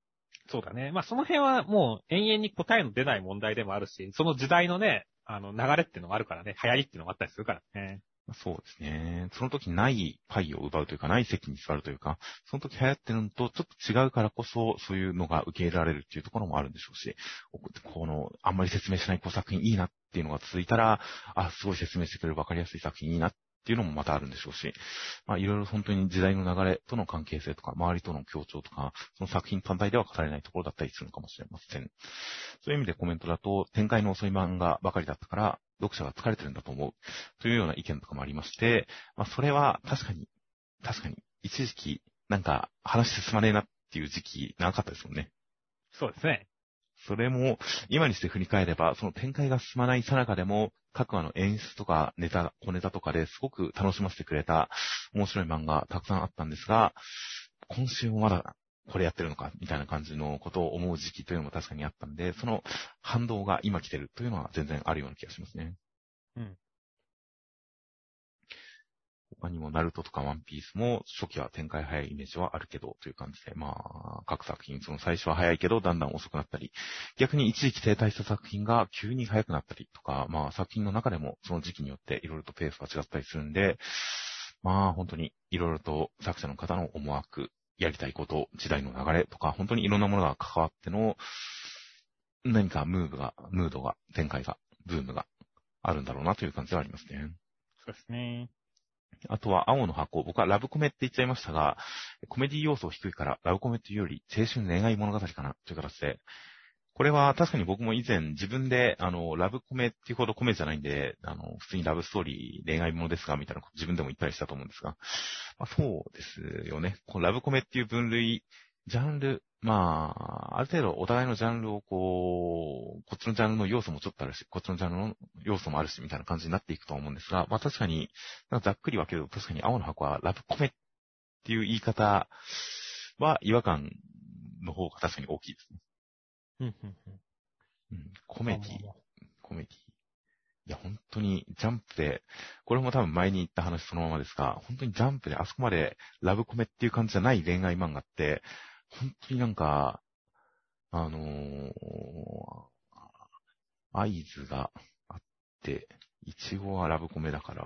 そうだね。まあその辺はもう延々に答えの出ない問題でもあるし、その時代のね、あの流れっていうのがあるからね、流行りっていうのがあったりするからね。 そうですね。その時ないパイを奪うというか、ない席に座るというか、その時流行ってるのとちょっと違うからこそ、そういうのが受け入れられるっていうところもあるんでしょうし、この、あんまり説明しないこう作品いいなっていうのが続いたら、あ、すごい説明してくれる分かりやすい作品いいなっていうのもまたあるんでしょうし、まあいろいろ本当に時代の流れとの関係性とか、周りとの協調とか、その作品単体では語れないところだったりするのかもしれません。そういう意味でコメントだと、展開の遅い漫画ばかりだったから、読者が疲れてるんだと思う。というような意見とかもありまして、まあそれは確かに、確かに、一時期、なんか話進まねえなっていう時期長かったですもんね。 そうですね。 それも、今にして振り返れば、その展開が進まない最中でも、各話の演出とかネタ、小ネタとかですごく楽しませてくれた面白い漫画たくさんあったんですが、今週もまだこれやってるのか、みたいな感じのことを思う時期というのも確かにあったんで、その反動が今来てるというのは全然あるような気がしますね。 うん。 他にもナルトとかワンピースも初期は展開早いイメージはあるけどという感じで、まあ、各作品、その最初は早いけどだんだん遅くなったり、逆に一時期停滞した作品が急に早くなったりとか、まあ作品の中でもその時期によっていろいろとペースが違ったりするんで、まあ本当にいろいろと作者の方の思惑、やりたいこと、時代の流れとか、本当にいろんなものが関わっての何かムーブが、ムードが、展開が、ブームがあるんだろうなという感じはありますね。 そうですね。 あとは、青の箱。僕はラブコメって言っちゃいましたが、コメディ要素低いから、ラブコメというより、青春恋愛物語かな、という形で。これは確かに僕も以前自分で、あの、ラブコメっていうほどコメじゃないんで、あの、普通にラブストーリー、恋愛物ですが、みたいなこと自分でも言ったりしたと思うんですが。まあ、そうですよね。このラブコメっていう分類、ジャンル、まあ、ある程度お互いのジャンルをこう、こっちのジャンルの要素もちょっとあるし、こっちのジャンルの要素もあるし、みたいな感じになっていくとは思うんですが、まあ確かに、なんかざっくり分けると確かに青の箱はラブコメっていう言い方は違和感の方が確かに大きいですね。 うんうんうん。 うん、コメディ、コメディ。いや、本当にジャンプで、これも多分前に言った話そのままですが、本当にジャンプであそこまでラブコメっていう感じじゃない恋愛漫画って、本当になんか、あのー、合図があって、いちごはラブコメだから、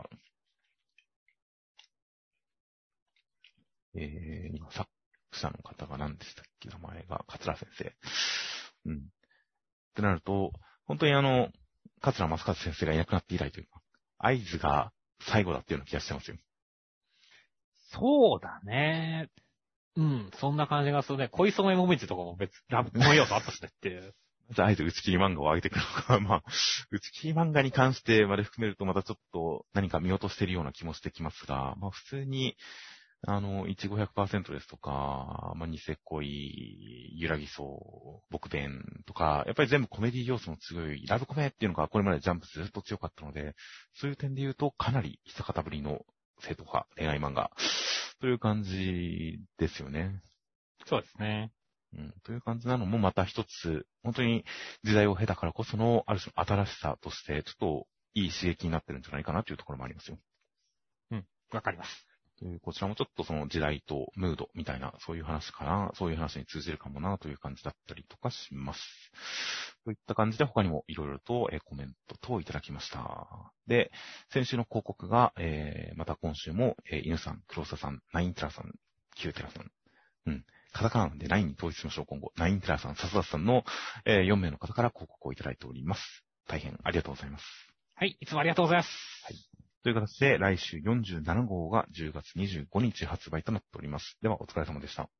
えー、今、作者の方が何でしたっけ、名前が、桂先生。うん。ってなると、本当にあの、桂正和先生がいなくなって以来というか、合図が最後だっていうような気がしてますよ。 そうだね。うん、そんな感じがするね。恋染めもみじとかも別、ラブコメ要素あったしねっていう。 まずあえて打ち切り漫画を上げてくるのか、まあ、打ち切り漫画に関してまで含めるとまたちょっと何か見落としてるような気もしてきますが、まあ普通に、あの、いちご ひゃくパーセント ですとか、まあ、ニセ恋、ゆらぎそう、僕弁とか、やっぱり全部コメディ要素の強い、ラブコメっていうのがこれまでジャンプずっと強かったので、そういう点で言うとかなり久方ぶりの生徒派恋愛漫画という感じですよね。 そうですね。 うん、という感じなのもまた一つ、本当に時代を経たからこその、ある種の新しさとして、ちょっといい刺激になってるんじゃないかなというところもありますよ。 うん、わかります。 こちらもちょっとその時代とムードみたいな、そういう話かな、そういう話に通じるかもなという感じだったりとかします。といった感じで他にもいろいろとコメント等いただきました。で、先週の広告が、えー、また今週も、えー、犬さん、黒沢さん、ナインテラさん、キューテラさん、うん、カタカナなんでナインに統一しましょう今後、ナインテラさん、笹田さんの、えー、よん名の方から広告をいただいております。大変ありがとうございます。 はい、いつもありがとうございます。 はい。という形で、来週よんじゅうなな号がじゅうがつにじゅうごにち発売となっております。では、お疲れ様でした。